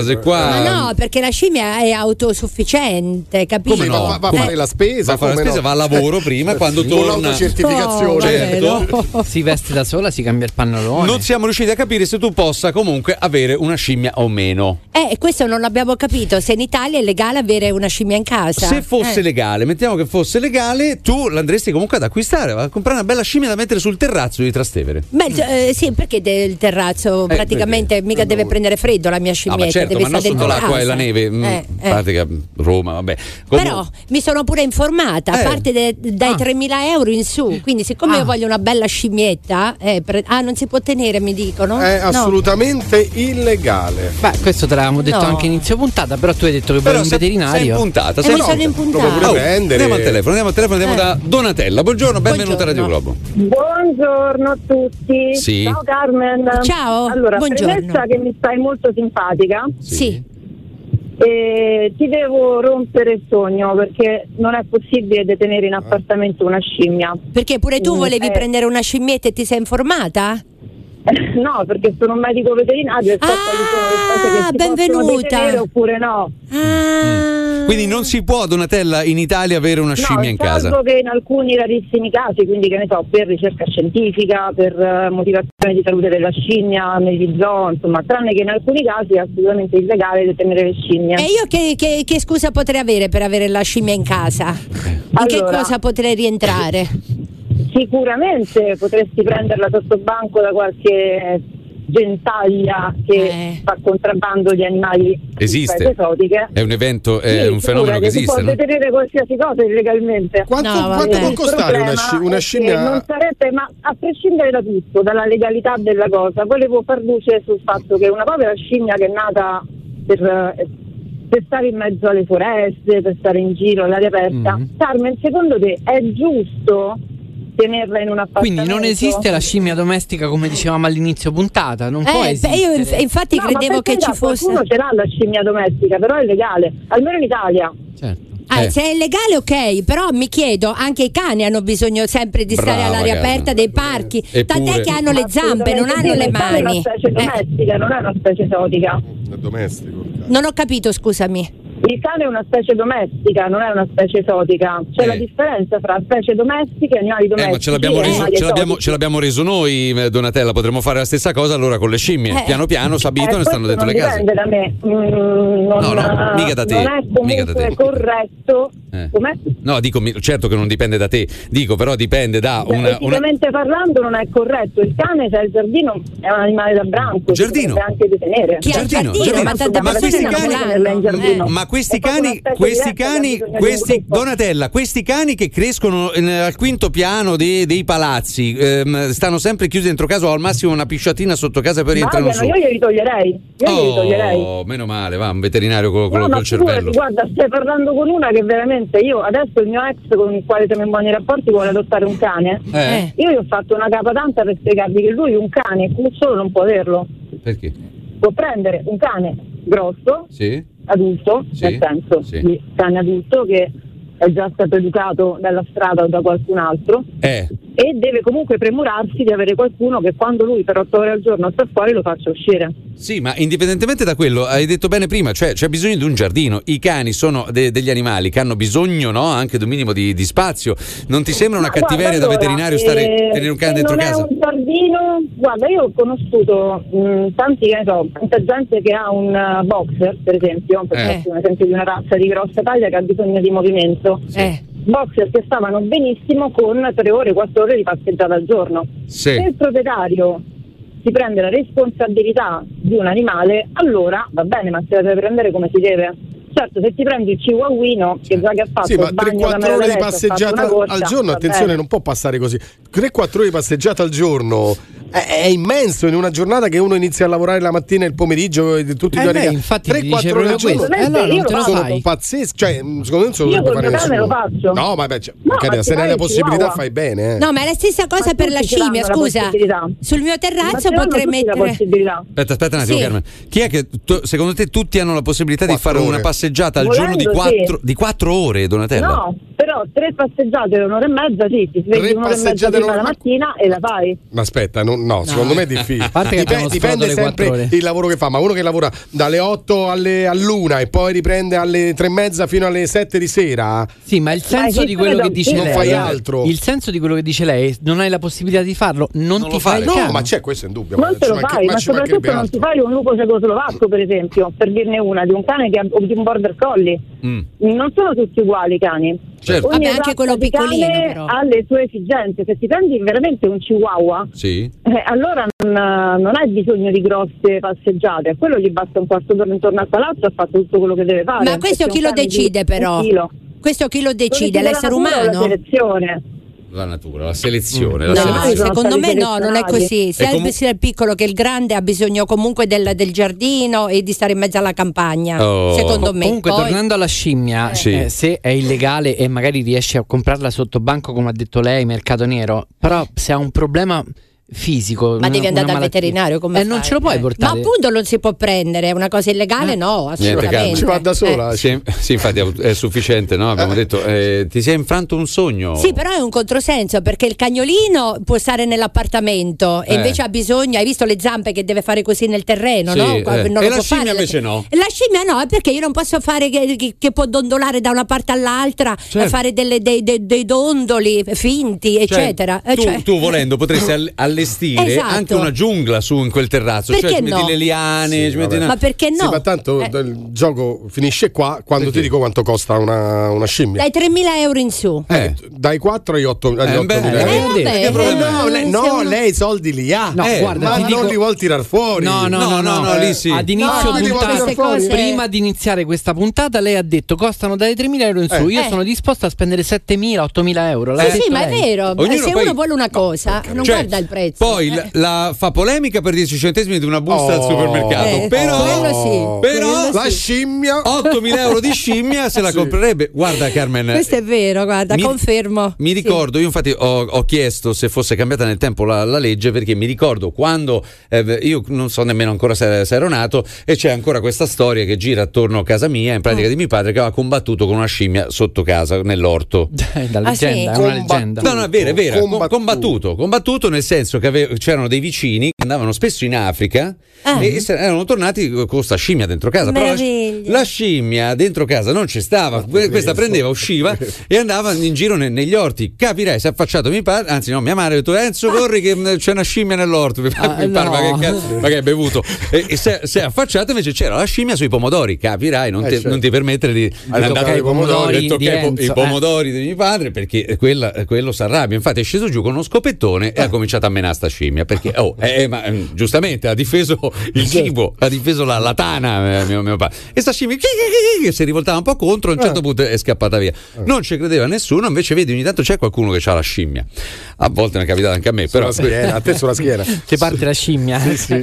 cose qua. Ma no, perché la scimmia è autosufficiente, capito? Come no? Va, va a fare Eh. la spesa, Va a fare la come spesa, no? va al lavoro prima, quando Con torna. l'autocertificazione. Oh, Certo. Si veste da sola, si cambia il pannolone. Non siamo riusciti a capire se tu possa comunque avere una scimmia o meno. Eh, questo non l'abbiamo capito, se in Italia è legale avere una scimmia in casa. Se fosse Eh. legale, mettiamo che fosse legale, tu l'andresti comunque ad acquistare, va a comprare una bella scimmia da mettere sul terrazzo di Trastevere. Beh, eh, sì, perché del terrazzo Eh, praticamente mica deve prendere freddo la mia Ah, scimmietta, ma certo, deve ma non stare sotto dentro l'acqua e casa. la neve. mm, Eh, in pratica, Roma, vabbè. Comunque- Però mi sono pure informata, a Eh. parte de- dai Ah. tremila euro in su, quindi siccome Ah. io voglio una bella scimmietta, eh, pre- ah, non si può tenere, mi dicono? È No. assolutamente illegale. Beh, questo te l'avevamo detto No. anche inizio puntata, però tu hai detto che Però vuoi un sei, sei veterinario. in puntata, Eh, sei mi in sono puntata. impuntata. Lo puoi Oh, prendere. andiamo al telefono, andiamo al telefono, andiamo Eh. da Donatella. Buongiorno, benvenuta a Radio Buongiorno. Globo. Buongiorno a tutti. Sì. Ciao Carmen. Ciao, Allora, buongiorno. premessa che mi stai molto simpatica. Sì. E ti devo rompere il sogno perché non è possibile detenere in appartamento una scimmia. Perché pure tu Mm, volevi eh. prendere una scimmietta e ti sei informata? No, perché sono un medico veterinario e so quali sono le cose che si possono benvenuta. detenere oppure no. Ah. Quindi non si può, Donatella, in Italia avere una scimmia in no, casa. salvo che in alcuni rarissimi casi, quindi che ne so, per ricerca scientifica, per eh, motivazione di salute della scimmia, negli zoo, insomma, tranne che in alcuni casi è assolutamente illegale detenere le scimmie. E io che, che- che scusa potrei avere per avere la scimmia in casa? In che Allora. cosa potrei rientrare? Sicuramente potresti prenderla sotto banco da qualche gentaglia che Eh. fa contrabbando di animali Esiste. specie esotiche. È un evento, è Sì, un fenomeno figurati, che si esiste, può no? detenere qualsiasi cosa illegalmente. Quanto, No, vabbè. quanto può Il costare una, problema sci- è una che scimmia? non sarebbe, ma a prescindere da tutto, dalla legalità della cosa, volevo far luce sul fatto che una povera scimmia che è nata per, eh, per stare in mezzo alle foreste, per stare in giro all'aria aperta, Mhm. Carmen, secondo te è giusto tenerla in un appartamento? Quindi non esiste la scimmia domestica come dicevamo all'inizio puntata, non può Eh, beh, esistere. io inf- infatti No, credevo ma per che ci carità, fosse. qualcuno ce l'ha la scimmia domestica, però è legale, almeno in Italia. Certo. Ah, Eh. se è illegale, ok, però mi chiedo, anche i cani hanno bisogno sempre di stare Brava, all'aria Carmen. aperti dei parchi, Eppure- tant'è che hanno le zampe, non hanno le Assolutamente sì, ma il cane mani. è una specie Eh, domestica, non è una specie esotica. È domestico. non ho capito, scusami. Il cane è una specie domestica, non è una specie esotica. C'è Eh. la differenza tra specie domestiche e animali Eh, domestici. ma ce l'abbiamo, e reso, animali ce, l'abbiamo, esotici. ce l'abbiamo reso noi, eh, Donatella. Potremmo fare la stessa cosa allora con le scimmie. Eh. Piano piano si abituano Eh, e stanno dentro le questo case. non dipende da me. Mm, non, No, no, mica da te, Non è mica da comunque te. corretto. Eh. Com'è? No, dico, mi- certo che non dipende da te, dico però dipende da una, una... Eticamente parlando non è corretto. Il cane, se è il giardino, è un animale da branco. si Giardino. potrebbe anche detenere. Chi ha il Giardino, giardino, giardino. ma tante Ma persone questi non cani- ce tenerla in l'hanno. giardino. Eh. Ma questi È proprio una cani, specie questi diversa che ha cani, bisogno di un questi, gruppo. Donatella, questi cani che crescono in- al quinto piano dei, dei palazzi, ehm, stanno sempre chiusi dentro casa o al massimo una pisciatina sotto casa e poi rientrano Vagliano, su. io glieli toglierei. Io glieli toglierei. Oh, meno male, va, un veterinario con, con- No, ma col figurati, cervello. guarda, stai parlando con una che veramente io adesso il mio ex con il quale siamo in buoni rapporti vuole adottare un cane. Eh. Io gli ho fatto una capatanta per spiegargli che lui un cane solo non può averlo. Perché? Può prendere un cane grosso, Sì? adulto, Sì, nel senso sì. di cane adulto che è già stato educato dalla strada o da qualcun altro Eh. e deve comunque premurarsi di avere qualcuno che quando lui per otto ore al giorno sta fuori lo faccia uscire. Sì, ma indipendentemente da quello, hai detto bene prima, cioè c'è bisogno di un giardino. I cani sono de- degli animali che hanno bisogno, no, anche di un minimo di, di spazio. Non ti sembra una Ma cattiveria guarda, da allora, veterinario stare eh, tenere un cane se dentro non casa? è un giardino, guarda, io ho conosciuto mh, tanti, che ne so, tanta gente che ha un uh, boxer, per esempio, per Eh. farti un esempio di una razza di grossa taglia che ha bisogno di movimento. Eh. Boxer che stavano benissimo con tre ore, quattro ore di passeggiata al giorno. Sì. Se il proprietario si prende la responsabilità di un animale, allora va bene, ma se la deve prendere come si deve. Certo, se ti prendi il chihuahuino che già che ha fatto Sì, ma il bagno, tre quattro camera ore da di letto, ha fatto passeggiata una corsa, al giorno, va attenzione, bene. non può passare così. tre quattro ore di passeggiata al giorno è, è immenso in una giornata che uno inizia a lavorare la mattina e il pomeriggio e tutti i Eh, giorni. lei infatti tre ti quattro dice ore al proprio giorno. questo. Eh, allora non te lo sono fai. pazzeschi, cioè, secondo me non se lo Io dovrebbe col fare mio cane nessuno. lo faccio. No, ma beh, cioè, No, Caria, ma se ti ne hai fai la il possibilità chihuahua. fai bene, eh. No, ma è la stessa cosa Ma per tutti la ce l'hanno scimmia, la scusa. possibilità. Sul mio Ma terrazzo ce l'hanno potrei tutti la mettere. possibilità. Aspetta, aspetta un attimo, Sì. Carmen. Chi è che tu- secondo te tutti hanno la possibilità di Quattro fare ore. una passeggiata al Volendo, giorno di sì. quattro, di quattro ore, Donatella? No, però tre passeggiate un'ora e mezza, sì, ti Tre svegli un'ora e mezza passeggiate prima un'ora la e- mattina e la fai. Ma aspetta, non, non, no, secondo me è difficile. A parte che abbiamo Dipende, dipende sforato le quattro sempre ore. il lavoro che fa, ma uno che lavora dalle otto alle, all'una e poi riprende alle tre e mezza fino alle sette di sera. Sì, ma il senso di quello che dice non lei, fai altro. il senso di quello che dice lei, non hai la possibilità di farlo, non, Non ti lo fai fare. il No, cano. ma c'è, questo è indubbio. Non te ci lo manche- fai, ma, ci mancherebbe soprattutto non altro. ti fai un lupo cecoslovacco, per esempio, per dirne una, di un cane che ha, o di un border collie. Mm. Non sono tutti uguali i cani. Certo. Ogni Vabbè, anche razza quello di piccolino, cane però. ha le sue esigenze. Se ti prendi veramente un chihuahua, Sì. eh, allora non, non hai bisogno di grosse passeggiate. A quello gli basta un quarto d'ora intorno al palazzo, ha fatto tutto quello che deve fare. Ma questo perché chi un lo cane di decide un però? chilo. Questo chi lo decide? Lo decide la L'essere natura o la umano? selezione. La natura, la selezione. La No, selezione. sono secondo stati me no, non è selezionati. così. Sia, E comu- il, sia il piccolo che il grande ha bisogno comunque del, del giardino e di stare in mezzo alla campagna. Oh. Secondo me. Comunque, Poi- tornando alla scimmia, Sì. eh, se è illegale e magari riesci a comprarla sotto banco, come ha detto lei, mercato nero, però se ha un problema fisico, Ma una- devi andare una dal malattia- veterinario come Eh, non fai? ce lo puoi Eh. portare. Ma appunto non si può prendere, è una cosa illegale? No, Niente, assolutamente. Carmen. Ci va da sola. Eh. Sì, sì, infatti è sufficiente, no? Abbiamo detto, eh, ti sei infranto un sogno. Sì, però è un controsenso perché il cagnolino può stare nell'appartamento e Eh. invece ha bisogno, hai visto le zampe che deve fare così nel terreno, Sì, no? eh. Non E lo la può scimmia fare. invece no? La scimmia no, è perché io non posso fare che, che- che può dondolare da una parte all'altra, Certo. fare delle- dei, dei- dei dondoli finti, Cioè, eccetera. Eh, tu, cioè- tu volendo potresti all- allestire Esatto. anche una giungla su in quel terrazzo, cioè Perché ci metti no? le liane, Sì, ci metti vabbè. una- Ma perché no? Sì, ma tanto Eh. il gioco finisce qua quando Perché? ti dico quanto costa una, una scimmia. Dai tremila euro in su. Eh. Dai quattro agli otto Eh, beh, ottomila eh, euro. vabbè, che eh, problema è? No, lei, no, se uno- lei i soldi li ha. No, Eh, guarda, ma ti non dico- li vuol tirar fuori. No, no, No, no, no, no, no, eh, lì sì. Ad inizio No, li puntata, voglio fuori. prima di iniziare questa puntata, lei ha detto costano dai tremila euro in su. Eh. Io Eh. sono disposta a spendere settemila, ottomila euro. L'ha Sì, detto sì, ma è lei. vero. Ognuno Se poi- uno vuole una cosa, non Cioè, guarda il prezzo. Poi Eh. la, la- fa polemica per dieci centesimi di una busta al Oh. supermercato. Eh, però quello sì, però quello La sì. scimmia. ottomila euro di scimmia se la Sì. comprerebbe. Guarda Carmen, Questo è vero, guarda, mi- confermo. Mi Sì. ricordo, io infatti ho, ho chiesto se fosse cambiata nel tempo la, la legge, perché mi ricordo quando eh, io non so nemmeno ancora se, se ero nato, e c'è ancora questa storia che gira attorno a casa mia, in pratica Oh. di mio padre, che aveva combattuto con una scimmia sotto casa, nell'orto. Da Ah, sì? leggenda, è una leggenda. No, no, è vero, è vero. Com- Combattuto. Combattuto. combattuto, nel senso che ave- c'erano dei vicini che andavano spesso in Africa Ah. e se- erano tornati con sta scimmia dentro casa. Però la, Meraviglia. la scimmia dentro casa non ci stava, que- questa prendeva, usciva e andava in giro ne- negli orti. Capirai, si è affacciato mio padre, anzi no, mia madre ha detto Enzo corri che mh, c'è una scimmia nell'orto. Mi Ah, pare, no. ma che cazzo, ma che hai bevuto? E, e si è si è affacciato, invece c'era la scimmia sui pomodori. Capirai, non, Eh, ti, certo. non ti permettere di Hai andare toccato i pomodori, Ho toccato di i po- Enzo, i eh. pomodori di mio padre, perché quella- quello si arrabbia. Infatti è sceso giù con uno scopettone e ha cominciato a menare sta scimmia, perché oh, eh, ma, eh, giustamente ha difeso il cibo, ha difeso la, la tana, eh, mio, mio padre. E sta scimmia che si rivoltava un po' contro, a un certo punto è scappata via. Non ci credeva nessuno, invece vedi ogni tanto c'è qualcuno che ha la scimmia. A volte ne è capitato anche a me, però Sulla schiena, a te sulla schiena. Ti parte la scimmia.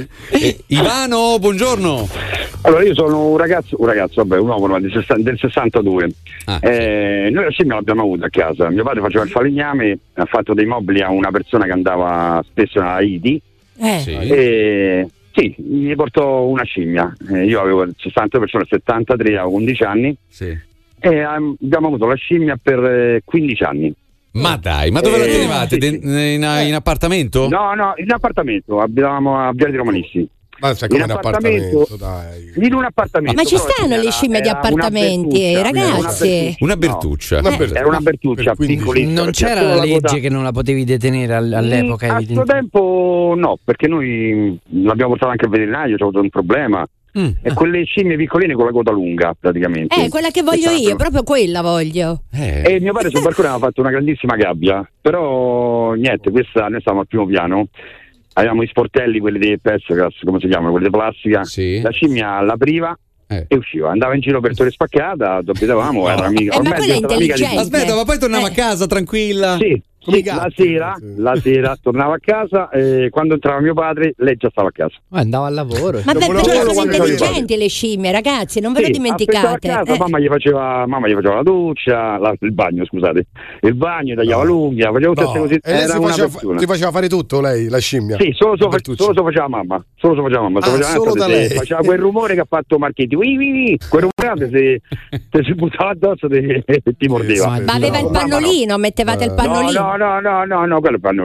Eh, Ivano, buongiorno. Allora, io sono un ragazzo, un ragazzo, vabbè, un uomo ma del, sessa- del sessantadue. Ah, Eh, noi la scimmia l'abbiamo avuta a casa. Mio padre faceva il falegname, ha fatto dei mobili a una persona che andava spesso a Haiti. Eh. Sì. E sì, mi portò una scimmia. Eh, io avevo il sessanta, persone settantatré, avevo undici anni. Sì. E ehm, abbiamo avuto la scimmia per eh, quindici anni. Ma dai, ma dove la Eh, tenevate? sì, De- sì. in, in appartamento? No, no, in appartamento, abitavamo a Viale di Romanisti. Ma c'è In come un appartamento, appartamento, dai. in un appartamento. Ma ci però stanno le era- scimmie di era una appartamenti, bertuccia, ragazzi. Una bertuccia. No, Una bertuccia. era una bertuccia Per quindici. piccolissima. Non perché c'era solo la legge coda- che non la potevi detenere all- all'epoca, Mm, a suo evidentemente. tempo no, perché noi l'abbiamo portato anche al veterinario, c'è avuto un problema. Mm. E quelle scimmie piccoline con la coda lunga, praticamente. Eh, quella che voglio io, proprio quella voglio. Eh. E mio padre sul balcone aveva fatto una grandissima gabbia, però niente, questa noi stavamo al primo piano. Avevamo i sportelli, quelli di Pezzacas, come si chiamano, quelli di plastica. Sì. La scimmia l'apriva Eh. e usciva, andava in giro per torre spaccata, dobbiavamo, era amica. Eh, ma ormai quella è diventava amica di intelligente. tutti. Aspetta, ma poi tornava Eh. a casa tranquilla. Sì, Come i sì, la gatti. sera, la sera tornava a casa e quando entrava mio padre lei già stava a casa. Ma andava al lavoro. Ma beh, volevo perché solo sono quando intelligenti le scimmie, ragazzi, non ve lo Sì, dimenticate. aspettava a casa, Eh. mamma, gli faceva, mamma gli faceva la doccia, la- il bagno, scusate, il bagno, tagliava No. l'unghia, faceva tutte No. queste cose. E lei Era si una faceva, persona. ti faceva fare tutto lei, la scimmia? Sì, solo so, La Bertucci. solo so faceva mamma, solo so faceva mamma, so Ah, faceva solo da se- lei. faceva quel rumore che ha fatto Marchetti, ui, ui, ui, quel rumore se, se si buttava addosso te, ti mordeva. Ma Ma aveva il No, mamma no. pannolino, mettevate il No, pannolino. no, no, no, no, no, quello è il pannolino.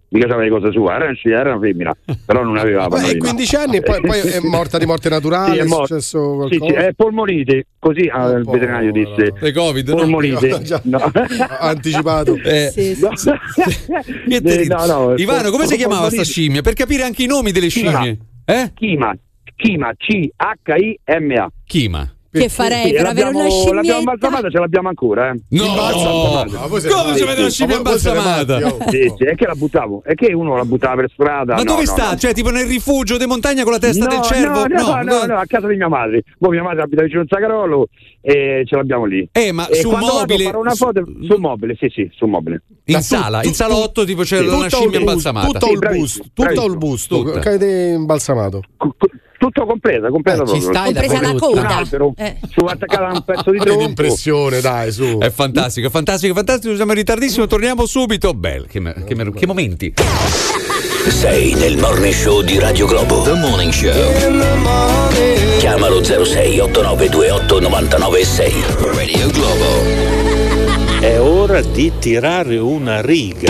mica c'aveva le cose sue, era, era una femmina, però non aveva la Beh, pannolina. quindici anni e poi, poi è morta di morte naturale, Sì, è è morta. successo Sì, qualcosa? sì, è polmonite, così ah, il veterinario disse. Le Covid, no? Polmonite. Già, No. ha anticipato. Eh, Sì, sì. No. che te- Eh, no, no, Ivano, come si chiamava sta polmonite. scimmia? Per capire anche i nomi delle scimmie. Eh? Chima, Chima, C H I M A. Chima. Che farei Sì, per avere l'abbiamo- una L'abbiamo scimmietta? balsamata, ce l'abbiamo ancora, eh. No, Ma voi siete come matti? ci avete la scimmia Ma voi siete imbalsamata? matti, oh. Sì, sì, è che la buttavo, è che uno la buttava per strada. Ma no, dove no, sta? no. Cioè, tipo nel rifugio di montagna con la testa no, del cervo? No, no, no, no, a casa di mia madre. Poi mia madre abita vicino a Zagarolo e ce l'abbiamo lì. Eh, ma e su quando vado a mobile- fare una foto su mobile, sì, sì, su mobile. In Ma tu- sala, tu- in salotto, tipo c'è Sì, una tutto scimmia il bus- imbalsamata. Tutto Sì, il bravissimo, busto, tutto il bravissimo. busto Tutta. che avete imbalsamato. C- c- tutto completa, completa Eh, ci proprio. stai Compresa la dappertutto. Un coda. albero, Eh. su attaccata a un pezzo di Avete tronco. impressione, dai, su. È fantastico, è fantastico, è fantastico. Siamo in ritardissimo, torniamo subito. Bello, che, me- che, me- che momenti. Sei nel Morning Show di Radio Globo. The Morning Show. Chiamalo zero sei otto nove due otto nove nove sei. Radio Globo. È ora di tirare una riga.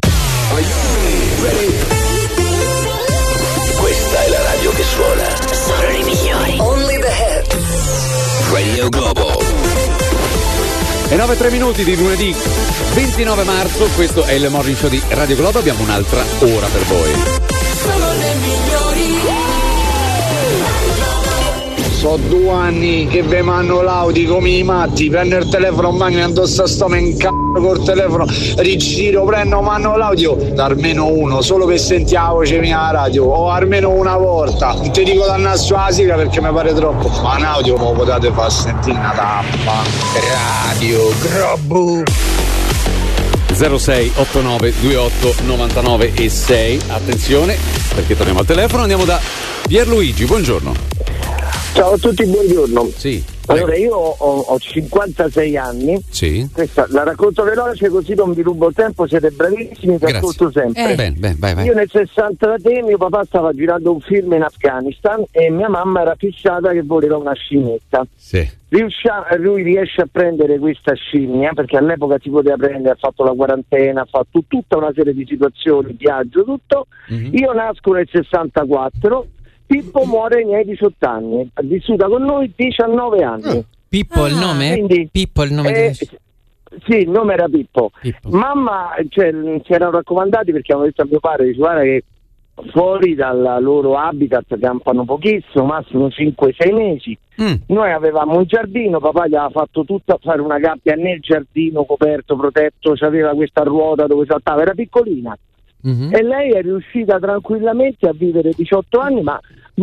Questa è la radio che suona. Sono i migliori. Only the hits. Radio Globo. E nove e tre minuti di lunedì ventinove marzo, questo è il Morning Show di Radio Globo. Abbiamo un'altra ora per voi. Sono le migliori. So due anni che ve manno l'audi come i matti, prendo il telefono in mano, addosso sto me incazzo col telefono, rigiro, prendo, manno l'audio, da almeno uno, solo per sentire la voce mia alla radio, o almeno una volta, non ti dico dannare sulla sigla perché mi pare troppo, ma un audio me lo potete far sentire una tappa. Radio Globo. zero sei otto nove due otto nove nove e sei. Attenzione, perché torniamo al telefono, andiamo da Pierluigi, buongiorno. Ciao a tutti, buongiorno. Sì. Allora, io ho, ho cinquantasei anni. Sì. Questa la racconto veloce così non vi rubo il tempo, siete bravissimi, vi ascolto sempre. Eh. Bene, bene, vai, vai. Io nel sessantatré mio papà stava girando un film in Afghanistan e mia mamma era fissata che voleva una scimmietta. Sì. Riuscia- lui riesce a prendere questa scimmia perché all'epoca si poteva prendere, ha fatto la quarantena, ha fatto tutta una serie di situazioni, viaggio, tutto. Mm-hmm. Io nasco nel sessantaquattro. Pippo muore ai miei diciotto anni, ha vissuto con noi diciannove anni. Pippo il nome? Quindi, Pippo il nome eh, di... sì, il nome era Pippo. Pippo. Mamma, cioè, ci erano raccomandati perché avevano detto a mio padre di guarda che fuori dal loro habitat campano pochissimo, massimo cinque sei mesi. Mm. Noi avevamo un giardino, papà gli aveva fatto tutto a fare una gabbia nel giardino coperto, protetto, c'aveva questa ruota dove saltava, era piccolina. Mm-hmm. E lei è riuscita tranquillamente a vivere diciotto anni, ma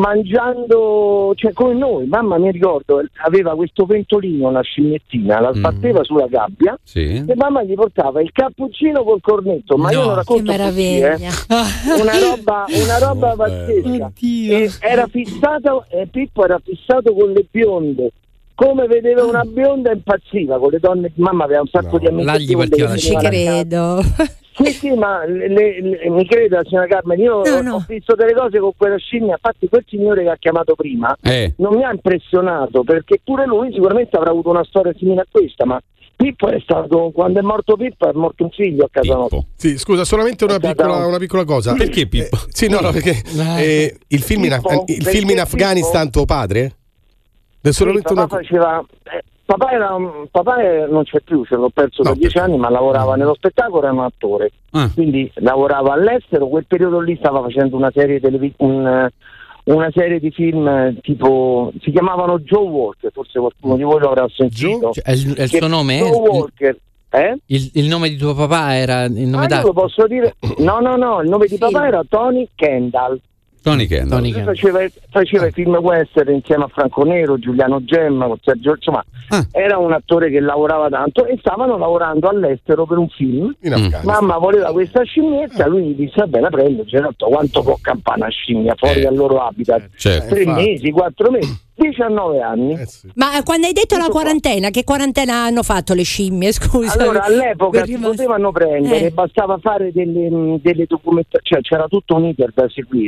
mangiando, cioè come noi. Mamma, mi ricordo, aveva questo ventolino, una scimmiettina, la sbatteva mm. sulla gabbia, sì. e mamma gli portava il cappuccino col cornetto, ma No, io non racconto che meraviglia. così, eh. una roba, una roba pazzesca. E era fissato, e Pippo era fissato con le bionde. Come vedeva una bionda impazziva con le donne. Mamma aveva un sacco No, di amici. là gli partiva la Ci credo. Sì, sì, ma le, le, mi creda, signora Carmen, io No, ho, no. ho visto delle cose con quella scimmia. Infatti quel signore che ha chiamato prima Eh. non mi ha impressionato, perché pure lui sicuramente avrà avuto una storia simile a questa, ma Pippo è stato, quando è morto Pippo è morto un figlio a casa nostra. Sì, scusa, solamente una piccola, una piccola cosa. Perché Pippo? Eh, sì, no, no, perché eh, il film in, Af- Pippo? il film in Perché Afghanistan, Pippo? tuo padre? È Sì, solamente papà una faceva, eh, papà, era, un- papà è- non c'è più, ce l'ho perso No, da dieci anni, ma lavorava nello spettacolo, era un attore, Ah. quindi lavorava all'estero. Quel periodo lì stava facendo una serie televi- un, una serie di film eh, tipo, si chiamavano Joe Walker, forse qualcuno di voi lo avrà sentito. Cioè, è il, è il Che suo nome? Joe Walker, eh? Il, il nome di tuo papà era il nome Ah, io d'arte? lo posso dire? No, no, no, il nome di papà era Tony Kendall. Tony Kendall. Tony Lui Kendall. faceva, faceva i film western insieme a Franco Nero, Giuliano Gemma, con Sergio, insomma, Ah. era un attore che lavorava tanto e stavano lavorando all'estero per un film. in Afghanistan. Mamma voleva questa scimmietta, lui gli disse: vabbè, la prendo. Certo, quanto può campare una scimmia fuori Eh. dal loro habitat? Certo. Tre infatti. mesi, quattro mesi, diciannove anni. Eh sì. Ma eh, quando hai detto la Tutto qua. quarantena, che quarantena hanno fatto le scimmie? Scusa. Allora, all'epoca Per si rimas- potevano prendere, Eh. bastava fare delle, mh, delle documentazioni, cioè c'era tutto un iter da seguire. Sì.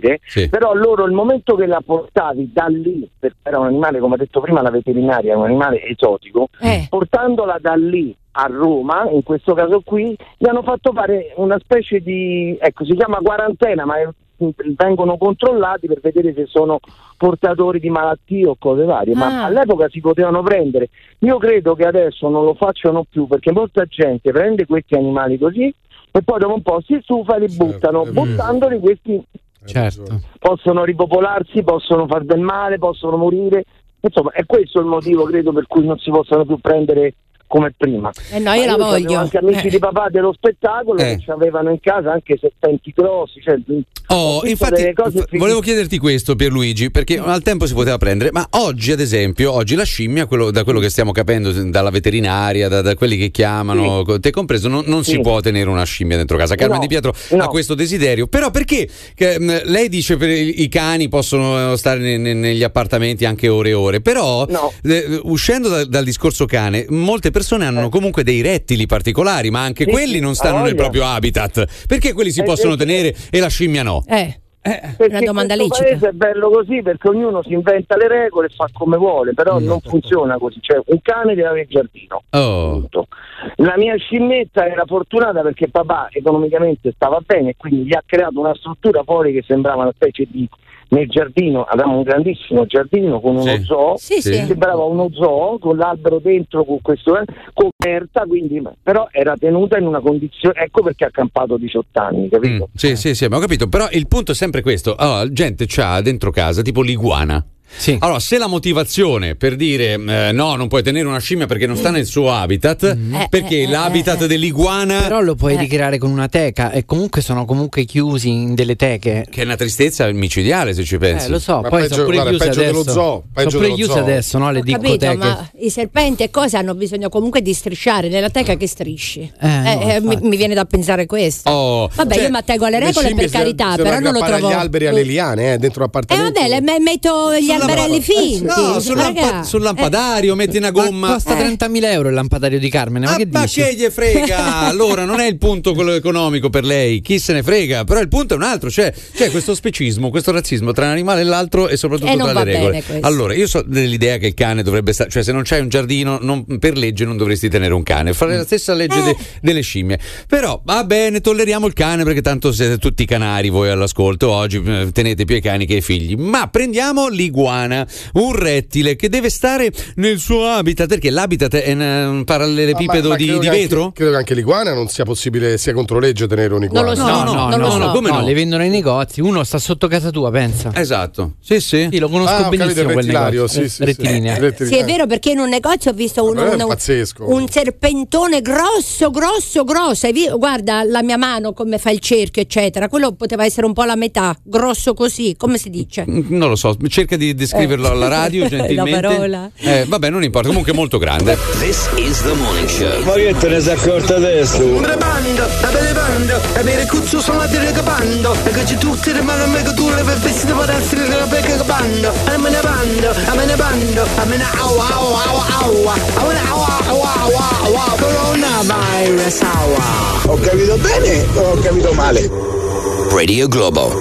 Sì. Però loro il momento che la portavi da lì, perché era un animale, come ha detto prima la veterinaria, un animale esotico, Eh. portandola da lì a Roma, in questo caso qui, gli hanno fatto fare una specie di, ecco, si chiama quarantena, ma è- vengono controllati per vedere se sono portatori di malattie o cose varie, ma Ah. all'epoca si potevano prendere. Io credo che adesso non lo facciano più, perché molta gente prende questi animali così e poi dopo un po' si stufa e li buttano, buttandoli questi Certo. possono ripopolarsi, possono far del male, possono morire, insomma è questo il motivo credo per cui non si possono più prendere come prima. Eh no, io Ma la avevo voglio. anche amici Eh. di papà dello spettacolo Eh. che ci avevano in casa anche serpenti grossi, cioè, ho Oh, visto infatti, delle cose v- fighissime. volevo chiederti questo, Pierluigi, perché al tempo si poteva prendere, ma oggi, ad esempio, oggi la scimmia, quello- da quello che stiamo capendo dalla veterinaria, da, da quelli che chiamano, te compreso, non, non si Sì. può tenere una scimmia dentro casa. Carmen No, Di Pietro no. ha questo desiderio, però perché che, mh, lei dice per i i cani possono stare ne- ne- negli appartamenti anche ore e ore, però No. eh, uscendo da- dal discorso cane, molte persone hanno comunque dei rettili particolari, ma anche Sì, quelli sì, non ha stanno nel voglia. proprio habitat. Perché quelli si Eh, possono perché- tenere e la scimmia no? Eh. Perché Una domanda questo lecita. paese è bello così perché ognuno si inventa le regole e fa come vuole, però non funziona così, cioè un cane deve avere il giardino. Oh. Punto. La mia scimmetta era fortunata perché papà economicamente stava bene e quindi gli ha creato una struttura fuori che sembrava una specie di, nel giardino avevamo un grandissimo giardino con uno Sì. zoo, Sì, sì. sembrava uno zoo con l'albero dentro, con questo eh, coperta, quindi però era tenuta in una condizione, ecco perché ha campato diciotto anni, capito? Mm, sì, sì, sì, abbiamo capito. Però il punto è sempre questo: allora, gente c'ha dentro casa tipo l'iguana. Sì. Allora, se la motivazione per dire eh, no, non puoi tenere una scimmia perché non sta nel suo habitat, Eh, perché eh, l'habitat eh, eh. dell'iguana, Però lo puoi Eh. ricreare con una teca e comunque sono comunque chiusi in delle teche. che è una tristezza micidiale se ci pensi. Eh, lo so, Ma poi peggio- sono pure guarda, chiuse peggio dello adesso. zoo, peggio sono pure dello chiuse zoo. adesso, no? Le Ho capito, discoteche. ma i serpenti e cose hanno bisogno comunque di strisciare. Nella teca che strisci? Eh, no, Eh, eh, mi, infatti. mi viene da pensare questo. Oh, Vabbè, Cioè, io mi attego alle le regole scimmie per si- carità, si però devono non lo aggrappare trovo. agli alberi e alle liane, eh, dentro Eh l'appartamento. vabbè, le me- metto gli Sul alberelli lampa- finti. No, sul, raga. lampa- sul lampadario metti una gomma. Ma costa Eh. trentamila euro il lampadario di Carmine, ma Ah, che ma dici? che gli frega? Allora non è il punto quello economico per lei, chi se ne frega, però il punto è un altro, cioè c'è questo specismo, questo razzismo tra un animale e l'altro e soprattutto Eh, non tra va le regole. bene questo. Allora, io so dell'idea che il cane dovrebbe stare, cioè se non c'hai un giardino, non- per legge non dovresti tenere un cane, fare la stessa legge Eh. de- delle scimmie. Però va bene, tolleriamo il cane perché tanto siete tutti canari voi all'ascolto, oggi eh, tenete più i cani che i figli, ma prendiamo l'iguana, un rettile che deve stare nel suo habitat, perché l'habitat è un, un parallelepipedo Ma- ma di, credo di che anche- vetro? credo che anche l'iguana non sia possibile, sia contro legge tenere un'iguana. Non lo so. No, No, no, non no, lo so. no, come no, no? le vendono ai negozi. Uno sta sotto casa tua, pensa. Esatto, sì sì. Sì, lo conosco Ah, ho capito, benissimo il quel rettilario, negozio. sì, sì, Rettilinea. sì. Sì, è Rettilinea. vero, perché in un negozio ho visto un, Ma quello è un- pazzesco. un serpentone grosso, grosso, grosso. Hai vi- Guarda la mia mano come fa il cerchio, eccetera. Quello poteva essere un po' la metà, grosso così, come si dice? Mm, Non lo so, cerca di descriverlo Eh. alla radio gentilmente. La parola. Eh, vabbè, non importa, comunque è molto grande. This is the morning show. Ma che te ne sei accorta adesso? Bando, a bere bando, a bere cuccio sono a dire che bando, e che ci tutti le mani a me che tu le fai vestite per essere che la becca che bando, a me ne bando, a me ne bando, a me ne au au au au, a me ne au au au au au, coronavirus au. Ho capito bene o ho capito male? Radio Globo.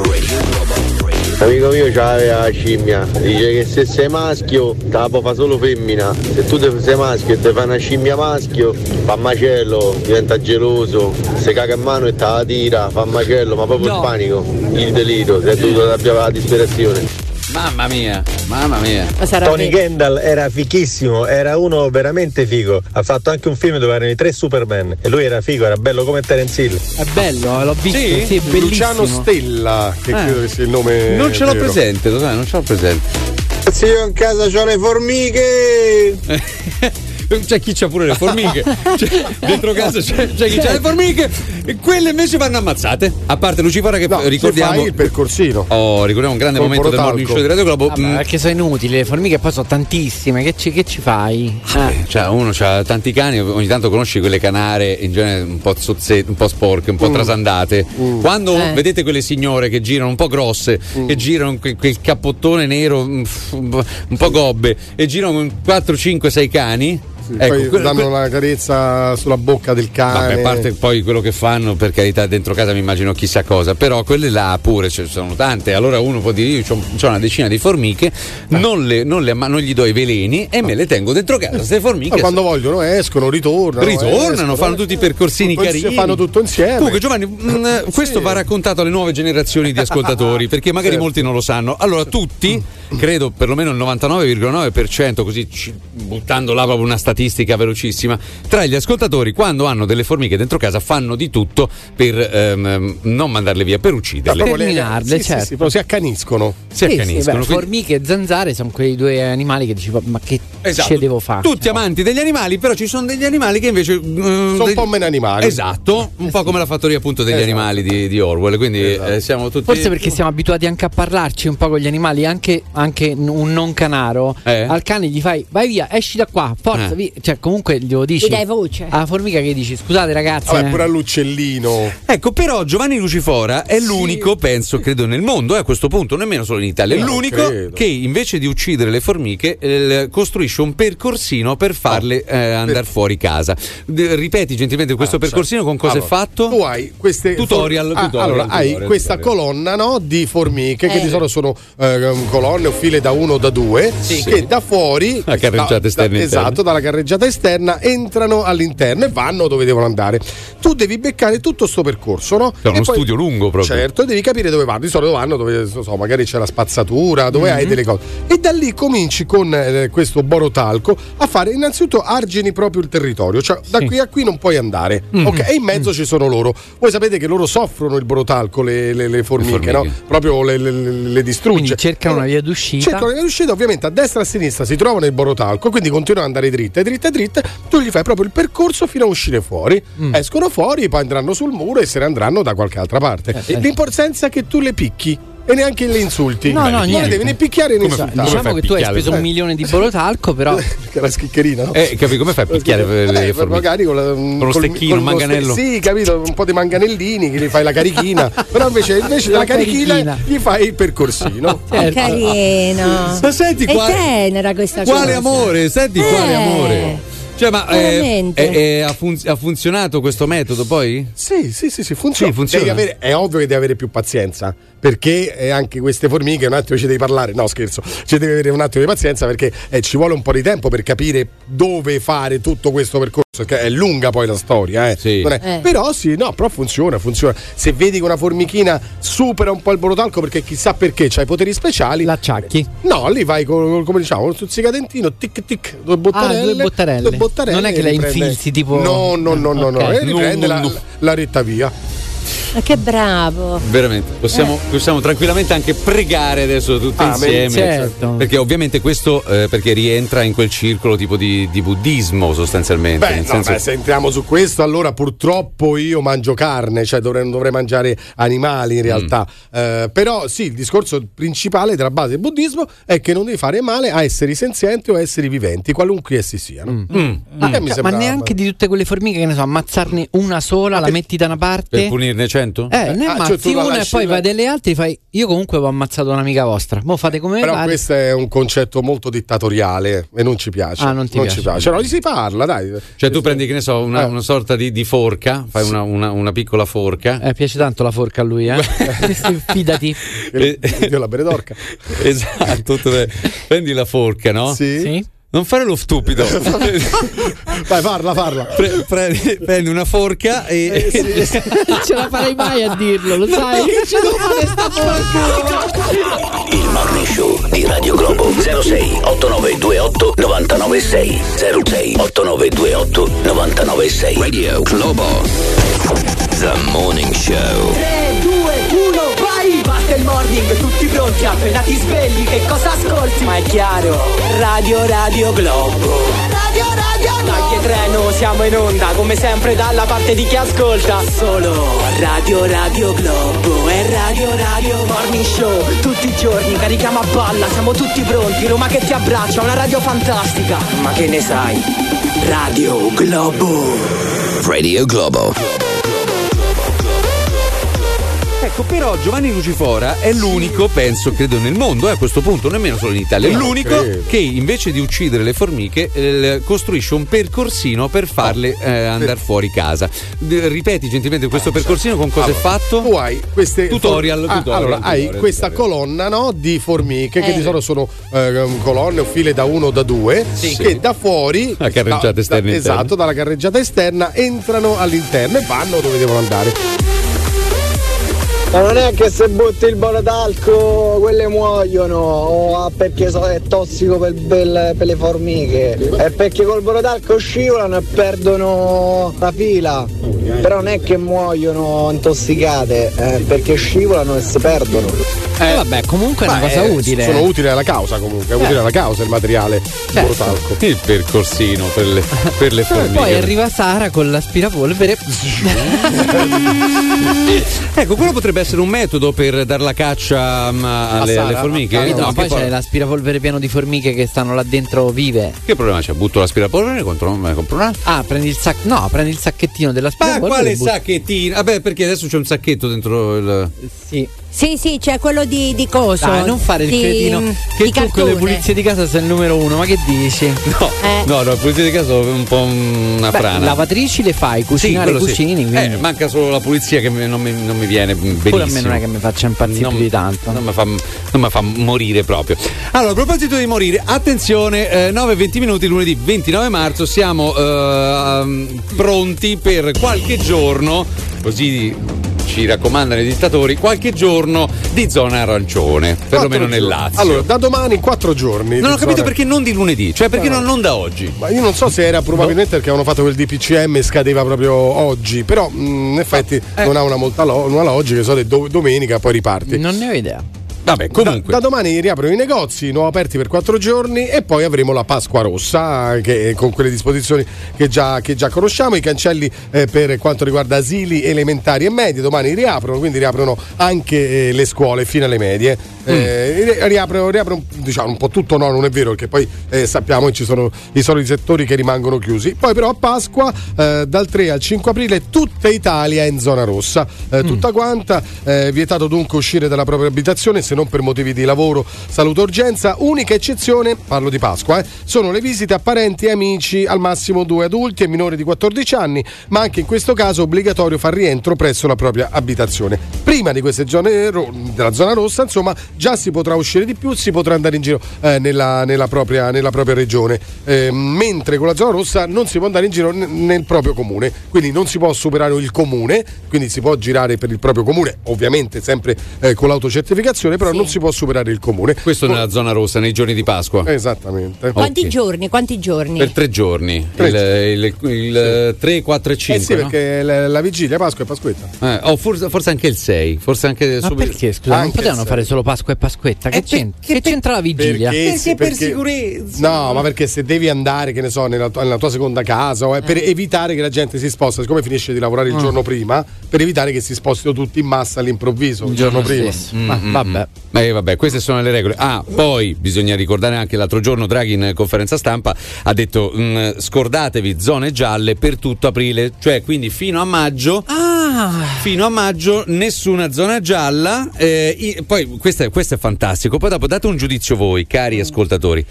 Amico mio c'aveva la scimmia, dice che se sei maschio te la può fa solo femmina, se tu te- sei maschio e ti fai una scimmia maschio fa macello, diventa geloso, se caga in mano e te la tira, fa macello, ma proprio No. il panico, il delirio, si è dovuto arrabbiare la disperazione. Mamma mia, mamma mia. Ma sarà Tony vero. Kendall era fichissimo, era uno veramente figo. Ha fatto anche un film dove erano i tre Superman e lui era figo, era bello come Terence Hill. È bello, l'ho visto, Sì? sì, è bellissimo. Luciano Stella, che Eh. credo che sia il nome. Non ce l'ho vero. presente, lo sai, non ce l'ho presente. Se io in casa c'ho le formiche. C'è chi c'ha pure le formiche. C'è- dentro casa c'è, c'è chi c'ha le formiche. E quelle invece vanno ammazzate. A parte Lucifora che No, ricordiamo. se fai il percorsino. Oh, ricordiamo un grande Col momento del porotalco. morning show di Radio Globo. Vabbè, Mm, perché sono inutili, le formiche poi sono tantissime, che ci, che ci fai? Eh. Cioè, uno ha tanti cani, ogni tanto conosci quelle canare in genere un po' zozzette, un po' sporche, un po' trasandate. Quando Eh. vedete quelle signore che girano un po' grosse, che girano quel, quel cappottone nero mm, un po' un po' gobbe e girano con quattro, cinque, sei cani, sì, ecco, poi quello, danno que- la carezza sulla bocca del cane. Vabbè, a parte poi quello che fanno, per carità, dentro casa mi immagino chissà cosa, però quelle là pure ce ne sono tante. Allora uno può dire: io ho una decina di formiche, eh. non, le, non, le, non gli do i veleni e me le tengo dentro casa. Queste formiche ma quando vogliono escono, ritornano. Ritornano, escono, fanno tutti i percorsini tutto, carini. Fanno tutto insieme. Comunque, Giovanni, mh, questo sì. va raccontato alle nuove generazioni di ascoltatori, perché magari certo. molti non lo sanno. Allora, tutti, credo perlomeno il novantanove virgola nove per cento, così ci, buttando là proprio una statistica velocissima, tra gli ascoltatori, quando hanno delle formiche dentro casa, fanno di tutto per ehm, non mandarle via, per ucciderle, per minarle, sì, certo. sì, sì, si accaniscono. Si sì, accaniscono. Sì, beh, quindi... formiche e zanzare sono quei due animali che dici: ma che esatto. ce devo fare? Tutti amanti degli animali, però ci sono degli animali che invece uh, sono degli... un po' meno animali. Esatto, un eh po' sì. come la fattoria appunto degli esatto. animali di, di Orwell. Quindi esatto. eh, siamo tutti. Forse perché siamo abituati anche a parlarci un po' con gli animali, anche, anche un non canaro. Eh? Al cane gli fai: vai via, esci da qua, forza, eh. via. Cioè, comunque glielo dici. Gli dai voce. Alla formica che dici: scusate ragazzi. Vabbè, eh. pure all'uccellino. Ecco, però Giovanni Lucifora è l'unico, sì. penso, credo nel mondo, eh, a questo punto, nemmeno solo in Italia, è no, l'unico credo. che invece di uccidere le formiche eh, costruisce un percorsino per farle eh, andare fuori casa. D- ripeti gentilmente questo ah, percorsino, con cosa allora, è fatto? Tu hai queste tutorial, for- ah, tutorial, allora tutorial, hai tutorial, questa tutorial. colonna, no, di formiche eh. che di solito sono eh, colonne o file da uno o da due sì. che da fuori la carreggiata da, esterna da, interna. esatto, dalla carreggiata esterna entrano all'interno e vanno dove devono andare. Tu devi beccare tutto sto percorso, no? È uno poi, studio lungo proprio. Certo, devi capire dove vanno. Di solito vanno dove, non so, magari c'è la spazzatura, dove mm-hmm. hai delle cose. E da lì cominci con eh, questo borotalco a fare innanzitutto argini proprio il territorio, cioè da sì. qui a qui non puoi andare, mm-hmm. ok? E in mezzo mm-hmm. ci sono loro. Voi sapete che loro soffrono il borotalco, le, le, le, formiche, le formiche, no? Proprio le, le, le distrugge. Quindi cercano una via d'uscita. Cercano una via d'uscita, ovviamente a destra e a sinistra si trovano il borotalco, quindi continuano ad andare dritte, dritte, dritte. Tu gli fai proprio il percorso fino a uscire fuori. Mm. Escono fuori, poi andranno sul muro e se ne andranno da qualche altra parte. Eh, L'importanza è che tu le picchi e neanche le insulti. No, no, non niente. le devi né picchiare né Come, insultare. diciamo che tu hai speso eh. un milione di borotalco, però che la schiccherina, no? Eh, capi come fai a picchiare le, le eh, magari con, la, con lo stecchino, un manganello. Ste- sì, capito, un po' di manganellini che gli fai la carichina. Però invece, invece della carichina, carichina gli fai il percorsino. Certo. Carino. Ma senti è quale, tenera questa quale cosa. amore, senti eh. quale amore. Cioè, ma eh, è, è, ha, fun- ha funzionato questo metodo poi? Sì, sì, sì, sì, funziona. Sì, funziona. Devi avere, è ovvio che devi avere più pazienza, perché eh, anche queste formiche un attimo ci devi parlare, no scherzo, ci devi avere un attimo di pazienza perché eh, ci vuole un po' di tempo per capire dove fare tutto questo percorso, perché è lunga poi la storia, eh. Sì. Non è, Eh. però sì, no, però funziona, funziona. Se vedi che una formichina supera un po' il borotalco perché chissà perché c'ha i poteri speciali, l'acciacchi. No, lì vai con, come diciamo, un stuzzicadentino, tic tic, due bottarelle, ah, due bottarelle. due bottarelle. Non è che la riprende... infilzi tipo No, no, no, no, okay. no, e riprende no, la, no. la retta via. Ma che bravo. Veramente, possiamo, eh. possiamo tranquillamente anche pregare adesso tutti ah, insieme. Certo. Perché ovviamente questo eh, perché rientra in quel circolo tipo di, di buddismo sostanzialmente. Beh, nel no, senso... beh, se entriamo su questo, allora purtroppo io mangio carne, cioè dovrei, dovrei mangiare animali in realtà. Mm. Eh, però sì, il discorso principale della base del buddismo è che non devi fare male a esseri senzienti o a esseri viventi, qualunque essi siano. Mm. Mm. Ma, mi ma sembra... neanche di tutte quelle formiche, che ne so, ammazzarne una sola, la per... metti da una parte. Per punirne cento? Eh, ne ah, ammazzi cioè una lasci... e poi vai delle altre e fai: io comunque ho ammazzato un'amica vostra, mo fate come però pare. questo è un concetto molto dittatoriale e non ci piace. Ah, non ti non piace. ci piace. No, si parla, dai. Cioè tu prendi, che ne so, una, eh. una sorta di, di forca, fai sì. una, una, una piccola forca. Eh, piace tanto la forca a lui, eh? Fidati. Io la beredorca. Esatto, prendi la forca, no? Sì. Sì. Non fare lo stupido. Vai, parla, parla. Pre- pre- prendi una forca e. Eh, sì. Non ce la farei mai a dirlo, lo sai? Che ce devo fare sta forca? Il Morning Show di Radio Globo. Zero sei otto nove due otto nove nove sei zero sei otto nove due otto nove nove sei. Radio Globo. The Morning Show. tre, due, uno, vai! Parte il morning, tutti pronti, appena ti svegli, che cosa ascolti? Ma è chiaro, Radio Radio Globo. Radio Radio Globo. Dai che treno, siamo in onda, come sempre dalla parte di chi ascolta. Solo Radio Radio Globo e Radio Radio Morning Show. Tutti i giorni carichiamo a palla, siamo tutti pronti, Roma che ti abbraccia, una radio fantastica. Ma che ne sai? Radio Globo. Radio Globo. Ecco, però Giovanni Lucifora è l'unico, penso, credo nel mondo, eh, a questo punto, nemmeno solo in Italia, è No, l'unico credo. che invece di uccidere le formiche eh, costruisce un percorsino per farle eh, andare fuori casa. D- ripeti gentilmente questo percorsino con cosa Allora, è fatto? Tu hai queste Tutorial, ah, tutorial, allora, hai tutorial, questa tutorial. colonna, no, di formiche che Eh. di solito sono eh, colonne o file da uno o da due Sì. che da fuori La carreggiata da- esterna da- e interna. esatto, dalla carreggiata esterna entrano all'interno e vanno dove devono andare. Ma non è che se butti il borotalco quelle muoiono o perché so- è tossico per, per- per le formiche, è perché col borotalco scivolano e perdono la fila, però non è che muoiono intossicate, eh, perché scivolano e si perdono. Eh, vabbè, comunque è una Ma cosa è- utile. Sono utili alla causa comunque, è utile alla causa il materiale il borotalco. Il percorsino per le, per le formiche. Poi arriva Sara con l'aspirapolvere. Ecco, quello potrebbe essere un metodo per dar la caccia um, alle, Sara? alle formiche. Ah, No, No, poi che, c'è l'aspirapolvere pieno di formiche che stanno là dentro vive. che problema c'è? Butto l'aspirapolvere contro me compro un altro. Ah, prendi il sac. No, prendi il sacchettino Ma dell'aspirapolvere. quale e butti- sacchettino? Vabbè, perché adesso c'è un sacchetto dentro il. Sì. Sì, sì, c'è quello di, di coso. Dai, non fare il di- cretino. Che di tu con le cartone. pulizie di casa sei il numero uno, ma che dici? No, Eh. no, no, pulizia di casa è un po' una Beh, frana. lavatrici le fai, Sì, cucinare quello sì. cucini, quindi Eh, manca solo la pulizia che mi- non mi, non mi viene benissimo. pure a me non è che mi faccia impazzire Non- più di tanto. Non mi fa, non mi fa morire proprio. Allora, a proposito di morire, attenzione, eh, nove e venti minuti, lunedì ventinove marzo, siamo eh, pronti per qualche giorno, così ci raccomandano i dittatori, qualche giorno di zona arancione, perlomeno Quattro nel giorni. Lazio. Allora, da domani quattro giorni. non ho di capito zona- perché non di lunedì, cioè perché No, non, no. non da oggi. Ma io non so se era probabilmente perché avevano fatto quel D P C M e scadeva proprio oggi, però mh, in effetti Eh. non ha una, molta lo- una logica, so che do- domenica poi riparti. Non ne ho idea. Vabbè, comunque. Da, da domani riaprono i negozi, nuovo aperti per quattro giorni e poi avremo la Pasqua Rossa che, con quelle disposizioni che già, che già conosciamo. I cancelli eh, per quanto riguarda asili elementari e medie domani riaprono, quindi riaprono anche eh, le scuole fino alle medie. Eh, ri- riaprono, riaprono diciamo un po' tutto, no, non è vero, perché poi eh, sappiamo che ci sono i soliti settori che rimangono chiusi. Poi però a Pasqua eh, dal tre al cinque aprile tutta Italia è in zona rossa, eh, tutta quanta, eh, vietato dunque uscire dalla propria abitazione se non per motivi di lavoro, salute o urgenza. Unica eccezione, parlo di Pasqua, eh, sono le visite a parenti e amici, al massimo due adulti e minori di quattordici anni, ma anche in questo caso è obbligatorio far rientro presso la propria abitazione. Prima di queste zone ro- della zona rossa, insomma, già si potrà uscire di più, si potrà andare in giro eh, nella, nella, propria, nella propria regione, eh, mentre con la zona rossa non si può andare in giro n- nel proprio comune, quindi non si può superare il comune, quindi si può girare per il proprio comune, ovviamente sempre eh, con l'autocertificazione, però non si può superare il comune. Questo nella zona rossa, nei giorni di Pasqua. Esattamente. Quanti Ok. giorni? Quanti giorni? Per tre giorni. Tre il, il, il tre, quattro e Eh cinque. sì, perché la, la vigilia, Pasqua e Pasquetta. Eh, o forse, forse anche il sei. Forse anche Ma subito- perché scusa, non Anche potevano se- fare solo Pasqua e Pasquetta? Che, Eh, c'entra? perché- che c'entra la vigilia? Perché, sì, per perché- sicurezza. No, ma perché se devi andare, che ne so, nella tua, nella tua seconda casa, o è per evitare che la gente si sposta, siccome finisce di lavorare il Mm. giorno prima, per evitare che si spostino tutti in massa all'improvviso il giorno prima. stesso. Mm, Ma mm, vabbè. mm. Eh, vabbè, queste sono le regole. Ah, poi bisogna ricordare anche l'altro giorno Draghi in conferenza stampa ha detto mh, scordatevi zone gialle per tutto aprile, cioè quindi fino a maggio. Ah, Fino a maggio nessuna zona gialla. Eh, i- poi questo è, questo è fantastico. Poi dopo date un giudizio voi, cari ascoltatori,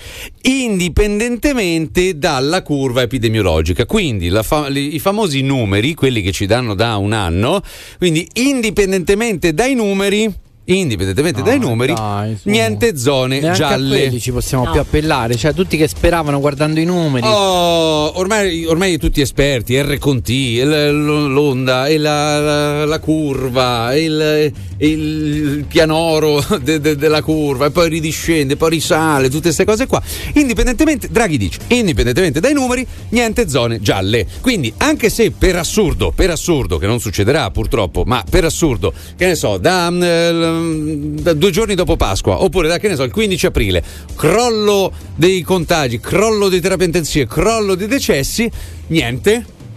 indipendentemente dalla curva epidemiologica. Quindi la fa- li- i famosi numeri, quelli che ci danno da un anno, quindi indipendentemente dai numeri. Indipendentemente No, dai numeri, dai, su. niente zone neanche a gialle. quelli ci possiamo No. più appellare, cioè tutti che speravano guardando i numeri. Oh, ormai, ormai tutti esperti, R con T, il- l'onda, e la, la- la curva, il, il pianoro de- de- della curva, e poi ridiscende, poi risale, tutte queste cose qua. Indipendentemente, Draghi dice, indipendentemente dai numeri, niente zone gialle. Quindi, anche se per assurdo, per assurdo, che non succederà purtroppo, ma per assurdo, che ne so, da, mm, l- da due giorni dopo Pasqua, oppure da, che ne so, il quindici aprile, crollo dei contagi, crollo di terapie intensive, crollo di decessi, niente.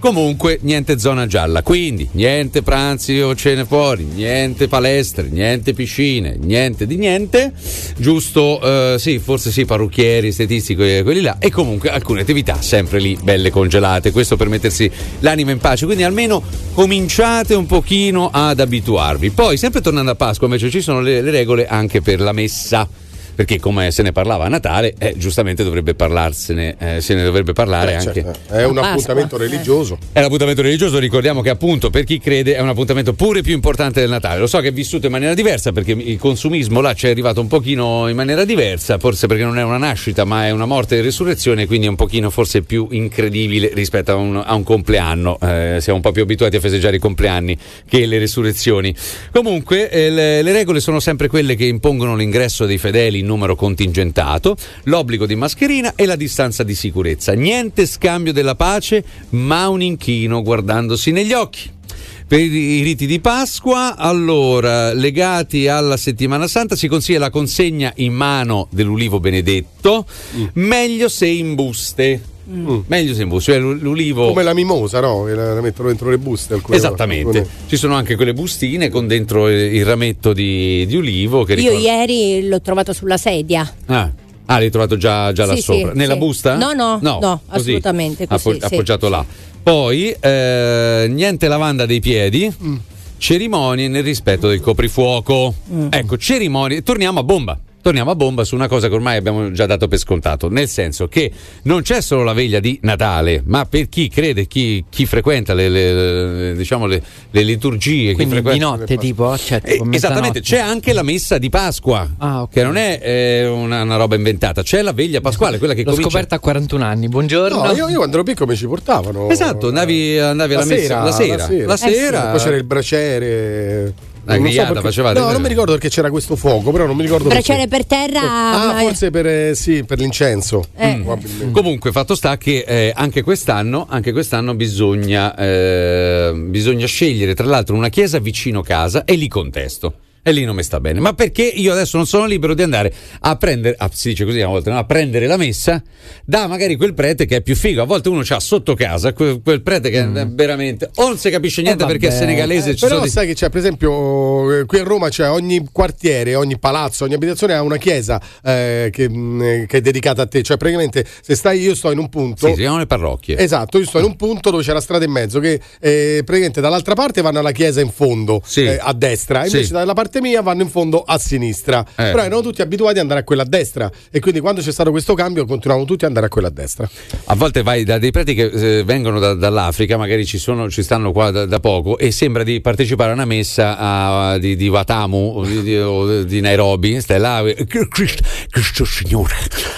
Comunque niente zona gialla, quindi niente pranzi o cene fuori, niente palestre, niente piscine, niente di niente, giusto eh, sì, forse sì, parrucchieri, estetisti, quelli là, e comunque alcune attività sempre lì belle congelate, questo per mettersi l'anima in pace, quindi almeno cominciate un pochino ad abituarvi. Poi sempre tornando a Pasqua invece ci sono le, le regole anche per la messa, perché come se ne parlava a Natale, eh, giustamente dovrebbe parlarsene, eh, se ne dovrebbe parlare eh, anche. Certo. È un appuntamento religioso. È un appuntamento religioso, ricordiamo che appunto per chi crede è un appuntamento pure più importante del Natale. Lo so che è vissuto in maniera diversa perché il consumismo là ci è arrivato un pochino in maniera diversa, forse perché non è una nascita ma è una morte e risurrezione, quindi è un pochino forse più incredibile rispetto a un, a un compleanno. Eh, siamo un po' più abituati a festeggiare i compleanni che le risurrezioni. Comunque eh, le, le regole sono sempre quelle che impongono l'ingresso dei fedeli numero contingentato, l'obbligo di mascherina e la distanza di sicurezza. Niente scambio della pace, ma un inchino guardandosi negli occhi. Per i riti di Pasqua, allora, legati alla settimana santa, si consiglia la consegna in mano dell'ulivo benedetto, mm. meglio se in buste. Mm. Meglio se in buste, cioè l'ulivo come la mimosa, no? La mettono dentro le buste alcune esattamente volte. Ci sono anche quelle bustine con dentro il rametto di, di ulivo che io ricordo... ieri l'ho trovato sulla sedia. Ah, ah l'hai trovato già, già là sì, sopra sì, nella sì. busta? No no no, no così, assolutamente così, appo- sì. appoggiato là. Poi eh, niente lavanda dei piedi. Mm. Cerimonie nel rispetto del coprifuoco. Mm. Ecco, cerimonie. Torniamo a bomba. Torniamo a bomba su una cosa che ormai abbiamo già dato per scontato, nel senso che non c'è solo la veglia di Natale, ma per chi crede, chi, chi frequenta le, le, le, diciamo le, le liturgie, quindi chi di notte tipo, cioè, tipo eh, esattamente, c'è anche la messa di Pasqua, ah, okay. che non è eh, una, una roba inventata, c'è la veglia pasquale, quella che l'ho comincia... scoperta a quarantuno anni. Buongiorno. No, io, io quando ero piccolo mi ci portavano. Esatto, andavi, andavi la alla messa sera, la sera, la sera, la sera. Eh sì, poi c'era il braciere. La non grigliata so perché, facevate? no, non mi ricordo perché c'era questo fuoco, però non mi ricordo braciere perché. per terra. Ah, ma... forse per eh, sì, per l'incenso. Eh. Mm. Comunque, fatto sta che eh, anche quest'anno, anche quest'anno bisogna, eh, bisogna scegliere, tra l'altro, una chiesa vicino casa, e lì contesto. E lì non mi sta bene. Ma perché io adesso non sono libero di andare a prendere, ah, si dice così una volta, no? a prendere la messa da magari quel prete che è più figo. A volte uno c'ha sotto casa quel, quel prete che mm. è veramente o non si capisce niente eh, perché è senegalese. Eh, ci però sono sai che c'è, per esempio, qui a Roma c'è ogni quartiere, ogni palazzo, ogni abitazione ha una chiesa eh, che, mh, che è dedicata a te. Cioè, praticamente, se stai, io sto in un punto. Sì, si chiamano le parrocchie. Esatto, io sto in un punto dove c'è la strada in mezzo, che eh, praticamente dall'altra parte vanno alla chiesa in fondo, sì. eh, a destra, invece sì. dalla parte mia vanno in fondo a sinistra, eh. però erano tutti abituati ad andare a quella a destra, e quindi quando c'è stato questo cambio continuavano tutti ad andare a quella a destra. A volte vai da dei preti che eh, vengono da, dall'Africa, magari ci sono, ci stanno qua da, da poco, e sembra di partecipare a una messa a, di, di Watamu di, di, o di Nairobi, stai là, Cristo, Cristo Signore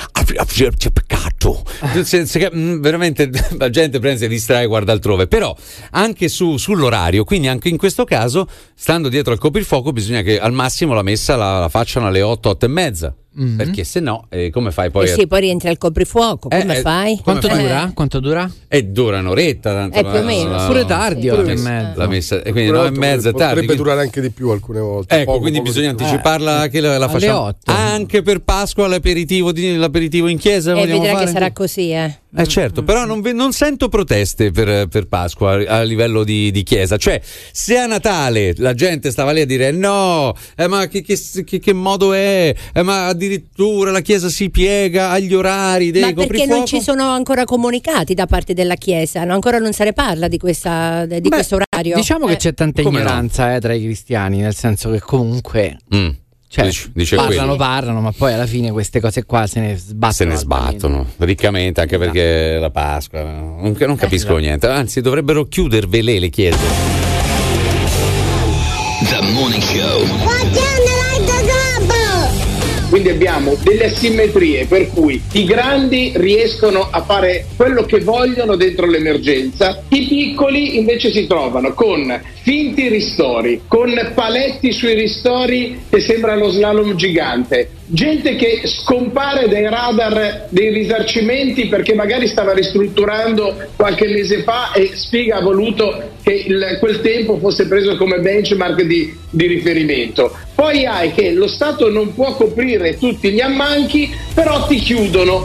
c'è peccato, se, se, veramente la gente prende, si distrae e guarda altrove. Però anche su, sull'orario, quindi anche in questo caso, stando dietro al coprifuoco, bisogna che al massimo la messa la, la facciano alle otto, otto e mezza. Mm-hmm. Perché se no, eh, come fai poi? Eh sì, poi rientri al coprifuoco, come eh, fai? Quanto come dura? fai? Quanto dura? E dura un'oretta, tanto eh, più o meno. La, pure tardi, la, otto la, e mezza. La messa, e quindi nove e mezza è tardi. Potrebbe durare anche di più alcune volte. Ecco, poco, quindi poco bisogna di anticiparla, eh, che la, la facciamo otto. Anche per Pasqua l'aperitivo, di, l'aperitivo in chiesa. E eh, vedrai fare? che sarà così, eh. Eh certo, però non, non sento proteste per, per Pasqua a livello di, di chiesa. Cioè, se a Natale la gente stava lì a dire no, eh, ma che, che, che, che modo è? Eh, ma addirittura la chiesa si piega agli orari dei ma perché coprifuoco? non ci sono ancora comunicati da parte della chiesa, no? Ancora non se ne parla di, questa, di Beh, questo orario. Diciamo eh. che c'è tanta Come ignoranza no? eh, tra i cristiani, nel senso che comunque mm. Cioè, dice, dice parlano, quello. parlano, ma poi alla fine queste cose qua se ne sbattono. Se ne sbattono riccamente, anche perché la Pasqua non, non capiscono eh, niente. Anzi, dovrebbero chiudervele le chiese. The Morning Show. Quindi abbiamo delle asimmetrie per cui i grandi riescono a fare quello che vogliono dentro l'emergenza, i piccoli invece si trovano con finti ristori, con paletti sui ristori che sembrano slalom gigante, gente che scompare dai radar dei risarcimenti perché magari stava ristrutturando qualche mese fa e Sfiga ha voluto che il, quel tempo fosse preso come benchmark di, di riferimento. Poi hai che lo Stato non può coprire tutti gli ammanchi, però ti chiudono.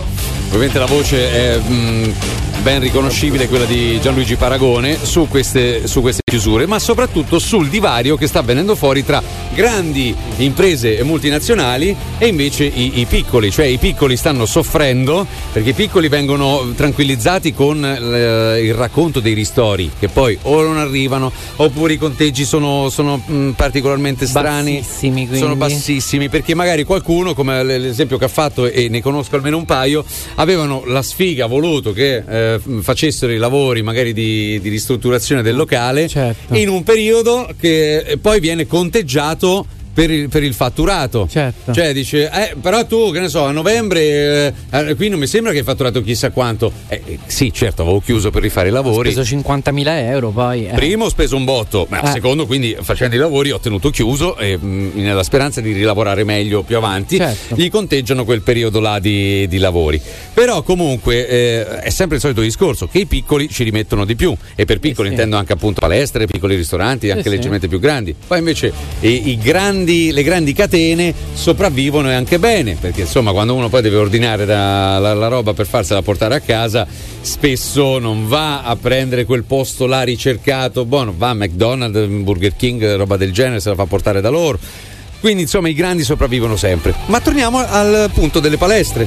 ovviamente la voce è mh, ben riconoscibile, quella di Gianluigi Paragone, su queste, su queste chiusure, ma soprattutto sul divario che sta venendo fuori tra grandi imprese multinazionali e invece i, i piccoli, cioè i piccoli stanno soffrendo perché i piccoli vengono tranquillizzati con eh, il racconto dei ristori che poi o non arrivano oppure i conteggi sono, sono mh, particolarmente strani, bassissimi, quindi. sono bassissimi perché magari qualcuno, come l'esempio che ha fatto e ne conosco almeno un paio, avevano la sfiga voluto che eh, facessero i lavori magari di, di ristrutturazione del locale, certo, in un periodo che poi viene conteggiato per il, per il fatturato, certo. Cioè dice eh, però tu che ne so a novembre eh, qui non mi sembra che hai fatturato chissà quanto, eh, sì certo avevo chiuso per rifare i lavori, ho speso cinquantamila euro poi eh. primo ho speso un botto ma eh. secondo quindi facendo i lavori ho tenuto chiuso e mh, nella speranza di rilavorare meglio più avanti, certo, gli conteggiano quel periodo là di, di lavori, però comunque eh, è sempre il solito discorso che i piccoli ci rimettono di più e per piccoli eh sì. intendo anche appunto palestre, piccoli ristoranti anche eh leggermente sì. più grandi, poi invece i, i grandi le grandi catene sopravvivono e anche bene perché insomma quando uno poi deve ordinare la, la, la roba per farsela portare a casa spesso non va a prendere quel posto là ricercato, buono, va a McDonald's, Burger King, roba del genere, se la fa portare da loro, quindi insomma i grandi sopravvivono sempre. Ma torniamo al punto delle palestre.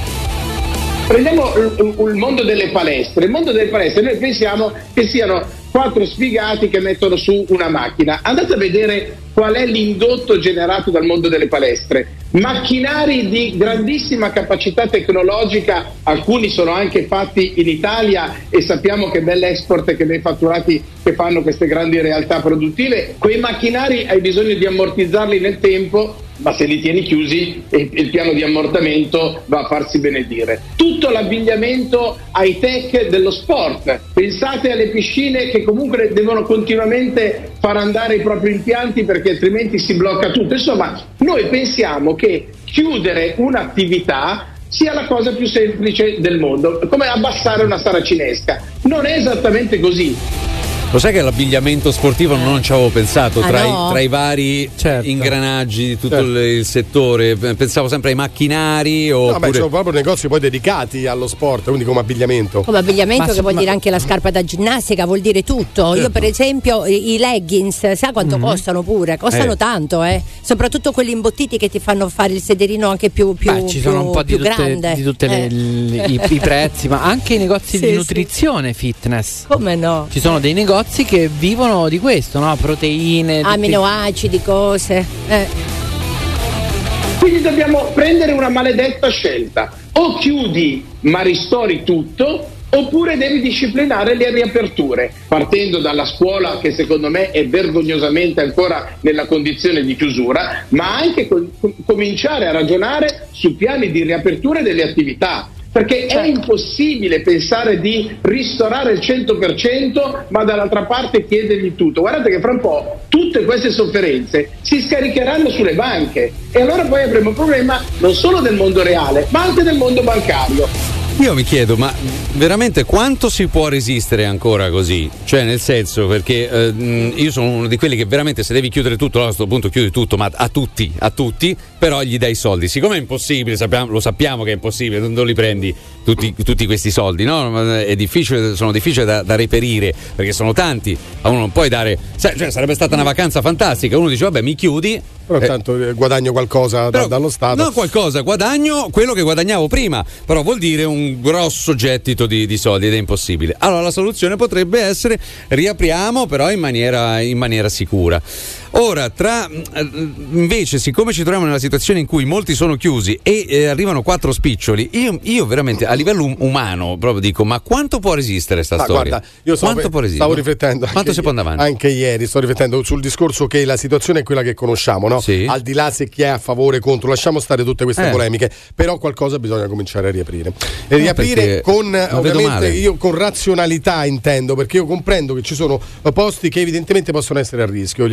Prendiamo il, il mondo delle palestre. Il mondo delle palestre noi pensiamo che siano quattro sfigati che mettono su una macchina. Andate a vedere qual è l'indotto generato dal mondo delle palestre. Macchinari di grandissima capacità tecnologica, alcuni sono anche fatti in Italia e sappiamo che bell'export e che bei fatturati che fanno queste grandi realtà produttive. Quei macchinari hai bisogno di ammortizzarli nel tempo, ma se li tieni chiusi il piano di ammortamento va a farsi benedire. Tutto l'abbigliamento high tech dello sport, pensate alle piscine che comunque devono continuamente far andare i propri impianti perché altrimenti si blocca tutto. Insomma, noi pensiamo che chiudere un'attività sia la cosa più semplice del mondo, come abbassare una saracinesca. Non è esattamente così. Lo sai che l'abbigliamento sportivo non ci avevo pensato, ah, tra, no? i, tra i vari certo. ingranaggi di tutto certo. il, il settore, pensavo sempre ai macchinari o oppure... no, ci sono proprio negozi poi dedicati allo sport, quindi come abbigliamento. Come abbigliamento, ma, che vuol ma... dire anche la scarpa da ginnastica, vuol dire tutto. Certo. Io per esempio i leggings, sai quanto mm-hmm. costano pure? Costano eh. tanto, eh. Soprattutto quelli imbottiti che ti fanno fare il sederino anche più, più, Beh, ci più, sono un po' di tutte, grande. di tutte eh. le, le, i, i prezzi, ma anche i negozi sì, di nutrizione sì. fitness. Come no? Ci sono dei negozi che vivono di questo, no? Proteine, aminoacidi, cose. Eh. Quindi dobbiamo prendere una maledetta scelta: o chiudi ma ristori tutto, oppure devi disciplinare le riaperture, partendo dalla scuola che secondo me è vergognosamente ancora nella condizione di chiusura, ma anche com- cominciare a ragionare su piani di riapertura delle attività. Perché è impossibile pensare di ristorare il cento per cento ma dall'altra parte chiedergli tutto. Guardate che fra un po' tutte queste sofferenze si scaricheranno sulle banche e allora poi avremo un problema non solo del mondo reale ma anche del mondo bancario. Io mi chiedo, ma veramente quanto si può resistere ancora così? Cioè, nel senso, perché eh, io sono uno di quelli che veramente se devi chiudere tutto, allora a questo punto chiudi tutto, ma a tutti, a tutti, però gli dai i soldi. Siccome è impossibile, sappiamo, lo sappiamo che è impossibile, non li prendi tutti, tutti questi soldi, no? È difficile, sono difficili da, da reperire, perché sono tanti, a uno non puoi dare, cioè sarebbe stata una vacanza fantastica, uno dice vabbè mi chiudi, però intanto eh, guadagno qualcosa però, da, dallo Stato. No, qualcosa, guadagno quello che guadagnavo prima, però vuol dire un grosso gettito di, di soldi ed è impossibile. Allora la soluzione potrebbe essere riapriamo però in maniera, in maniera sicura. Ora, tra invece, siccome ci troviamo nella situazione in cui molti sono chiusi e eh, arrivano quattro spiccioli, io, io veramente a livello um- umano proprio dico, ma quanto può resistere sta ma storia? Guarda, io stavo, quanto può resistere? stavo riflettendo quanto si può andare avanti? Anche ieri sto riflettendo sul discorso che la situazione è quella che conosciamo, no? Sì. Al di là se chi è a favore o contro, lasciamo stare tutte queste eh. polemiche, però qualcosa bisogna cominciare a riaprire. E riaprire no, con ovviamente io con razionalità intendo, perché io comprendo che ci sono posti che evidentemente possono essere a rischio, gli assembramenti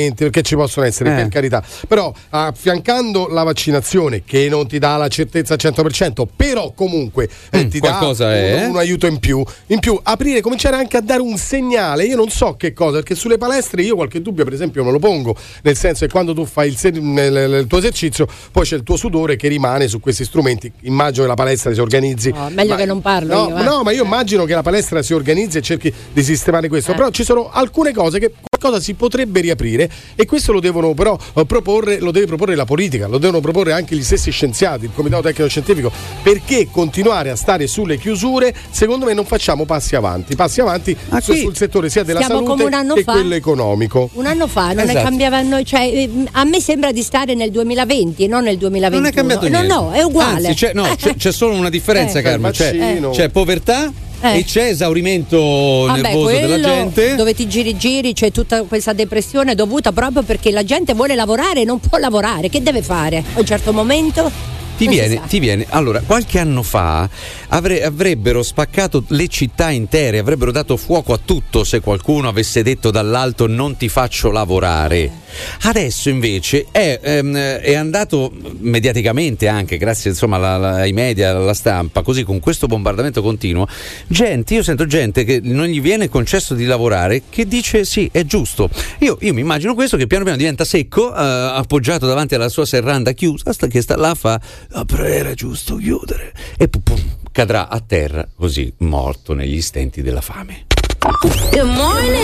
strumenti che ci possono essere, Eh. per carità, però affiancando la vaccinazione che non ti dà la certezza al cento per cento, però comunque eh, Mm, ti qualcosa dà è, un, eh? un aiuto in più, in più aprire, cominciare anche a dare un segnale. Io non so che cosa, perché sulle palestre io qualche dubbio per esempio me lo pongo, nel senso che quando tu fai il, se- nel- il tuo esercizio poi c'è il tuo sudore che rimane su questi strumenti. Immagino che la palestra si organizzi. No, meglio Ma- che non parlo No, io, eh. no, ma io immagino che la palestra si organizzi e cerchi di sistemare questo, Eh. però ci sono alcune cose che qualcosa si potrebbe riaprire e questo lo devono però eh, proporre, lo deve proporre la politica, lo devono proporre anche gli stessi scienziati, il comitato tecnico scientifico, perché continuare a stare sulle chiusure, secondo me non facciamo passi avanti, passi avanti su- qui sul settore sia della stiamo come un salute anno che fa. quello economico. Un anno fa non Esatto. ne cambiavano, cioè, eh, a me sembra di stare nel duemilaventi, non nel duemilaventuno. Non è cambiato no, niente. no, è uguale. Anzi, c'è, no, c'è, c'è solo una differenza, Eh. Carmen. C'è, Il vaccino. c'è povertà Eh. e c'è esaurimento Vabbè, nervoso della quello gente. dove ti giri giri c'è tutta questa depressione dovuta proprio perché la gente vuole lavorare e non può lavorare. Che deve fare? A un certo momento Ti non si viene, sa. ti viene. Allora, qualche anno fa avre- avrebbero spaccato le città intere, avrebbero dato fuoco a tutto se qualcuno avesse detto dall'alto non ti faccio lavorare. Adesso invece è, ehm, è andato mediaticamente anche, grazie insomma alla- alla- ai media, alla stampa, così con questo bombardamento continuo, gente, io sento gente che non gli viene concesso di lavorare che dice sì, è giusto. Io, io mi immagino questo che piano piano diventa secco, eh, appoggiato davanti alla sua serranda chiusa, sta, che sta là, fa "Ah, però era giusto chiudere", e pum, pum, cadrà a terra così morto negli stenti della fame. Good morning.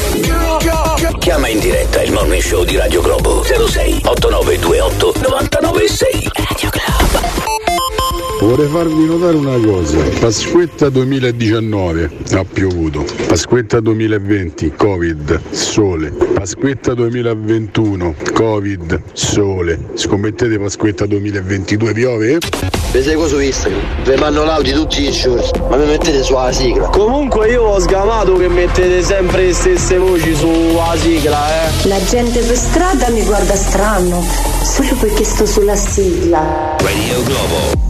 Chiama in diretta il Morning Show di Radio Globo zero sei otto nove due otto nove nove sei. Radio Globo. Vorrei farvi notare una cosa: Pasquetta duemiladiciannove ha piovuto, Pasquetta duemilaventi Covid, sole, Pasquetta duemilaventuno Covid, sole. Scommettete Pasquetta duemilaventidue piove? Vi seguo su Instagram, vi mando l'audio tutti i giorni, ma mi mettete sulla sigla. Comunque io ho sgamato che mettete sempre le stesse voci sulla sigla, eh. La gente per strada mi guarda strano, solo perché sto sulla sigla. Radio Globo.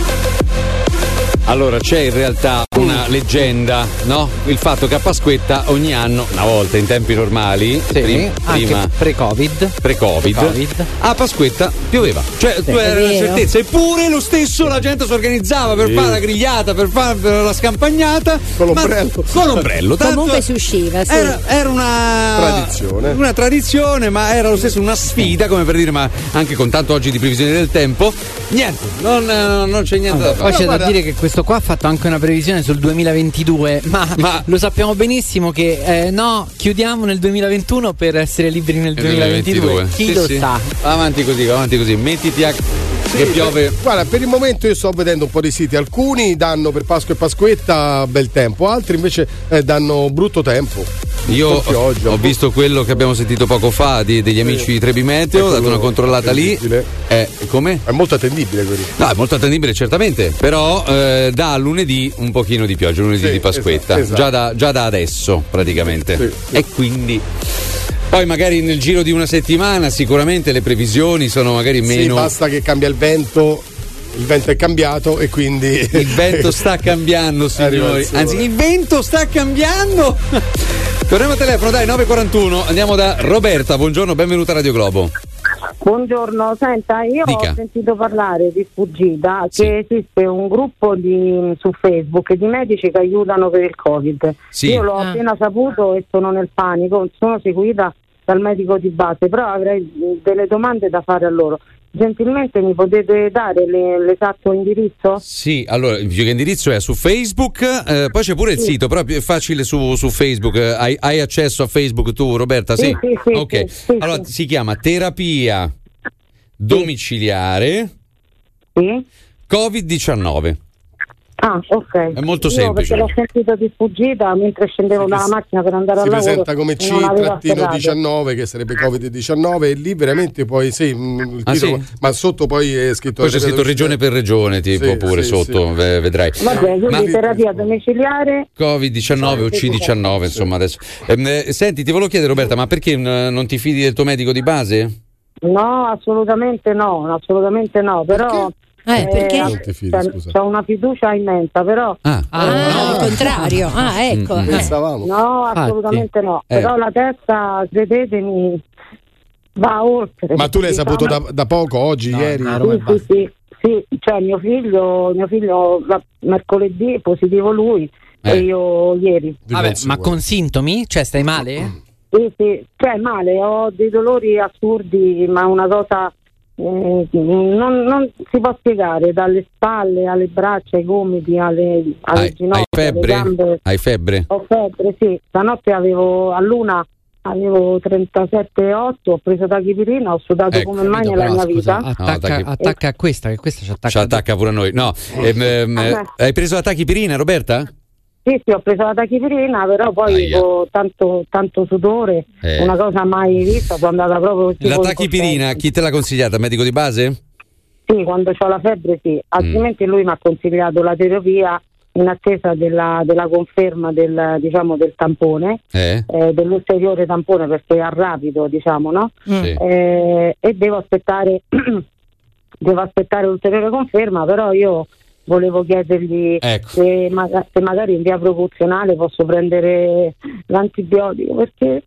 Allora c'è in realtà una leggenda, no? Il fatto che a Pasquetta ogni anno, una volta in tempi normali, Sì, prim- anche prima pre-Covid, pre-Covid, pre-Covid. a Pasquetta pioveva. Cioè tu è eri la vero. certezza, eppure lo stesso la gente si organizzava per Sì. fare la grigliata, per fare la scampagnata Con ma- l'ombrello. Con l'ombrello. Tanto Comunque si usciva, sì. Era, era una Tradizione. Una tradizione, ma era lo stesso una sfida, come per dire, ma anche con tanto oggi di previsione del tempo, niente, non, eh, non c'è niente da Poi fare. c'è da guarda- dire che questo qua ha fatto anche una previsione sul duemilaventidue, ma, Ma- lo sappiamo benissimo che eh, no, chiudiamo nel duemilaventuno per essere liberi nel duemilaventidue. Chi Sì, lo sì. sa? Va avanti così, va avanti così. Mettiti a che piove. Guarda, per il momento io sto vedendo un po' di siti, alcuni danno per Pasqua e Pasquetta bel tempo, altri invece eh, danno brutto tempo. Io Un po' pioggia, ho un po'. visto quello che abbiamo sentito poco fa di- degli amici di Trebi Meteo, ho dato una controllata lì. Eh, come? È molto attendibile quello. No, è molto attendibile certamente, però eh, da lunedì un pochino di pioggia, lunedì Sì, di Pasquetta, esatto, esatto. Già, da, già da adesso praticamente. Sì, sì. E quindi poi magari nel giro di una settimana sicuramente le previsioni sono magari Sì, meno... basta che cambia il vento, il vento è cambiato e quindi Il vento sta cambiando, Arriva signori. il sole. Anzi, il vento sta cambiando. Torniamo al telefono, dai, nove e quarantuno. Andiamo da Roberta. Buongiorno, benvenuta a Radio Globo. Buongiorno, senta, io Dica. ho sentito parlare di sfuggita che esiste un gruppo di, su Facebook di medici che aiutano per il Covid. Sì. Io l'ho Ah. appena saputo e sono nel panico, sono seguita dal medico di base, però avrei delle domande da fare a loro. Gentilmente mi potete dare le- l'esatto indirizzo? Sì, allora il mio indirizzo è su Facebook, eh, poi c'è pure il Sì. sito, però è facile su, su Facebook. Eh, Hai, hai accesso a Facebook tu, Roberta? Sì, Sì, sì, sì, ok. sì, sì, allora sì. si chiama terapia domiciliare Sì. covid diciannove. Ah, ok. È molto Io semplice. perché l'ho sentito di sfuggita mentre scendevo dalla macchina per andare si al lavoro. presenta come e non avevo afferrato. C diciannove che sarebbe covid diciannove e lì veramente poi sì, mh, il Ah, titolo, sì? ma sotto poi è scritto Poi c'è scritto regione per regione, tipo Sì, pure sì, sotto, sì. ve- vedrai. Vabbè, quindi Ma- terapia domiciliare. covid diciannove o C diciannove, insomma adesso. Ehm, eh, senti, ti volevo chiedere Roberta, ma perché eh, non ti fidi del tuo medico di base? No, assolutamente no, assolutamente no, però Eh, perché? Non ti fidi, c'è, scusa. c'è una fiducia immensa, però Ah, Ah, al contrario. Ah, ecco. Mm, mm. Eh. Pensavamo. no, assolutamente no. Eh. Però la testa, credetemi, va oltre. Ma tu l'hai diciamo, saputo da, da poco, oggi, no, ieri? Sì, sì, sì, sì, cioè mio figlio, mio figlio la, mercoledì è positivo lui Eh. e io ieri. Vabbè, ma con sintomi? Cioè, stai male? Sì, sì, cioè male, ho dei dolori assurdi, ma una cosa eh, non, non si può spiegare, dalle spalle alle braccia, ai gomiti, alle, alle Hai, ginocchia, hai febbre? alle gambe. Hai febbre? Ho febbre, sì. Stanotte avevo a luna avevo trentasette virgola otto, ho preso tachipirina, ho sudato Ecco, come mai nella mia vita. Attacca, No, attacca a questa, che questa ci attacca. Ci attacca pure a noi. No, ehm, ehm, Eh. hai preso la tachipirina, Roberta? Sì, sì, ho preso la tachipirina, però poi Aia. ho tanto, tanto sudore, Eh. una cosa mai vista, sono andata proprio tipo La in tachipirina, chi te l'ha consigliata? Medico di base? Sì, quando ho la febbre sì, altrimenti lui mi ha consigliato la terapia in attesa della, della conferma del, diciamo, del tampone, Eh? eh, dell'ulteriore tampone perché è a rapido, diciamo, no? Sì. Eh, e devo aspettare devo aspettare ulteriore conferma, però io volevo chiedergli Ecco. se, maga- se magari in via proporzionale posso prendere l'antibiotico perché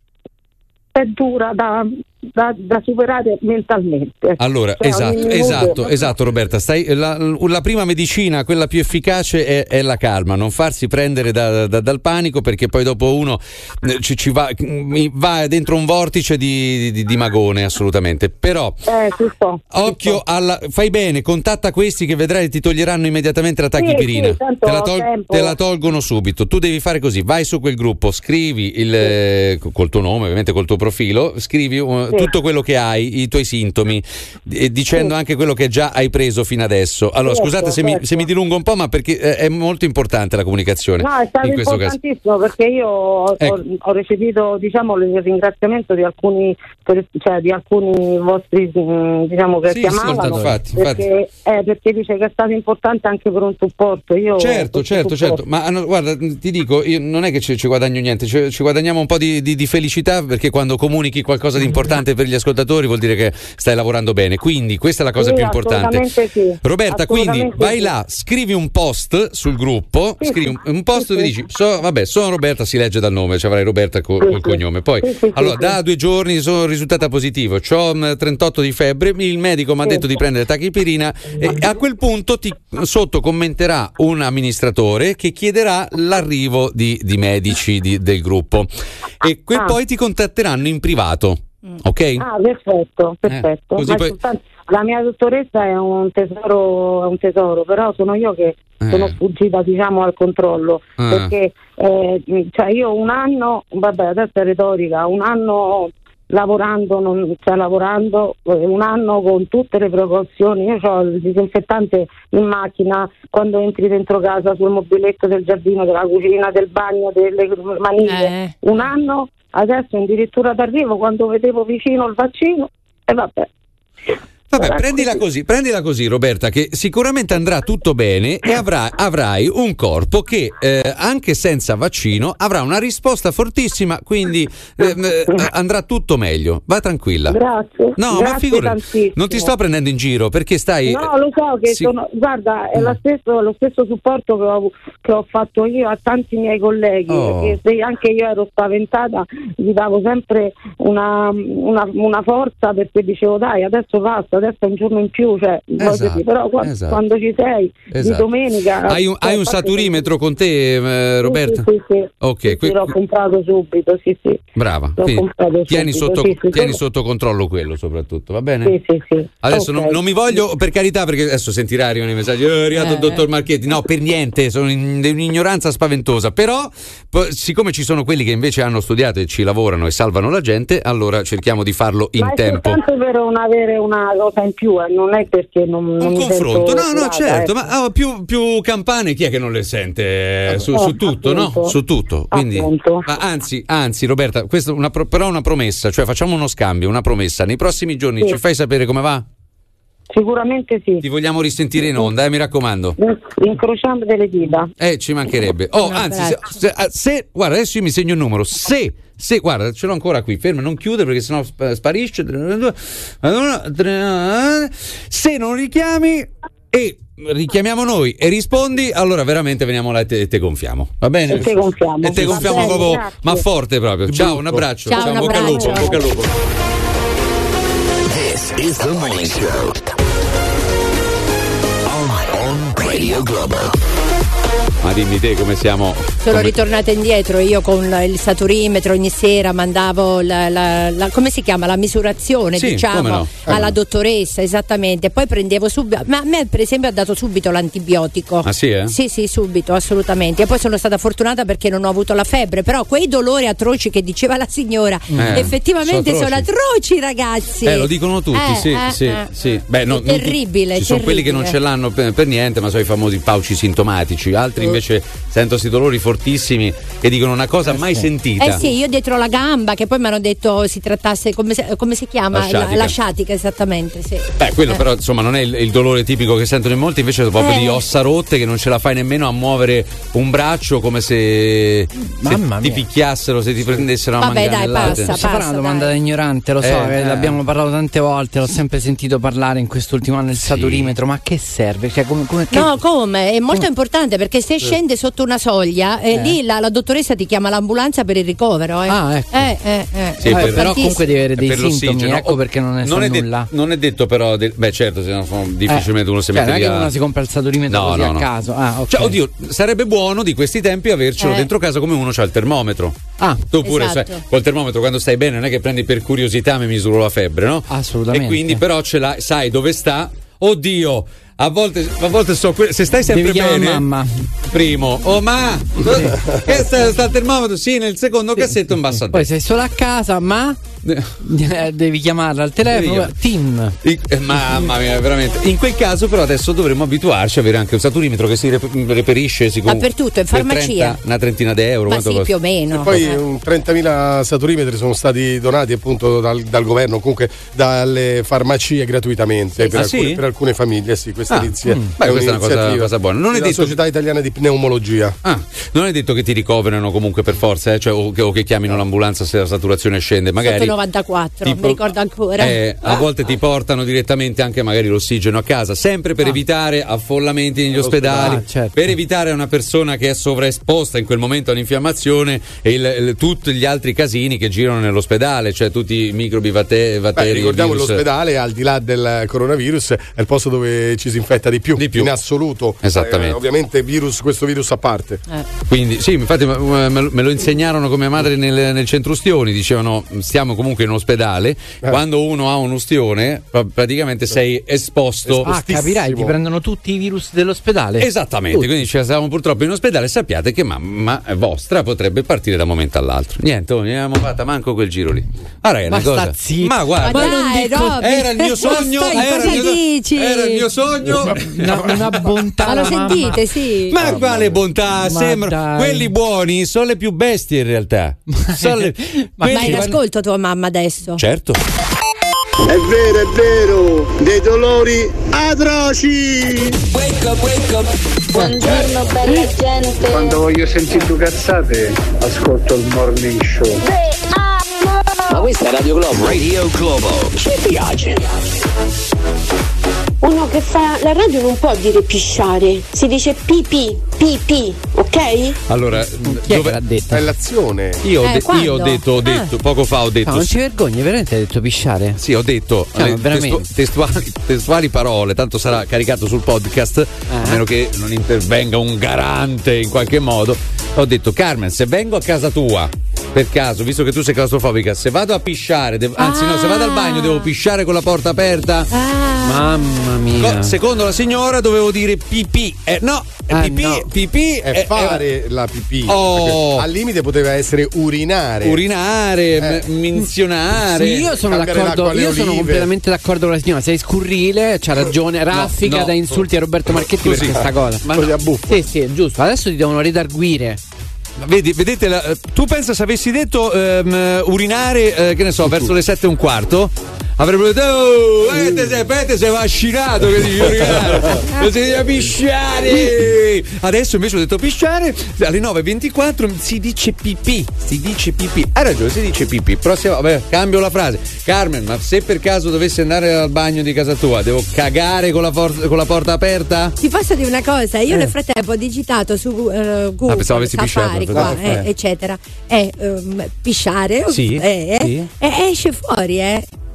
è dura da, da, da superare mentalmente. Allora, Cioè, esatto, ogni minuto- esatto, esatto Roberta, stai, la, la prima medicina, quella più efficace è, è la calma, non farsi prendere da, da- dal panico perché poi dopo uno eh, ci, ci va, mi- va dentro un vortice di, di, di magone assolutamente, però Eh, ci sto, ci occhio sto. alla, fai bene, contatta questi che vedrai ti toglieranno immediatamente la tachipirina, sì, tanto te, la ho tol- tempo. te la tolgono subito, tu devi fare così, vai su quel gruppo, scrivi il, eh, col tuo nome, ovviamente col tuo profilo, scrivi uh, Sì. tutto quello che hai, i tuoi sintomi, e dicendo anche quello che già hai preso fino adesso. Allora, Certo, scusate se, mi, certo. se mi dilungo un po', ma perché eh, è molto importante la comunicazione. No, è stato in questo caso. importantissimo perché io ho, Ecco. ho- ho recepito diciamo il ringraziamento di alcuni per- cioè di alcuni vostri mh, diciamo che Sì, sì, chiamavano infatti, perché, eh, perché dice che è stato importante anche per un supporto. Io Certo, questo certo, supporto- certo, ma no, guarda, ti dico, io non è che ci, ci guadagno niente, ci, ci guadagniamo un po' di, di- di felicità perché quando comunichi qualcosa di importante per gli ascoltatori vuol dire che stai lavorando bene, quindi questa è la cosa Sì, più importante. assolutamente sì. Roberta, quindi Assolutamente vai sì. là, scrivi un post sul gruppo, Sì, scrivi un, sì. un post Sì, e sì. dici, so, vabbè, sono Roberta, si legge dal nome, ci avrai Roberta co- Sì, col sì. cognome, poi Sì, sì, allora sì, da sì. due giorni sono risultata positivo, ho trentotto di febbre, il medico mi ha Sì. detto di prendere tachipirina e a quel punto ti sotto commenterà un amministratore che chiederà l'arrivo di, di medici di- del gruppo e que- Ah. poi ti contatteranno in privato, ok? Ah, perfetto, perfetto. Eh, così Ma poi- soltanto- la mia dottoressa è un tesoro, è un tesoro, però sono io che Eh. sono sfuggita diciamo al controllo Ah. perché eh, cioè io un anno, vabbè adesso è retorica, un anno lavorando, non, cioè lavorando eh, un anno con tutte le precauzioni, io ho il disinfettante in macchina quando entri dentro casa, sul mobiletto del giardino, della cucina, del bagno, delle maniglie, Eh. un anno, adesso addirittura d'arrivo quando vedevo vicino il vaccino e vabbè. Vabbè, Ecco. prendila così, prendila così Roberta, che sicuramente andrà tutto bene e avrai, avrai un corpo che eh, anche senza vaccino avrà una risposta fortissima, quindi ehm, eh, andrà tutto meglio, va tranquilla. Grazie. No, grazie ma figurati, tantissimo. non ti sto prendendo in giro perché stai... No, lo so che sì. sono, guarda, è lo stesso, lo stesso supporto che ho, che ho fatto io a tanti miei colleghi, Oh. perché se anche io ero spaventata, gli davo sempre una, una, una forza perché dicevo dai, adesso basta, adesso è un giorno in più, cioè, voglio Esatto, dire, però qua- esatto. quando ci sei di Esatto. domenica... Hai un, hai un cioè, saturimetro con te, eh, Roberta? Sì, sì, sì. Ok, Sì, que- sì, l'ho comprato subito, sì, sì. brava. L'ho Quindi comprato tieni, subito, sotto, sì, sì, tieni sì. sotto controllo quello soprattutto, va bene? Sì, sì, sì. Adesso Ok. non, non mi voglio, per carità, perché adesso sentirai arrivano i messaggi, eh, è arrivato il Eh. dottor Marchetti. No, per niente, sono in un'ignoranza spaventosa. Però, po- siccome ci sono quelli che invece hanno studiato e ci lavorano e salvano la gente, allora cerchiamo di farlo in Ma è tempo. soltanto per non avere una cosa in più, eh, non è perché non, non Un mi confronto, sento no, no, curata, certo, ecco. ma oh, più, più campane chi è che non le sente eh, su, Eh, su tutto, appunto. no? Su tutto. Quindi, Appunto. ma anzi, anzi, Roberta, questa è una pro- però una promessa, cioè facciamo uno scambio, una promessa. Nei prossimi giorni Sì. ci fai sapere come va? Sicuramente sì. Ti vogliamo risentire in onda, eh, mi raccomando. Incrociamo delle dita. Eh, ci mancherebbe. Oh, Un anzi, se, abbraccio. se- se- guarda, adesso io mi segno il numero. Se, se, guarda, ce l'ho ancora qui, fermo, non chiude perché sennò sp- sparisce. Se non richiami e richiamiamo noi e rispondi, allora veramente veniamo là e te, te gonfiamo. Va bene? E te gonfiamo. E te Va gonfiamo bene, proprio, grazie. ma forte proprio. Ciao, un abbraccio. Ciao, un bocca al lupo, abbraccio. bocca al lupo. is the morning show on, on Radio Globo. Ma dimmi te come siamo. Sono come... ritornata indietro, io con il saturimetro ogni sera mandavo la, la, la come si chiama? La misurazione, sì, diciamo, no? alla eh. dottoressa, esattamente. Poi prendevo subito, ma a me per esempio ha dato subito l'antibiotico. Ah sì, eh? Sì, sì, subito, assolutamente. E poi sono stata fortunata perché non ho avuto la febbre, però quei dolori atroci che diceva la signora, eh, effettivamente sono sono atroci. atroci, ragazzi. Eh, lo dicono tutti, Eh, sì, eh, sì, eh. sì. Beh, no, È terribile, ci è sono quelli che non terribile. ce l'hanno per, per niente, ma sono i famosi pauci sintomatici. Altri invece sentono questi dolori fortissimi e dicono una cosa mai sentita. Eh sì, io dietro la gamba, che poi mi hanno detto si trattasse, come, si- come si chiama? La sciatica. La, la sciatica, esattamente, sì. Beh, quello Eh. però insomma non è il, il dolore tipico che sentono in molti, invece è proprio Eh. di ossa rotte che non ce la fai nemmeno a muovere un braccio, come se, Mamma se ti mia. picchiassero, se ti prendessero una Vabbè, dai, manganellata. passa, Posso fare una domanda da ignorante, lo so, Eh, che eh. l'abbiamo parlato tante volte, l'ho sempre sentito parlare in quest'ultimo anno il saturimetro, ma che serve? Cioè, come, come, che- No, come? È molto importante perché se scende sotto una soglia, e Eh. lì la, la dottoressa ti chiama l'ambulanza per il ricovero. Eh. Ah, ecco. Eh, eh, eh. Sì, Eh, per- però tantissimo. comunque deve avere dei per sintomi, l'ossigeno. ecco perché non ne so non è de- nulla. non è detto però de- beh certo, se no sono- difficilmente Eh, uno si cioè, mette non è via. che uno si compra il saturimetro No, così no, a no. caso. Ah, ok. Cioè, oddio, sarebbe buono di questi tempi avercelo Eh. dentro casa come uno c'ha il termometro. Ah, tu pure esatto. sai, col termometro quando stai bene non è che prendi per curiosità mi misuro la febbre, no? Assolutamente. E quindi però ce l'hai, sai dove sta. Oddio, a volte, a volte so que- se stai sempre Devi chiamare bene. mamma. Primo, oh ma che sta, sta il termometro? Sì, nel secondo cassetto in basso a Poi destra. sei solo a casa, ma eh, devi chiamarla al telefono. Devi Tim. I- eh, Mamma mia, veramente. In quel caso, però, adesso dovremmo abituarci a avere anche un saturimetro che si rep- reperisce si com- Dappertutto, in per farmacia. trenta una trentina di euro. Ma quanto sì, costa? più o meno. E poi Eh. un trentamila saturimetri sono stati donati appunto dal, dal governo, comunque dalle farmacie gratuitamente per, Ah, alcune, sì? per alcune famiglie. Sì, questa Ah, inizia- mm. Beh, questa è una cosa- un'iniziativa cosa buona. Non è della detto- Società Italiana di Pneumologia. Ah, non è detto che ti ricoverano comunque per forza, eh? Cioè, o, che, o che chiamino l'ambulanza se la saturazione scende. Magari Sotto novantaquattro, tipo- mi ricordo ancora. Eh, a volte ti portano direttamente anche magari l'ossigeno a casa, sempre per evitare affollamenti negli ospedali, Ah, certo. per evitare una persona che è sovraesposta in quel momento all'infiammazione e il- il- tutti gli altri casini che girano nell'ospedale, cioè tutti i microbi, vate, Beh, batteri, ricordiamo virus. l'ospedale, al di là del coronavirus, è il posto dove ci si infetta di più, Di più. in assoluto. Esattamente. Eh, ovviamente virus, questo virus a parte. Quindi sì, infatti me me lo- me lo insegnarono con mia madre nel, nel centro ustioni, dicevano stiamo comunque in ospedale, Eh. quando uno ha un ustione pra- praticamente sei esposto. Ah, capirai, ti prendono tutti i virus dell'ospedale. Esattamente, quindi ci siamo purtroppo in ospedale, sappiate che mamma vostra potrebbe partire da un momento all'altro. Niente, non abbiamo fatta manco quel giro lì. Ah, raga, è una Ma sta cosa. zitto. Ma guarda, Ma dai, Robby. era il mio sogno, Ma stai, era, cosa il mio, dici? era il mio sogno. Una, una bontà. Ma lo la mamma. sentite, sì. Ma quale bontà, Ma sembra dai. quelli buoni sono le più bestie in realtà. Sono le- Ma quelli vai in vanno- ascolto tua mamma adesso? Certo. È vero, è vero, dei dolori atroci. Buongiorno bella gente. Quando voglio sentire due cazzate, ascolto il morning show. Ma questa è Radio Globo. Radio Globo. Ci piace. Uno che fa la radio non può dire pisciare, si dice pipì, pipì, ok? Allora, Chi è dove- che l'ha detto? È l'azione. io, ho Eh, de- quando? io ho detto, ho detto poco fa ho detto No, non ci vergogni, veramente hai detto pisciare? sì, ho detto Cioè, eh, ma veramente? testu- testuali, testuali parole, tanto sarà caricato sul podcast, a meno che non intervenga un garante in qualche modo. Ho detto, Carmen, se vengo a casa tua, per caso, visto che tu sei claustrofobica, se vado a pisciare, devo- anzi no, se vado al bagno devo pisciare con la porta aperta. Mamma mia. Co- secondo la signora dovevo dire pipì. Eh, no, Ah, pipì, no. pipì È è- fare la pipì. Oh. Perché al limite poteva essere urinare. urinare, Eh. m- minzionare. Sì, io sono cambiare d'accordo, l'acqua alle io sono olive. completamente d'accordo con la signora. Sei scurrile, c'ha ragione, raffica no. da insulti a Roberto Marchetti Così. per questa cosa. Ma Così no. a buffo. Sì, sì, è giusto. Adesso ti devono redarguire. Vedi, vedete, la- tu pensa se avessi detto ehm, urinare, eh, che ne so, verso le sette e un quarto, avrebbero detto, oh, eh, te sei, te sei vascinato che dici urinare, non si deve pisciare. Adesso invece ho detto pisciare, alle nove e ventiquattro si dice pipì, si dice pipì. Hai ragione, si dice pipì. Prossima, vabbè, cambio la frase. Carmen, ma se per caso dovessi andare al bagno di casa tua, devo cagare con la, for- con la porta aperta? Ti posso dire una cosa? Io nel frattempo ho digitato su eh, Google, Ah, pensavo avessi Safari, pisciato, qua, perfetto. eh, eccetera, e ehm, pisciare Sì, eh, sì. e esce fuori, eh.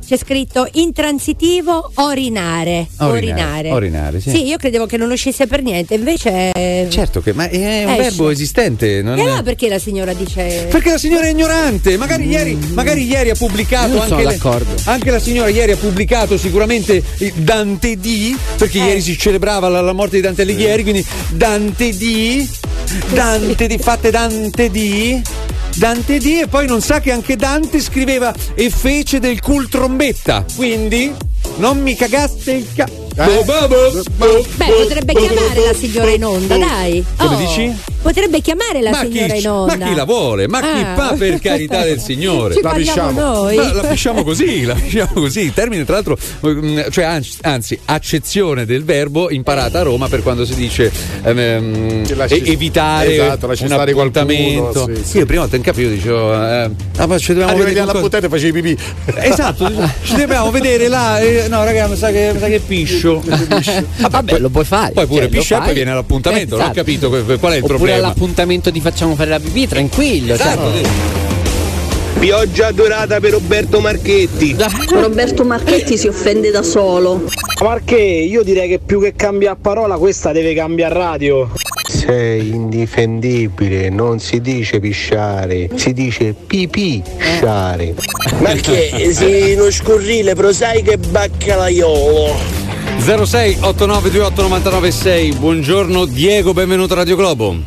c'è scritto intransitivo orinare. Orinare, Orinare. orinare, sì. Sì, io credevo che non uscisse per niente, invece. Certo che, ma è un esce. verbo esistente. Non E è... allora perché la signora dice. Perché la signora è ignorante, magari ieri, magari ieri ha pubblicato Io sono anche, le- d'accordo. anche la signora ieri ha pubblicato sicuramente il Dante D, perché Eh. ieri si celebrava la, la morte di Dante Alighieri, quindi Dante D, Dante D, fate Dante D. Dante D, e poi non sa che anche Dante scriveva e fece del cul trombetta, quindi non mi cagaste il ca... Beh, potrebbe chiamare la signora in onda, dai. Come Oh, dici? Potrebbe chiamare la Ma chi, signora in onda. ma chi la vuole? Ma chi Ah. fa, per carità del Signore? Ci La parliamo pisciamo. noi. La, la pisciamo così, la pisciamo così. Termine tra l'altro, mm, cioè anzi, anzi, accezione del verbo imparata a Roma per quando si dice ehm, Che lasci- e- evitare esatto, lasci un stare appuntamento. qualcuno, sì, sì. Io la prima volta in capivo dicevo eh, ah, ma ci dobbiamo Arrivavi vedere alla qualcosa. puntata e facevi pipì. Esatto, ci dobbiamo vedere là. eh, no, raga, mi sa che, mi sa che piscio. Ah, vabbè, lo puoi fare. Poi pure cioè, lo piscia e fai. poi viene all'appuntamento. Non ho Esatto. capito que- qual è il Oppure problema. all'appuntamento ti facciamo fare la pipì, tranquillo. Esatto, cioè. Pioggia dorata per Roberto Marchetti. Roberto Marchetti si offende da solo. Marché, io direi che più che cambiare parola questa deve cambiare radio. Sei indifendibile, non si dice pisciare, si dice pipì-sciare. Marché, sei uno scurrile, però sai che baccalaiolo. zero sei otto nove due otto nove nove sei. Buongiorno Diego, benvenuto a Radio Globo.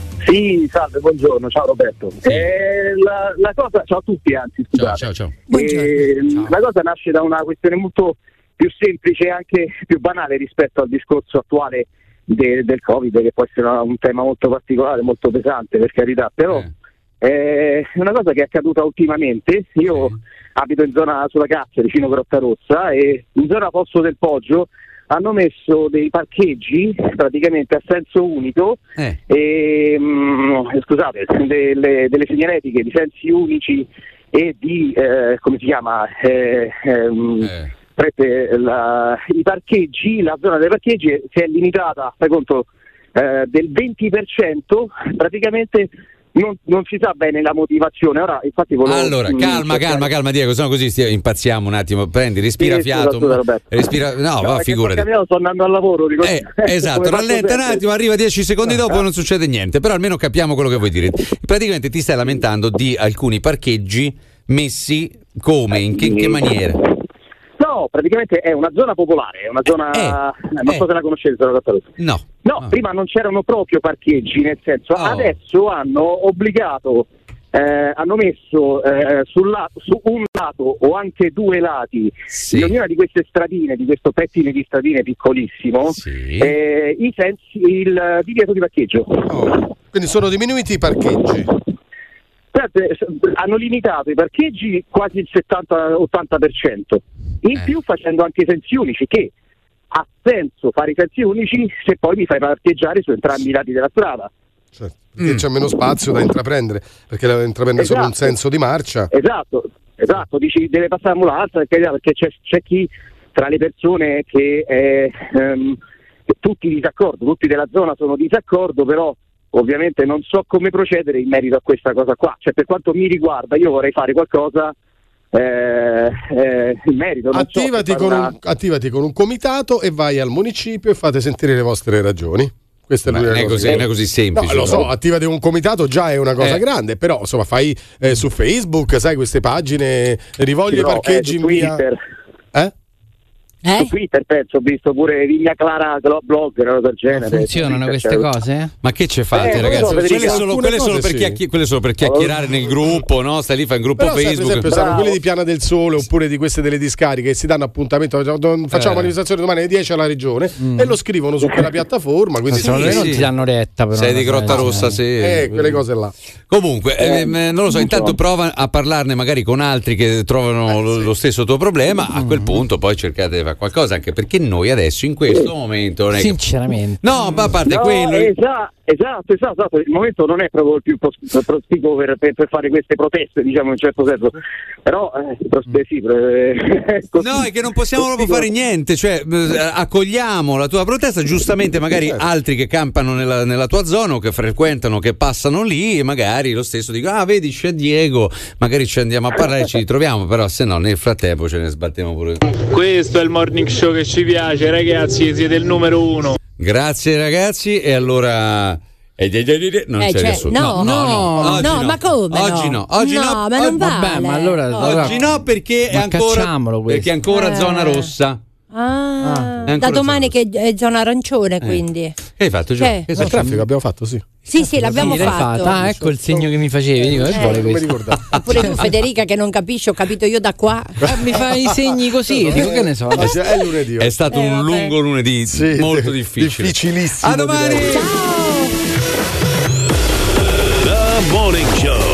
Sì, salve, buongiorno, ciao Roberto. Eh, la, la cosa, ciao a tutti, anzi, scusate. Ciao, ciao, Eh, la cosa nasce da una questione molto più semplice e anche più banale rispetto al discorso attuale de- del Covid, che può essere una- un tema molto particolare, molto pesante, per carità, però eh, è una cosa che è accaduta ultimamente. Io abito in zona sulla Cazza, vicino Grottarossa, e in zona Fosso del Poggio hanno messo dei parcheggi praticamente a senso unico Eh. e, mh, scusate, delle, delle segnaletiche di sensi unici e di eh, come si chiama eh, ehm, prete- la- i parcheggi, la zona dei parcheggi si è limitata, fai conto, eh, del venti per cento, praticamente non, non si sa bene la motivazione. Ora infatti volevo, Allora, mh, calma, cercare- calma, calma Diego, sennò così stia- impazziamo un attimo. Prendi, respira Sì, fiato. scusa, scusa, Roberto. respira, no, va, perché figurati. sto cambiando, sto andando al lavoro, dico- Eh, esatto, come faccio rallenta un sempre. attimo, arriva dieci secondi dopo e non succede niente, però almeno capiamo quello che vuoi dire. Praticamente ti stai lamentando di alcuni parcheggi messi come, in che, in che maniera? No, praticamente è una zona popolare, è una zona, non so se la conoscete, sono Grottarossa. No. No, prima non c'erano proprio parcheggi, nel senso, Oh. adesso hanno obbligato, eh, hanno messo eh, sul lato, su un lato o anche due lati Sì. di ognuna di queste stradine, di questo pettine di stradine piccolissimo, eh, i sensi, il divieto di parcheggio. Quindi sono diminuiti i parcheggi. Guardate, s- hanno limitato i parcheggi quasi il settanta ottanta per cento, in più facendo anche i sensi unici, che ha senso fare i sensi unici se poi mi fai parcheggiare su entrambi i lati della strada. Perché c'è meno spazio da intraprendere, perché da intraprendere solo un Esatto. senso di marcia. Esatto, esatto, dici deve passare l'ambulanza, per carità, perché c'è, c'è chi tra le persone che è ehm, tutti in disaccordo, tutti della zona sono in disaccordo, però ovviamente non so come procedere in merito a questa cosa qua. Cioè, per quanto mi riguarda, io vorrei fare qualcosa eh, eh, in merito. Non so, Attivati, per con fare una- un, attivati con un comitato e vai al municipio e fate sentire le vostre ragioni. Questa è Ma l'unica non è cosa così- che- non è così semplice, No, lo so, no? attivati un comitato già è una cosa Eh. grande, però insomma fai eh, su Facebook, sai, queste pagine, rivoglio Sì, i no, parcheggi eh, su in via. Twitter. Eh? Su Twitter penso, ho visto pure Vigna Clara Blog, una cosa del genere. Funzionano Su queste Twitter, cose? Ma che ce fate, Eh, non ragazzi? lo so, Federica, quelle solo, alcune quelle solo cose per sì. chiacchi- quelle solo per chiacchierare nel gruppo, no? Stai lì, fai un gruppo Però sai, per Facebook. esempio saranno quelli di Piana del Sole oppure di queste delle discariche che si danno appuntamento, facciamo Eh. manifestazione domani alle dieci alla regione Mm. e lo scrivono su quella piattaforma, quindi Sì, non ti danno retta, però. Sei di Grotta Rossa, sì. Eh, quelle cose là. Comunque, ehm, non lo so, intanto prova a parlarne magari con altri che trovano lo, lo stesso tuo problema, a quel punto poi cercate di fare fare qualcosa, anche perché noi adesso in questo momento non è che- Sinceramente. no, ma a parte No, quello esatto, esatto, esatto, esatto. Il momento non è proprio il più pros- prospicuo per, per, per fare queste proteste, diciamo in un certo senso. Però eh, pros- sì, eh, così- no, è che non possiamo proprio fare niente, cioè eh, accogliamo la tua protesta, giustamente magari altri che campano nella, nella tua zona o che frequentano, che passano lì e magari lo stesso dico, ah vedi c'è Diego, magari ci andiamo a parlare e ci ritroviamo, però se no nel frattempo ce ne sbattiamo pure. Questo è il morning show che ci piace, ragazzi, siete il numero uno. Grazie ragazzi, e allora eh, eh, eh, eh, non Eh, c'è cioè, nessuno. no, no, no, oggi no, ma come Oggi no? no, oggi no, No, ma non oggi- vale. Vabbè, ma allora- allora- Oggi no, perché è Ma ancora cacciamolo questo. perché è ancora Eh. zona rossa. Ah, è ancora da domani che è zona arancione, quindi. Che hai fatto, Gio? Che? Che Il succede? traffico abbiamo fatto, sì. Sì, sì, l'abbiamo Sì, l'hai fatto. fatta. Ah, ecco il segno che mi facevi. Dico, che Eh, vuole Non mi questo? ricordavo. Pure tu, Federica, che non capisci, ho capito io da qua. Eh, mi fai i segni così, dico che ne so. Eh, sì, È lunedì. È stato Eh, un vabbè. lungo lunedì, Sì, molto sì, difficile. difficilissimo, A domani. direi. The Morning Show.